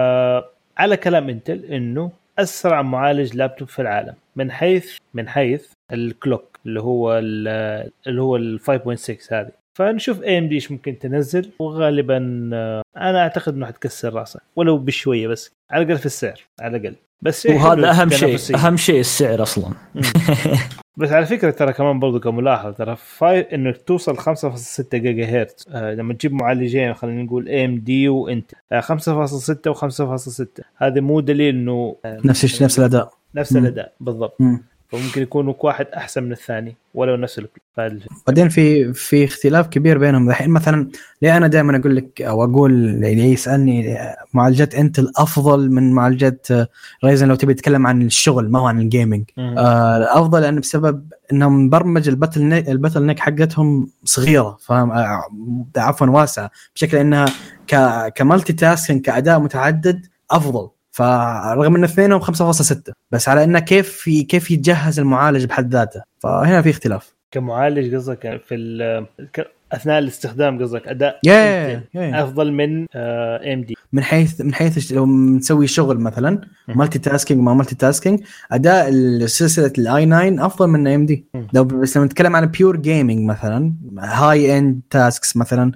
فعلى كلام انتل انه اسرع معالج لابتوب في العالم من حيث من حيث الكلوك اللي هو اللي هو ال خمسة فاصلة ستة هذه. فنشوف اي ام دي ايش ممكن تنزل، وغالبا انا اعتقد انه حتكسر راسه ولو بشويه بس على الاقل في السعر على الاقل. بس وهذا اهم شيء اهم شيء السعر اصلا. بس على فكره ترى كمان برضو كملاحظه ترى فاي انك توصل خمسة فاصلة ستة جيجا هرتز آه لما تجيب معالجين خلينا نقول إيه إم دي وانت آه خمسة فاصلة ستة و5.6 هذا مو دليل انه آه نفس الشيء نفس الاداء نفس الاداء بالضبط. مم. فممكن يكون واحد احسن من الثاني ولو نفس الكلام. بعدين في في اختلاف كبير بينهم. الحين مثلا ليه انا دائما اقول لك او اقول اللي يسالني معالجات انتل افضل من معالجات رايزن لو تبي تتكلم عن الشغل ما هو عن الجيمنج آه افضل لان بسبب انهم برمج الباتل نيك الباتل نيك حقتهم صغيره فاهم آه عفوا واسعه بشكل انها ك كمالتي تاسكينج كاداء متعدد افضل. فرغم ان اثنينهم خمسة فاصلة ستة بس على انه كيف في كيف يتجهز المعالج بحد ذاته فهنا في اختلاف. كمعالج قصدك في اثناء الاستخدام قصدك اداء yeah, yeah. افضل من ام دي من حيث من حيث لو نسوي شغل مثلا مالتي تاسكينج ما مالتي تاسكينج اداء السلسله الاي تسعة افضل من ام دي. لو بس لما نتكلم عن بيور جيمنج مثلا هاي اند تاسكس مثلا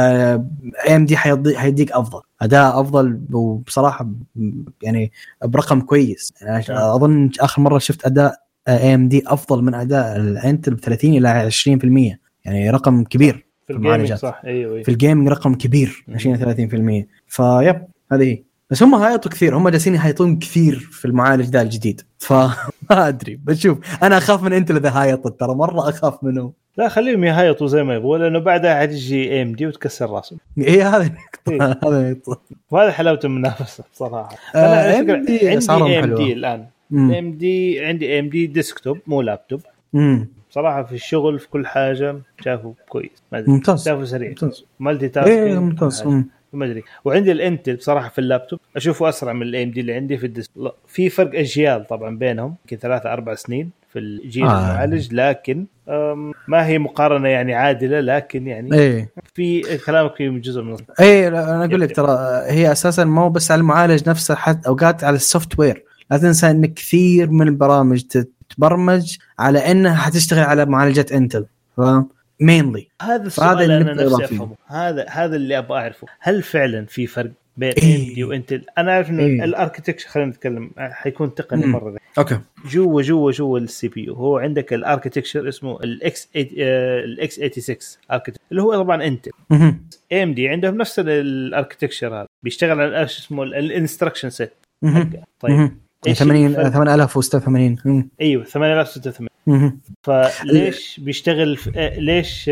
ام دي حيديك افضل اداء افضل وبصراحه يعني برقم كويس. يعني اظن اخر مره شفت اداء إيه إم دي افضل من اداء الانتل ب ثلاثين الى عشرين بالمية يعني رقم كبير في الجيمنج صح. ايوه في الجيمنج رقم كبير عشرين ثلاثين بالمية. فيب هذه بس هم هايطوا كثير هم جالسين يهايطون كثير في المعالج ده الجديد فما ادري بشوف انا اخاف من انتل اذا هايطت ترى مره اخاف منه. لا خليهم يهايطوا زي ما يبغوا لانه بعدها حتجي إيه إم دي وتكسر راسهم. ايه هذا هذا وهذا حلاوه المنافسه بصراحه. انا على فكره عندي إيه إم دي الان إيه إم دي عندي إيه إم دي ديسكتوب مو لابتوب. امم صراحه في الشغل في كل حاجه شافه كويس ممتاز شافه سريع ممتاز. مالتي تاسكينج ايه ممتاز ما ادري. وعندي الانتل بصراحه في اللابتوب اشوفه اسرع من الإيه إم دي اللي عندي في الديسك. في فرق اجيال طبعا بينهم يمكن ثلاثة أربع سنين في الجيل آه. المعالج لكن ما هي مقارنه يعني عادله لكن يعني ايه. في كلامك في جزء من ايه انا اقول لك ترى هي اساسا مو بس على المعالج نفسه حتى اوقات على السوفت وير. لا تنسى ان كثير من البرامج تتبرمج على انها حتشتغل على معالجات انتل ف mainly. هذا السؤال اللي انا نفسي افهمه هذا هذا اللي ابغى اعرفه هل فعلا في فرق بين إيه؟ إم دي وانتل. انا اعرف انه إيه؟ الاركتكتشر خلينا نتكلم حيكون تقني مره اوكي جوا جوا جوا السي بي يو هو عندك الاركتكتشر اسمه الاكس الاكس ثمانية وثمانين اركتكتشر اللي هو طبعا انتل. ام دي عندهم نفس الاركتكتشر هذا بيشتغل على ايش اسمه الانستراكشن سيت. طيب ثمانين ثمانية آلاف وستة وثمانين ايوه ثمانية آلاف وستة وثمانين. فليش بيشتغل في... ليش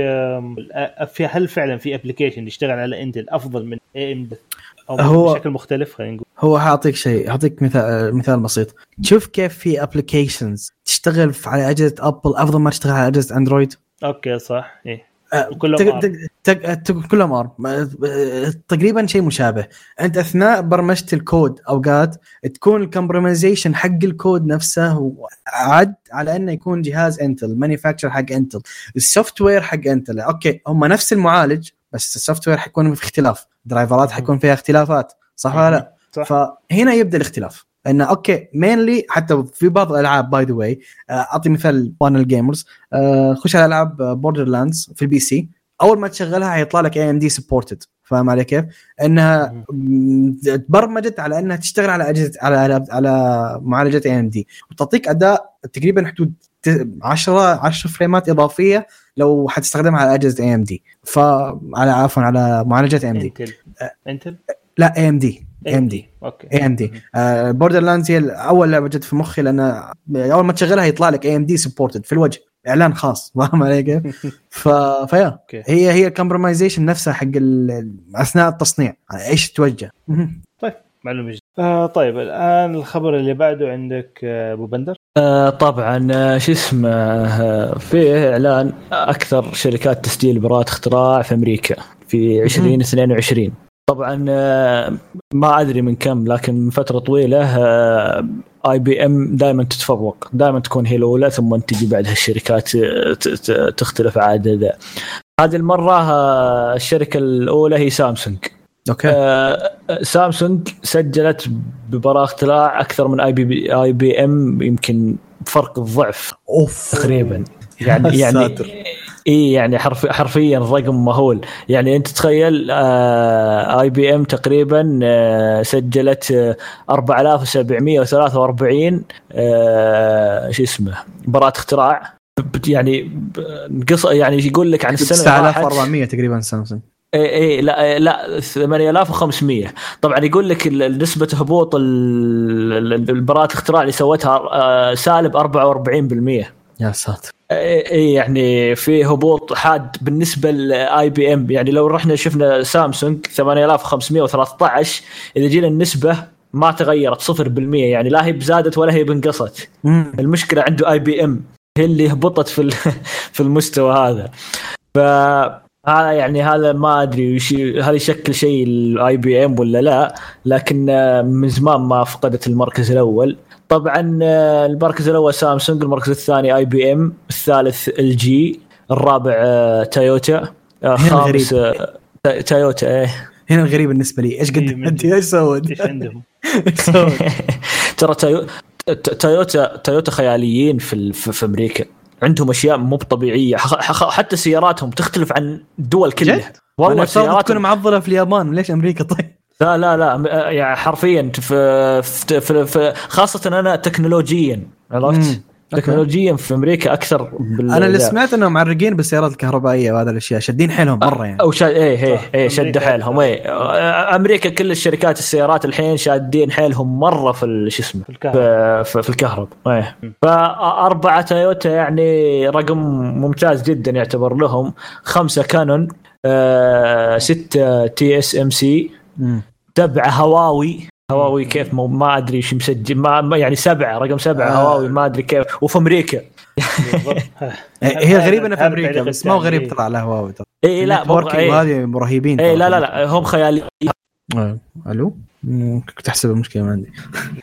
في هل فعلا في ابلكيشن يشتغل على انتل افضل من إيه إم دي او هو بشكل مختلف؟ خلينا نقول هو هعطيك شيء هعطيك مثال مثال بسيط. شوف كيف في ابلكيشنز تشتغل على اجهزه ابل افضل ما تشتغل على اجهزه اندرويد. اوكي صح ايه كلهم تق... كلهم ار تقريبا شيء مشابه. انت اثناء برمجه الكود اوقات تكون الكمبرومايزيشن حق الكود نفسه عد على انه يكون جهاز انتل مانيفاكتشر حق انتل السوفت وير حق انتل اوكي هم نفس المعالج بس السوفت وير حيكون في اختلاف درايفرات حيكون فيها اختلافات صح ولا لا صح. فهنا يبدا الاختلاف انه اوكي مينلي حتى في بعض الالعاب باي ذا واي اعطي مثال بانل جيمرز خش على العاب بوردر لاندز في البي سي اول ما تشغلها هيطلع لك إيه إم دي سبورتد فاهم علي كيف انها تبرمجت على انها تشتغل على اجهزه على على معالجات إيه إم دي وتعطيك اداء تقريبا حدود عشرة عشرة فريمات اضافيه لو حتستخدمها على اجهزه إيه إم دي فعلى عفوا على معالجات إيه إم دي انتل لا إيه إم دي إيه إم دي اوكي إيه إم دي بوردر لاندز هي اول لعبه جت في مخي لان اول ما تشغلها يطلع لك إيه إم دي سبورتد في الوجه اعلان خاص فاهم علي كيف ف فيا هي هي الكمبرومايزيشن نفسها حق اثناء التصنيع ايش توجه. طيب معلومه جدا. آه طيب الان الخبر اللي بعده عندك ابو بندر. آه طبعا آه شو اسمه آه في اعلان اكثر شركات تسجيل براءات اختراع في امريكا في عشرين اثنين وعشرين. طبعا آه ما ادري من كم لكن من فتره طويله آه اي بي ام دائما تتفوق دائما تكون هي الاولى ثم تجي بعدها الشركات تختلف عادة. هذه المره آه الشركه الاولى هي سامسونج. اوكي آه سامسونج سجلت ببراءة اختراع اكثر من اي بي اي بي ام يمكن بفرق الضعف اوف تقريبا يعني يعني اي يعني حرف حرفيا رقم مهول. يعني انت تخيل آه اي بي ام تقريبا آه سجلت آه أربعة آلاف وسبعمية وثلاثة وأربعين آه شو اسمه براءة اختراع. يعني قص يعني يقول لك عن السنه تسعة آلاف وأربعمية تقريبا سامسونج. اي اي لا لا ثمانية آلاف وخمسمية. طبعا يقول لك نسبه هبوط البراءة الاختراع اللي سوتها سالب أربعة وأربعين بالمية. يا ساتر. اي يعني في هبوط حاد بالنسبه للاي بي ام. يعني لو رحنا شفنا سامسونج ثمانية آلاف وخمسمية وثلاثة عشر اذا جينا النسبه ما تغيرت صفر بالمية. يعني لا هي بزادت ولا هي بنقصت. المشكله عنده اي بي ام هي اللي هبطت في في المستوى هذا. ف هذا يعني هذا ما ادري وش هل يشكل شيء الاي بي ام ولا لا. لكن من زمان ما فقدت المركز الاول. طبعا المركز الاول سامسونج، المركز الثاني اي بي ام، الثالث ال جي، الرابع تويوتا، الخامس تويوتا. ايه هنا الغريب بالنسبه لي ايش قد انت ايش سويت ايش عندهم ترى تويوتا تويوتا خياليين في في امريكا. عندهم اشياء مو طبيعيه. حتى سياراتهم تختلف عن الدول كلها. والله سيارات تكون معضله في اليابان. ليش امريكا طيب؟ لا لا لا يعني حرفيا في, في, في, في خاصه انا تكنولوجيا عرفت تكنولوجيا في امريكا اكثر. انا اللي سمعت انهم معرقين بالسيارات الكهربائيه وهذا الاشياء شادين حيلهم مره يعني. او شا... ايه ايه ايه شد حيلهم. ايه امريكا كل الشركات السيارات الحين شادين حيلهم مره في شو اسمه في الكهرباء. في, في الكهرباء. ايه فاربعه تويوتا يعني رقم ممتاز جدا يعتبر لهم. خمسه كانون، آه ستة تي اس ام سي، سبعة هواوي. هواوي كيف ما أدري إيش مسجل ما يعني سبعة رقم سبعة آه. هواوي ما أدري كيف. وفي أمريكا هي غريبة أنا في أمريكا بس ما هو غريب طلع على هواوي. إيه لا هذه رهيبين. إيه لا لا لا هم خيالي. آه. ألو كنت أحسب المشكلة ما عندي.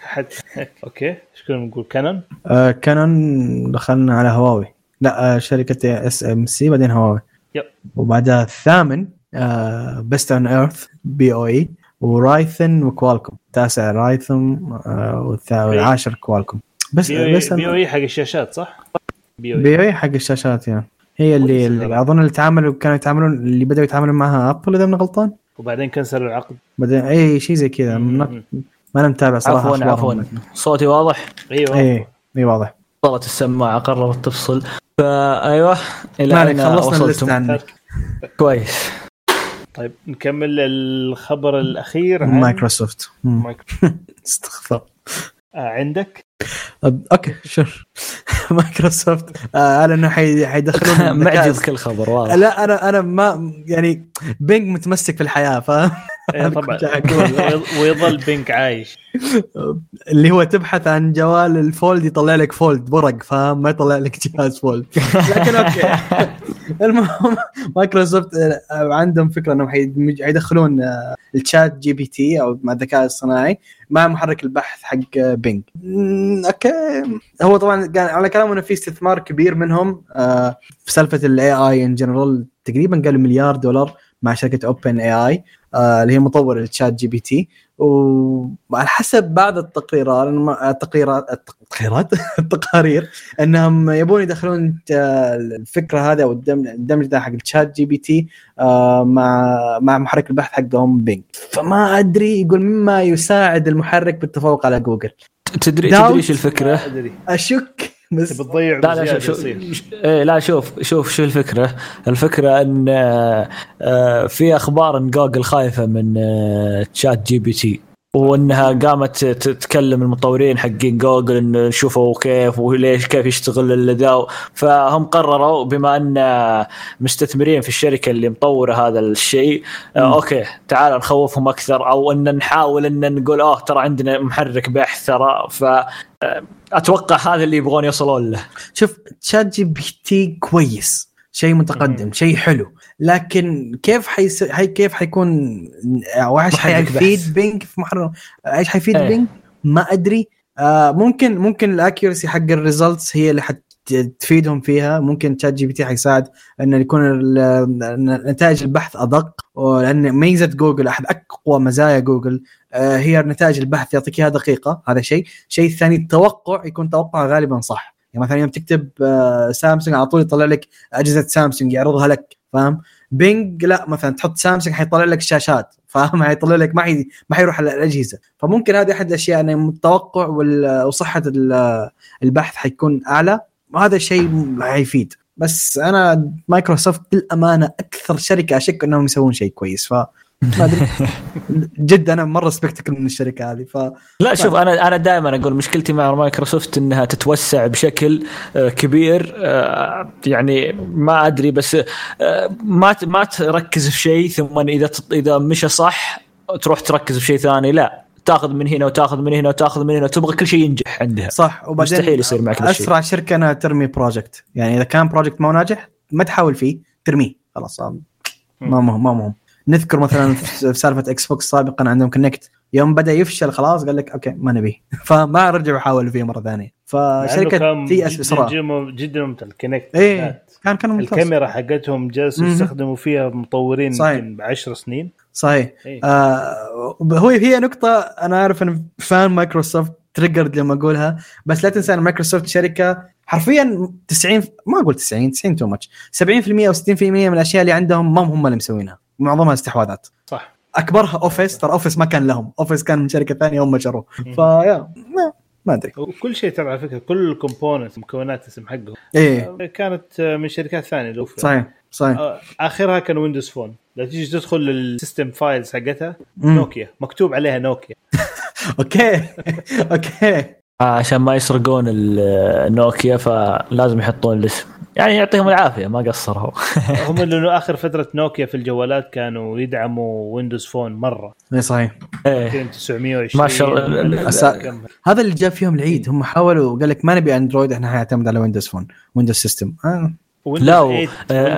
أوكي إيش كنا نقول كانون؟ آه كانون دخلنا على هواوي. لا آه شركة اس ام سي بعدين هواوي. يب. وبعدها الثامن آه بيست أون إيرث بي أو إي، ورايثن وكوالكوم. تاسع رايثن آه والعاشر كوالكوم. بس بس بي او اي حق الشاشات صح؟ بي او اي حق الشاشات يعني. هي اللي, اللي اظن اللي تعاملوا كانوا يتعاملون اللي بدأوا يتعاملون معها ابل اذا من غلطان. وبعدين كنسلوا العقد بعدين اي شيء زي كذا. ما انا متابع صراحه. عفوا عفوا صوتي واضح. ايوه اي اي واضح. طلعت السماعه قررت تفصل. فايوه الى أين خلصنا الليست عنك. كويس. طيب نكمل الخبر الأخير عن مايكروسوفت. استغفر. آه عندك اوكي شور مايكروسوفت قال انه حيدخلون معجز كل خبر واضح. لا انا انا ما يعني بينج متمسك في الحياه ف طبعا ويظل بينج عايش. اللي هو تبحث عن جوال الفولد يطلع لك فولد برق فاهم ما يطلع لك جهاز فولد. لكن اوكي المهم مايكروسوفت عندهم فكره انهم حيدخلون الشات جي بي تي او مع الذكاء الصناعي مع محرك البحث حق بينج. اوكي هو طبعا كان على كلامه انه في استثمار كبير منهم في سالفه الاي اي ان جنرال. تقريبا قالوا مليار دولار مع شركه اوبن اي اي اللي هي مطور الشات جي بي تي. وعلى حسب بعض التقريرات التقريرات التقريرات التقارير انهم يبون يدخلون الفكره هذا والدمج ده حق الشات جي بي تي مع مع محرك البحث حقهم بينج. فما ادري يقول مما يساعد المحرك بالتفوق على جوجل. تدري تدري ايش الفكره؟ اشك بس بتضيع. لا لا شوف ايه لا شوف شوف شو الفكره. الفكره ان في اخبار ان جوجل خايفه من تشات جي بي تي وانها قامت تتكلم المطورين حقين جوجل ان شوفوا كيف وليش كيف يشتغل الذا. فهم قرروا بما ان مستثمرين في الشركه اللي مطوره هذا الشيء اوكي تعال نخوفهم اكثر او ان نحاول ان نقول اه ترى عندنا محرك بحث ترى. ف اتوقع هذا اللي يبغون يوصلون له. شوف تشات جي بي تي كويس شيء متقدم شيء حلو لكن كيف حيس... حي... كيف حيكون وايش حيفيد بينج في محرك ايش حيفيد ايه. بينج ما ادري. آه ممكن ممكن الاكيورسي حق الريزلتس هي اللي حتفيدهم فيها. ممكن تشات جي بي تي حيساعد ان يكون نتائج البحث ادق لان ميزه جوجل احد اقوى مزايا جوجل آه هي نتائج البحث يعطيك اياها دقيقه. هذا شيء. شيء ثاني التوقع يكون توقع غالبا صح. يعني مثلا يوم تكتب سامسونج على طول يطلع لك اجهزه سامسونج يعرضها لك، فاهم؟ بينج لا، مثلا تحط سامسونج حيطلع لك الشاشات، فاهم؟ حيطلع لك ما حي ما حيروح على الاجهزه. فممكن هذه احد الاشياء ان التوقع وصحه البحث حيكون اعلى، وهذا الشيء حيفيد. بس انا مايكروسوفت بالامانه اكثر شركه اشك انهم يسوون شيء كويس، ف ما ادري جدا انا مره سبكتكل من الشركه هذه. ف لا شوف انا انا دائما اقول مشكلتي مع مايكروسوفت انها تتوسع بشكل كبير، يعني ما ادري، بس ما ما تركز في شيء ثم اذا اذا مشى صح تروح تركز في شيء ثاني، لا تاخذ من هنا وتاخذ من هنا وتاخذ من هنا، تبغى كل شيء ينجح عندها. صح، وبعدين مستحيل يصير معك كل شيء. اسرع شركه انا ترمي بروجكت، يعني اذا كان بروجكت ما ناجح ما تحاول فيه، ترميه خلاص، ما مهم ما مهم. نذكر مثلا في سالفه اكس بوكس سابقا عندهم كونكت، يوم بدا يفشل خلاص قال لك اوكي ما نبيه، فما رجعوا يحاولوا فيه مره ثانيه. فشركه تيأس بسرعه جدا ممتع الكونكت. ايه كان كان ممتاز. الكاميرا حقتهم جالسوا يستخدموا فيها مطورين يمكن بعشر سنين. صحيح. إيه. آه هو هي نقطه انا عارف ان فان مايكروسوفت تريجرد لما اقولها، بس لا تنسى ان مايكروسوفت شركه حرفيا تسعين ما اقول تسعين تسعين تو ماتش سبعين بالمية او ستين بالمية من الاشياء اللي عندهم ما هم اللي مسوينها، معظمها استحواذات. صح. اكبرها اوفيس، ترى اوفيس ما كان لهم، اوفيس كان من شركه ثانيه هم شروه. فيا ما, ما ادري. وكل شيء ترى على فكره كل الكومبوننتس مكونات اسم حقهم إيه؟ كانت من شركات ثانيه لو صحيح صحيح. اخرها كان ويندوز فون، لا تيجي تدخل السيستم فايلز حقتها نوكيا مكتوب عليها نوكيا. اوكي اوكي عشان ما يسرقون النوكيا فلازم يحطون الاسم، يعني يعطيهم العافيه ما قصروا. هم اللي اخر فتره نوكيا في الجوالات كانوا يدعموا ويندوز فون مره. اي صحيح. ايه تسعمية وعشرين ما شاء الله. أسا... هذا اللي جاب فيهم العيد، هم حاولوا قال لك ما نبي اندرويد، احنا حنعتمد على ويندوز فون ويندوز سيستم. آه. لا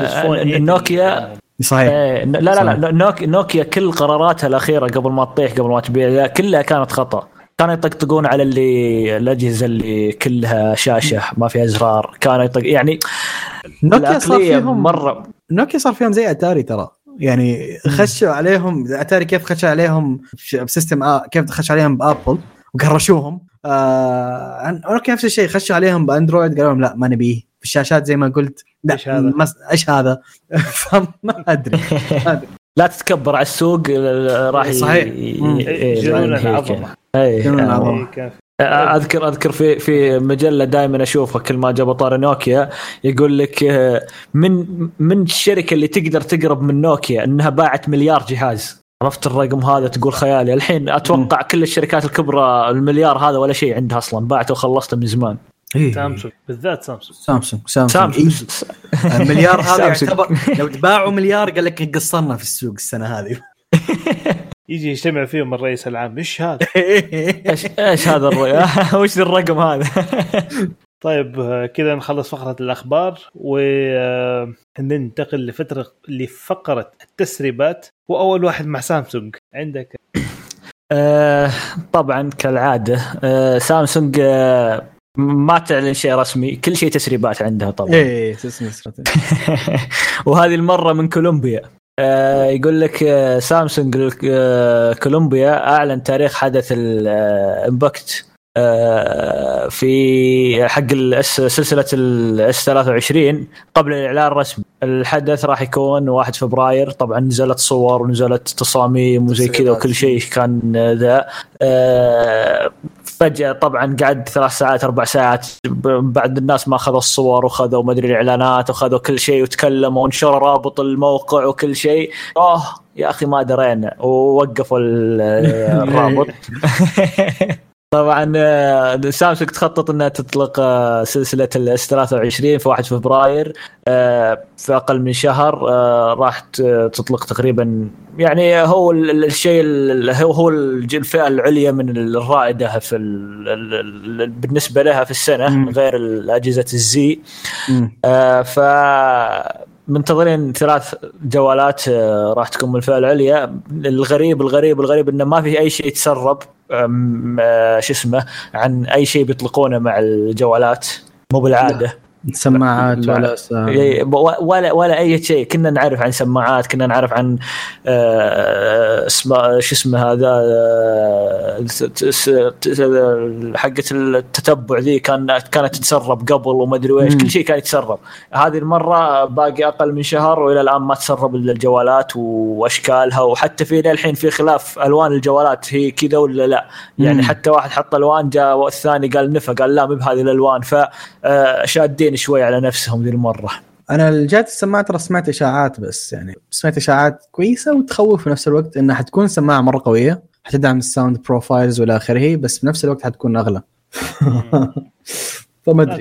النوكيا صحيح. لا لا لا نوكيا نوكيا كل قراراتها الاخيره قبل ما تطيح قبل ما تبيع كلها كانت خطأ. كانوا يطقطقون على اللي الأجهزة اللي كلها شاشة ما فيها أزرار، كانوا يطق يعني نوكيا صار فيهم مرة نوكيا صار فيهم زي أتاري ترى، يعني خشوا عليهم أتاري كيف خشوا عليهم بسيستم آه كيف خشوا عليهم بأبل وكرشوهم. آه نوكيا نفس الشيء خشوا عليهم بأندرويد قالوا لهم لا ما نبيه في الشاشات زي ما قلت. لا إيش هذا مس... إيش هذا فما أدري ما أدري. لا تتكبر على السوق راح صحيح يجرون العظمة. اذكر اذكر في في مجله دائما اشوفها كل ما جاب طار نوكيا يقول لك من من الشركه اللي تقدر تقرب من نوكيا انها باعت مليار جهاز. عرفت الرقم هذا تقول خيالي. الحين اتوقع كل الشركات الكبرى المليار هذا ولا شيء عندها اصلا، باعته وخلصته من زمان. إيه. سامسونج بالذات سامسونج سامسونج سامسونج إيه؟ المليار هذا يعتبر لو تباعوا مليار قال لك قصرنا في السوق السنه هذه. يجي يجتمع فيهم الرئيس العام ايش هذا ايش ايش هذا الرقم وش الرقم هذا. طيب كذا نخلص فقرة الأخبار وننتقل لفترة لفقرة التسريبات. وأول واحد مع سامسونج عندك. آه طبعا كالعادة آه سامسونج آه ما تعلن شيء رسمي، كل شيء تسريبات عندها طبعا. ايه تسريبات. وهذه المرة من كولومبيا. آه يقول لك آه سامسونج آه كولومبيا أعلن تاريخ حدث الامباكت آه في حق سلسلة الاس ثلاثة وعشرين قبل الإعلان الرسمي. الحدث راح يكون واحد فبراير. طبعا نزلت صور ونزلت تصاميم وزي كذا وكل شيء كان ذا. آه فجأة طبعا قعد ثلاث ساعات أربع ساعات بعد الناس ما أخذوا الصور وخذوا مدري الإعلانات وخذوا كل شيء وتكلموا ونشروا رابط الموقع وكل شيء. أوه يا أخي ما درينا ووقفوا الرابط. طبعا سامسونج تخطط انها تطلق سلسله الاس ثلاثة وعشرين في واحد فبراير في اقل من شهر. راح تطلق تقريبا يعني هو الشيء هو هو الفئه العليا من الرائده في بالنسبه لها في السنه غير الاجهزه الزي. ف منتظرين ثلاث جوالات راح تكون من الفئة العليا. الغريب الغريب الغريب إنه ما في أي شيء يتسرب شو اسمه عن أي شيء بيطلقونه مع الجوالات مو بالعادة. سماعات ولا ولا ولا اي شيء. كنا نعرف عن سماعات، كنا نعرف عن اسمه شو اسمه هذا حقه التتبع ذي، كان كانت تتسرب قبل وما ادري ايش، كل شيء كان يتسرب. هذه المره باقي اقل من شهر والى الان ما تسرب الا الجوالات واشكالها، وحتى في الحين في خلاف الوان الجوالات هي كذا ولا لا. يعني حتى واحد حط الوان جاء والثاني قال نفى قال لا مو بهذه الالوان، فشادين شوي على نفسهم ذي المره. انا الجات السماعه ترى سمعت اشاعات، بس يعني سمعت اشاعات كويسه وتخوف في نفس الوقت، انها حتكون سماعه مره قويه حتدعم الساوند بروفايلز والى اخره، بس بنفس الوقت حتكون اغلى. فما ادري.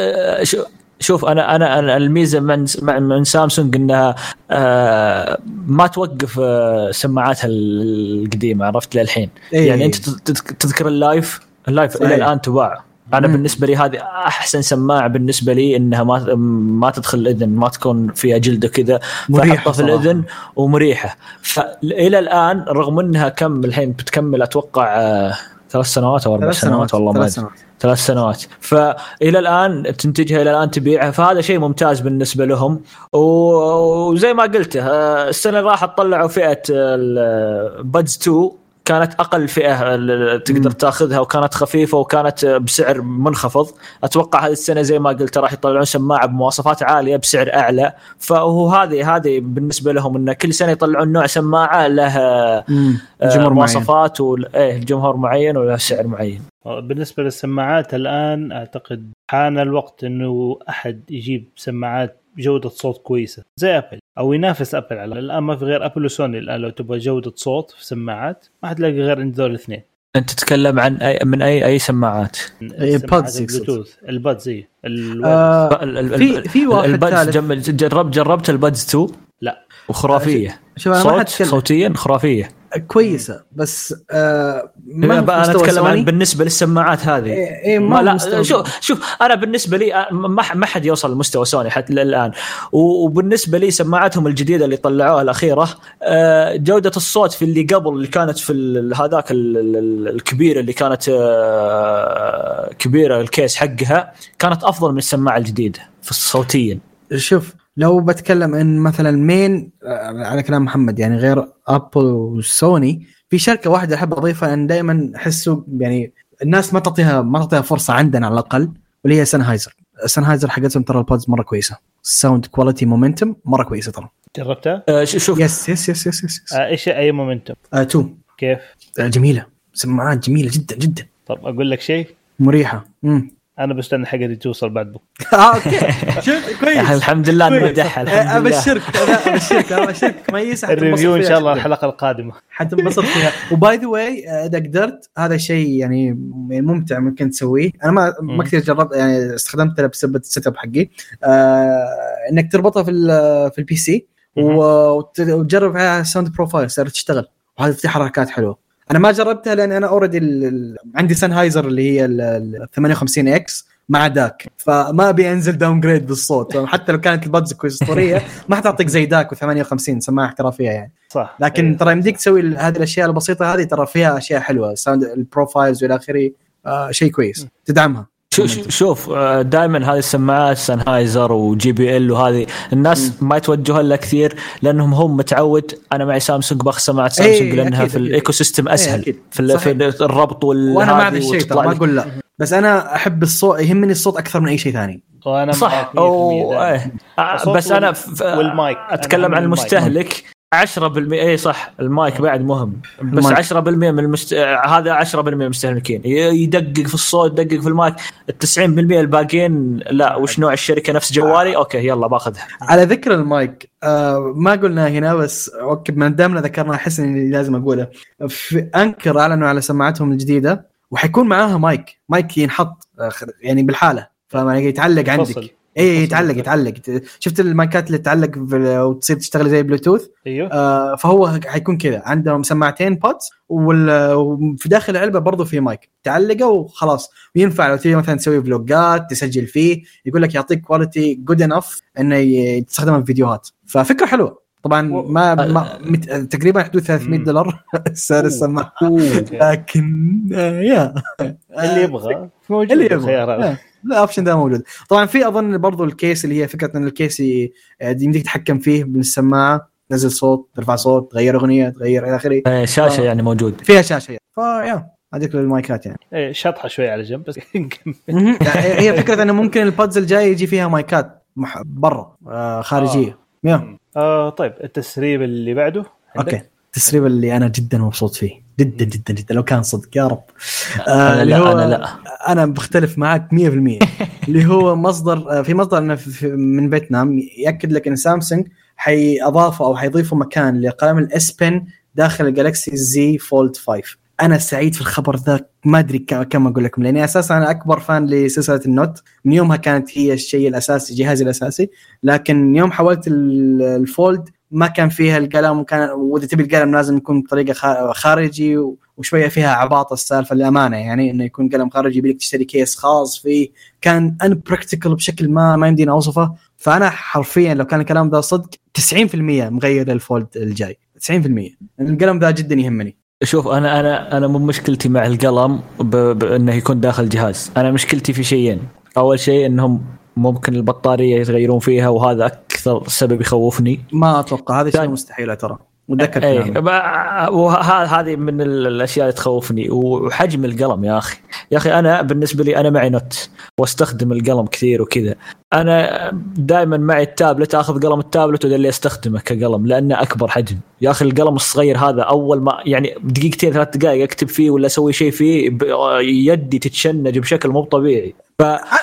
شوف انا انا الميزه من من سامسونج انها آه ما توقف آه سماعاتها القديمه، عرفت للحين. إيه. يعني انت تذكر اللايف اللايف الى الان تباع. انا مم. بالنسبه لي هذه احسن سماعه بالنسبه لي، انها ما ما تدخل الاذن، ما تكون فيها جلده كذا، فحطها في الاذن ومريحه. فالى الان رغم انها كم الحين بتكمل اتوقع آه ثلاث سنوات او اربع سنوات والله ما ادري، ثلاث سنوات، فإلى الآن تنتجها إلى الآن تبيعها، فهذا شيء ممتاز بالنسبة لهم. وزي ما قلت السنة اللي راحت طلعوا فئة البادز تو، كانت أقل فئة تقدر تأخذها وكانت خفيفة وكانت بسعر منخفض. أتوقع هذه السنة زي ما قلت راح يطلعون سماعة بمواصفات عالية بسعر أعلى. فهو هذه هذه بالنسبة لهم إن كل سنة يطلعون نوع سماعة لها مواصفات وإيه جمهور معين وله سعر معين. بالنسبة للسماعات الآن أعتقد حان الوقت إنه أحد يجيب سماعات جودة صوت كويسة زي أبل أو ينافس أبل. على الآن ما في غير أبل وسوني الآن لو تبغى جودة صوت في سماعات ما حتلاقي غير عند ذول الاثنين. أنت تتكلم عن أي من أي أي سماعات؟ البادز البلوتوث البادز زي آه في في واحد ثالث جربت جربت البادز تو لا وخرافية صوت صوتيا خرافية كويسة، بس آه ما أنا أتكلم عن بالنسبة للسماعات هذه. إيه إيه ما لا شوف شوف أنا بالنسبة لي ما ما حد يوصل لمستوى سوني حتى الآن. وبالنسبة لي سماعاتهم الجديدة اللي طلعوها الأخيرة آه جودة الصوت في اللي قبل اللي كانت في هذاك الكبيرة اللي كانت آه كبيرة الكيس حقها كانت أفضل من السماعة الجديدة في الصوتيا. شوف لو بتكلم ان مثلا مين على كلام محمد يعني غير ابل وسوني، في شركه واحده احب اضيفها ان دائما احسوا يعني الناس ما تعطيها ما تعطيها فرصه عندنا على الاقل، واللي هي سنهايزر. سنهايزر حقتهم ترى البودز مره كويسه، الساوند كواليتي مومنتم مره كويسه ترى. جربتها؟ أه شوف يس يس يس يس, يس. آه ايش اي مومنتم؟ اه تو كيف؟ آه جميله، سماعات جميله جدا جدا. طب اقول لك شيء مريحه. امم انا بستنى حاجه توصل بعد بكره. اه اوكي شوف كويس الحمد لله نمدحها الحمد لله. ابشرك انا ابشرك انا ابشرك كويس. الريفيو ان شاء الله الحلقه القادمه حتنبسط فيها. وباي ذا واي اذا قدرت هذا شيء يعني ممتع ممكن تسويه. انا ما ما كثير جربت يعني استخدمته بسبب السيت اب حقي آه انك تربطها في في البي سي وتجرب عليها ساوند بروفايل صار تشتغل، وهذا في حركات حلوه. انا ما جربتها لان انا اوريدي عندي سنهايزر اللي هي ال ثمانية وخمسين اكس مع داك، فما ابي انزل داون جريد بالصوت. حتى لو كانت البادز كويس اسطوريه ما حتعطيك زي داك وثمانية وخمسين سماعه احترافيه يعني صح. لكن إيه. ترى يمديك تسوي هذه الاشياء البسيطه هذه، ترى فيها اشياء حلوه ساوند البروفايلز والى اخره آه شيء كويس تدعمها. شوف دائما هذه السماعات سنهايزر وجي بي ال وهذه الناس م. ما يتوجهوا لها كثير لانهم هم متعود انا معي سامسونج باخذ سماعه سامسونج ايه لانها أكيد في الايكو سيستم اسهل ايه في, في الربط والهذه. وانا مع الشيء ما اقول لا، بس انا احب الصوت، يهمني الصوت اكثر من اي شيء ثاني. وانا صح أو ايه. بس انا والمايك اتكلم عن المستهلك عشرة بالمئة. اي صح المايك بعد مهم، بس عشرة بالمئة من المست... هذا عشرة بالمئة من المستهلكين يدقق في الصوت يدقق في المايك، التسعين بالمئة الباقين لا. وش نوع الشركة نفس جوالي اوكي يلا باخذها. على ذكر المايك آه ما قلنا هنا بس اوكي من دامنا ذكرنا احس اني لازم اقوله. في انكر اعلنوا على سماعتهم الجديدة وحيكون معاها مايك مايك ينحط يعني بالحالة فما يتعلق عندك. ايه يتعلق يتعلق شفت المايكات اللي تعلق وتصير تشتغل زي بلوتوث. ايوه آه فهو حيكون كذا عندهم سماعتين بودز وفي داخل العلبه برضو في مايك تعلقه وخلاص. وينفع لو تيجي مثلا تسوي فلوجات تسجل فيه يقول لك يعطيك كواليتي جود انف انه تستخدمه في فيديوهات، ففكره حلوه. طبعا ما, ما مت... تقريبا حدود ثلاثمية دولار سعر السماعه، لكن آه يا اللي يبغى موجود الخيار. لا اوبشن ده موجود طبعا. في اظن برضو الكيس اللي هي فكره ان الكيس يمديك تتحكم فيه بالسماعه، نزل صوت، ترفع صوت، تغير اغنيه، تغير الى اخره. شاشه ف... يعني موجود فيها شاشه يعني. فيا هذيك المايكات يعني ايه شطحه شوي على جنب بس. هي فكره انه ممكن البادز الجاي يجي فيها مايكات مح... برا آه خارجيه. آه. يا آه طيب التسريب اللي بعده عندك؟ اوكي التسريب اللي انا جدا مبسوط فيه جدا جدا جدا لو كان صدق يا رب. آه أنا, لا أنا لا أنا بختلف معك مية بالمية. اللي هو مصدر في مصدر من فيتنام يأكد لك إن سامسونج حي أضافوا أو حيضيفوا مكان لقلم الإس بن داخل الجالكسي زي فولد خمسة. أنا سعيد في الخبر ذا ما أدري كم أقول لكم لأني أساسا أنا أكبر فان لسلسلة النوت من يومها كانت هي الشيء الأساسي جهازي الأساسي. لكن يوم حولت الفولد ما كان فيها القلم وكان وإذا تبي القلم لازم يكون بطريقة خارجي وشوية فيها عباطة السالفة الأمانة يعني إنه يكون قلم خارجي يبيلك تشتري كيس خاص فيه كان unpractical بشكل ما ما يمدينا أوصفه. فأنا حرفيا لو كان الكلام ده صدق تسعين بالمية مغير للفولد الجاي تسعين بالمية. القلم ده جدا يهمني. شوف أنا أنا أنا مو مشكلتي مع القلم بأنه يكون داخل جهاز. أنا مشكلتي في شيئين. أول شيء إنهم ممكن البطارية يتغيرون فيها وهذا أكثر سبب يخوفني. ما أتوقع هذا شيء مستحيل ترى. متذكر ايه وهذه من الاشياء اللي تخوفني. وحجم القلم يا اخي يا اخي انا بالنسبه لي انا معي نوت واستخدم القلم كثير وكذا. انا دائما معي التابلت اخذ قلم التابلت وده اللي استخدمه كقلم لانه اكبر حجم. يا اخي القلم الصغير هذا اول ما يعني دقيقتين ثلاث دقائق اكتب فيه ولا اسوي شيء فيه يدي تتشنج بشكل مو طبيعي. ف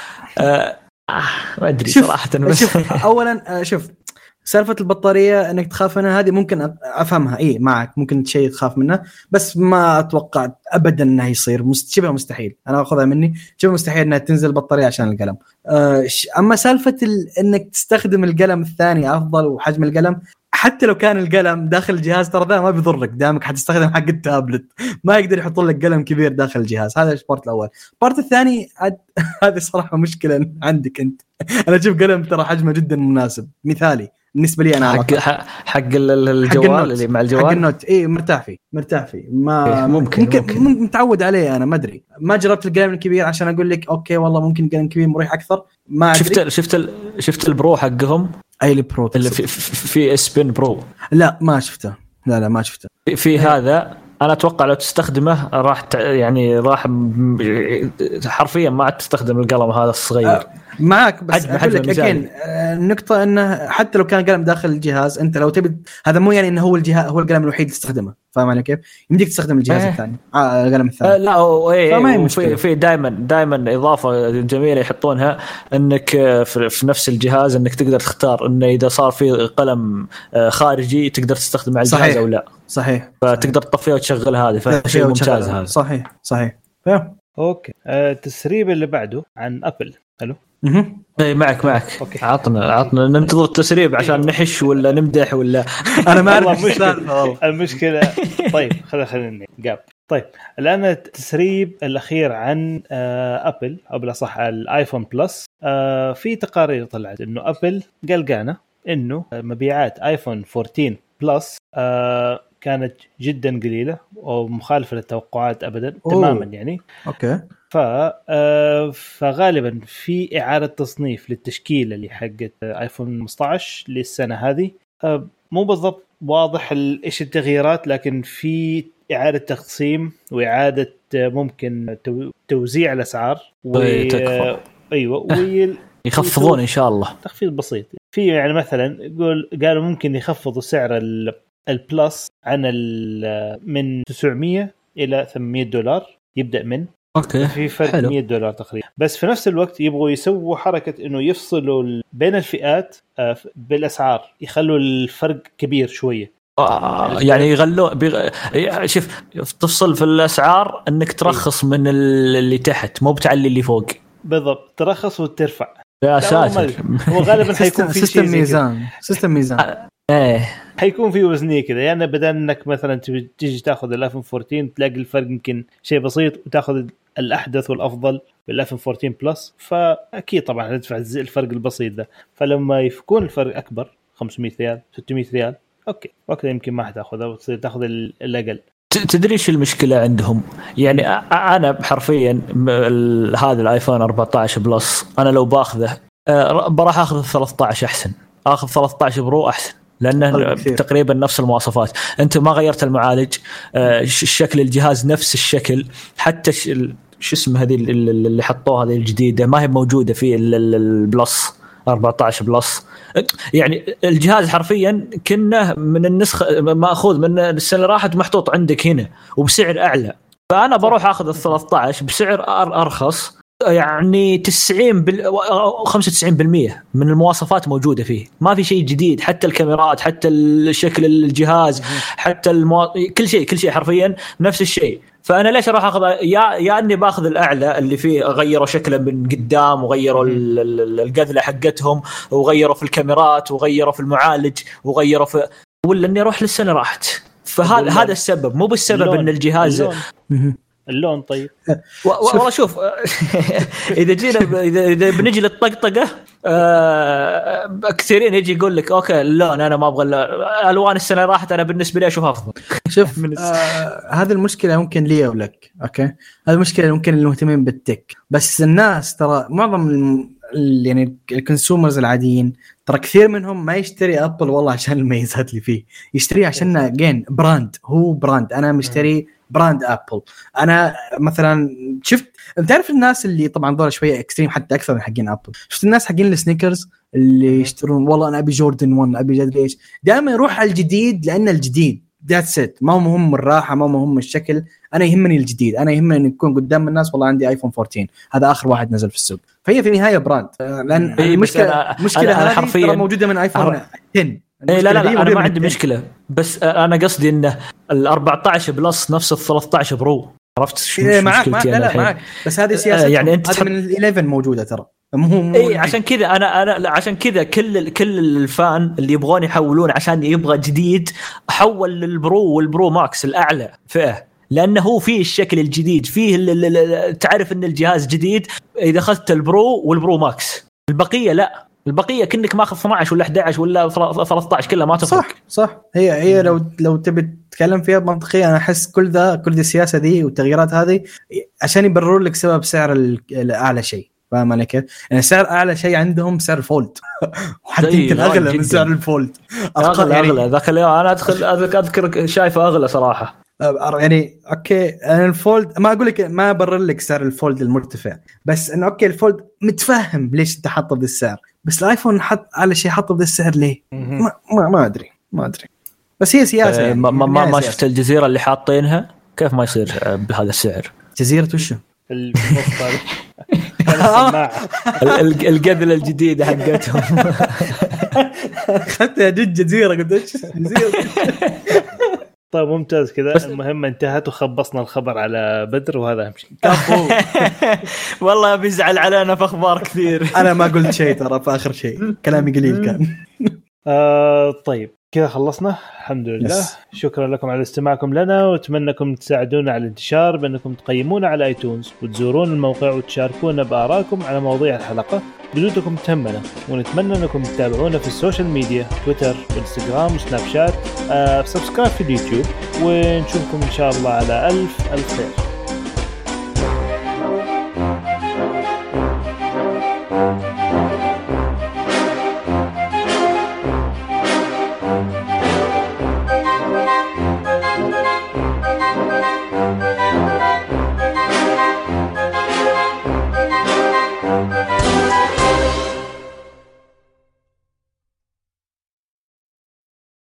آه ما ادري صراحه. شوف اولا شوف سالفة البطارية انك تخاف منها هذه ممكن افهمها ايه معك ممكن شيء تخاف منه بس ما اتوقع ابدا انه يصير شبه مستحيل. انا اخذها مني شبه مستحيل انها تنزل البطارية عشان القلم. اما سالفة انك تستخدم القلم الثاني افضل وحجم القلم حتى لو كان القلم داخل الجهاز ترى ذا ما بيضرك دامك حتستخدم حق التابلت ما يقدر يحط لك قلم كبير داخل الجهاز. هذا البارت الاول. البارت الثاني هذه صراحة مشكلة عندك انت. انا اشوف قلم ترى حجمه جدا مناسب مثالي بالنسبه لي انا حق حق الجوال اللي مع الجوال حق النوت ايه مرتاح فيه مرتاح فيه ما إيه ممكن, ممكن, ممكن ممكن متعود عليه. انا ما ادري ما جربت القلم الكبير عشان اقول لك اوكي والله ممكن قلم كبير مريح اكثر. ما شفت ال شفت ال شفت البرو حقهم اي البرو اللي في في سبين برو. لا ما شفته لا لا ما شفته في, في هذا انا اتوقع لو تستخدمه راح يعني راح حرفيا ما تستخدم القلم هذا الصغير أه معك. بس اقول لك اكين النقطه انه حتى لو كان قلم داخل الجهاز انت لو تبي هذا مو يعني انه هو الجهاز هو القلم الوحيد اللي تستخدمه. فاهم علي كيف؟ يمديك تستخدم الجهاز أه. الثاني آه القلم الثاني. أه لا ايه في في دائما دائما اضافه جميله يحطونها انك في نفس الجهاز انك تقدر تختار انه اذا صار في قلم خارجي تقدر تستخدمه على الجهاز او لا. صحيح فتقدر تطفيه وتشغل هذا فشيء ممتاز هذا. صحيح صحيح. اوكي التسريب اللي بعده عن ابل. الو اها اي معك معك أوكي. عطنا عطنا ننتظر التسريب عشان نحش ولا نمدح ولا انا ما اعرف المشكله المشكله. طيب خلينا خلينا جاب. طيب الان التسريب الاخير عن ابل او بالاصح الايفون بلس. في تقارير طلعت انه ابل قلقانه انه مبيعات ايفون أربعة عشر بلس كانت جدا قليله ومخالفه للتوقعات ابدا أوه. تماما يعني. اوكي ف فغالبا في اعاده تصنيف للتشكيله اللي حقت ايفون خمسة عشر للسنه هذه. مو بالضبط واضح ايش التغييرات لكن في اعاده تقسيم واعاده ممكن توزيع الاسعار و... ايوه وي... يخفضون ان شاء الله تخفيض بسيط. في يعني مثلا يقول قالوا ممكن يخفضوا سعر ال... البلس عن ال... من تسعمية الى ثمانمية دولار يبدا من. اوكي في فرق حلو. مية دولار تقريبا. بس في نفس الوقت يبغوا يسووا حركه انه يفصلوا بين الفئات بالاسعار يخلوا الفرق كبير شويه. آه يعني يغلوا بيغ... شوف تفصل في الاسعار انك ترخص من اللي تحت مو بتعلي اللي فوق. بالضبط ترخص وترفع يا ساتر. هو غالبا حيكون في سيستم ميزان سيستم ميزان ايه حيكون في وزنيه كذا يعني بدل انك مثلا تيجي تاخذ الايفون أربعة عشر تلاقي الفرق يمكن شيء بسيط وتاخذ الاحدث والافضل بالايفون أربعة عشر بلس فاكيد طبعا هتدفع الفرق البسيط ده. فلما يكون الفرق اكبر خمسمية ريال ستمية ريال اوكي وقتها يمكن ما حتاخذها وتصير تاخذ الاقل. تدري ايش المشكله عندهم؟ يعني انا حرفيا هذا الايفون أربعة عشر بلس انا لو باخذه براح اخذ ثلاثة عشر احسن، اخذ ثلاثة عشر برو احسن، لانه تقريبا نفس المواصفات. انت ما غيرت المعالج، الشكل الجهاز نفس الشكل، حتى شو اسمه هذه اللي حطوها هذه الجديده ما هي موجوده في البلس أربعة عشر بلس. يعني الجهاز حرفيا كنا من النسخه ماخوذ من السنه راحت محطوط عندك هنا وبسعر اعلى، فانا بروح اخذ ال ثلاثة عشر بسعر ارخص، يعني تسعين بال... خمسة وتسعين بالمئة من المواصفات موجودة فيه، ما في شيء جديد، حتى الكاميرات، حتى الشكل الجهاز، حتى المو... كل شيء كل شيء حرفيا نفس الشيء. فأنا ليش أروح أخذ يا يا إني بأخذ الأعلى اللي فيه غيروا شكله من قدام وغيروا القذلة حقتهم وغيروا في الكاميرات وغيروا في المعالج وغيروا في، ولا إني أروح للسنة راحت. فهذا هذا السبب، مو بالسبب اللون. إن الجهاز اللون, اللون طيب والله شوف إذا جينا إذا, إذا بنجي للطقطقة آه كثيرين يجي يقول لك أوكي اللون أنا ما أبغى ألوان السنة راحت، أنا بالنسبة لي أشوفها أفضل. شوف آه هذه المشكلة ممكن لي أو لك، أوكي هذه المشكلة ممكن المهتمين بالتك، بس الناس ترى معظم يعني الكونسومرز العاديين ترى كثير منهم ما يشتري أبل والله عشان الميزات اللي فيه، يشتري عشان جين براند، هو براند، أنا مشتري براند أبل. أنا مثلا شفت تعرف الناس اللي طبعا دول شوية اكستريم حتى أكثر من حقين أبل، شفت الناس حقين السنيكرز اللي يشترون والله أنا أبي جوردن واحد أبي جد ليش، دائما يروح على الجديد لأن الجديد that's it، ما هو مهم الراحة ما هو مهم الشكل، أنا يهمني الجديد، أنا يهمني أن يكون قدام الناس والله عندي آيفون أربعة عشر هذا آخر واحد نزل في السوق. فهي في النهاية براند، لأن إيه المشكلة مشكلة هذه ترى موجودة من آيفون عشرة. إيه لا لا, لا أنا ما عندي مشكلة، بس أنا قصدي إنه الأربعة عشر بلس نفس الثلاثة عشر برو، عرفت شو إيه معك معك لا لا معك، بس هذه سياسة يعني أنت هذه من الإليفن موجودة ترى مو إيه عشان كذا أنا أنا عشان كذا كل كل الفان اللي يبغون يحولون عشان يبغى جديد حول للبرو والبرو ماكس الأعلى فئة، لأنه هو فيه الشكل الجديد، فيه تعرف إن الجهاز جديد إذا أخذت البرو والبرو ماكس، البقية لا، البقيه كأنك ماخذ اثنا عشر ولا أحد عشر ولا ثلاثة عشر كلها ما تفرق. صح صح هي هي لو لو تبي تتكلم فيها منطقيا انا احس كل ذا كل دي السياسه دي والتغييرات هذه عشان يبرروا لك سبب سعر الاعلى شيء، فاهم علي كيف؟ يعني سعر اعلى شيء عندهم سعر الفولد وحتى يمكن اغلى من سعر الفولد، اغلى اغلى ذاك اليوم انا ادخل اذكر شايفه اغلى صراحه. يعني اوكي انا الفولد ما اقول لك ما ابرر لك سعر الفولد المرتفع، بس انه اوكي الفولد متفهم ليش انت حاطه بهذا السعر، بس الايفون حط على شيء حطه بهذا السعر ليه؟ ما ما, ما ادري ما ادري بس هي سياسه. يعني ما ما, ما شفت الجزيره اللي حاطينها كيف ما يصير بهذا السعر؟ جزيره وشو؟ المفضل القذله الجديده حقتهم اخذتها جد جزيره قلت ايش جزيره. طيب ممتاز كذا، المهم انتهت وخبصنا الخبر على بدر وهذا اهم شيء. كفو والله بيزعل علينا في اخبار كثير. انا ما قلت شيء ترى في اخر شيء كلامي قليل كان. آه طيب كذا خلصنا الحمد لله. شكرا لكم على استماعكم لنا، واتمنىكم تساعدونا على الانتشار بانكم تقيمونا على ايتونز وتزورون الموقع وتشاركونا بآرائكم على مواضيع الحلقة، جهودكم تهمنا، ونتمنى انكم تتابعونا في السوشيال ميديا تويتر وانستغرام وسناب شات، آه سبسكرايب في اليوتيوب، ونشوفكم ان شاء الله على الف الف خير.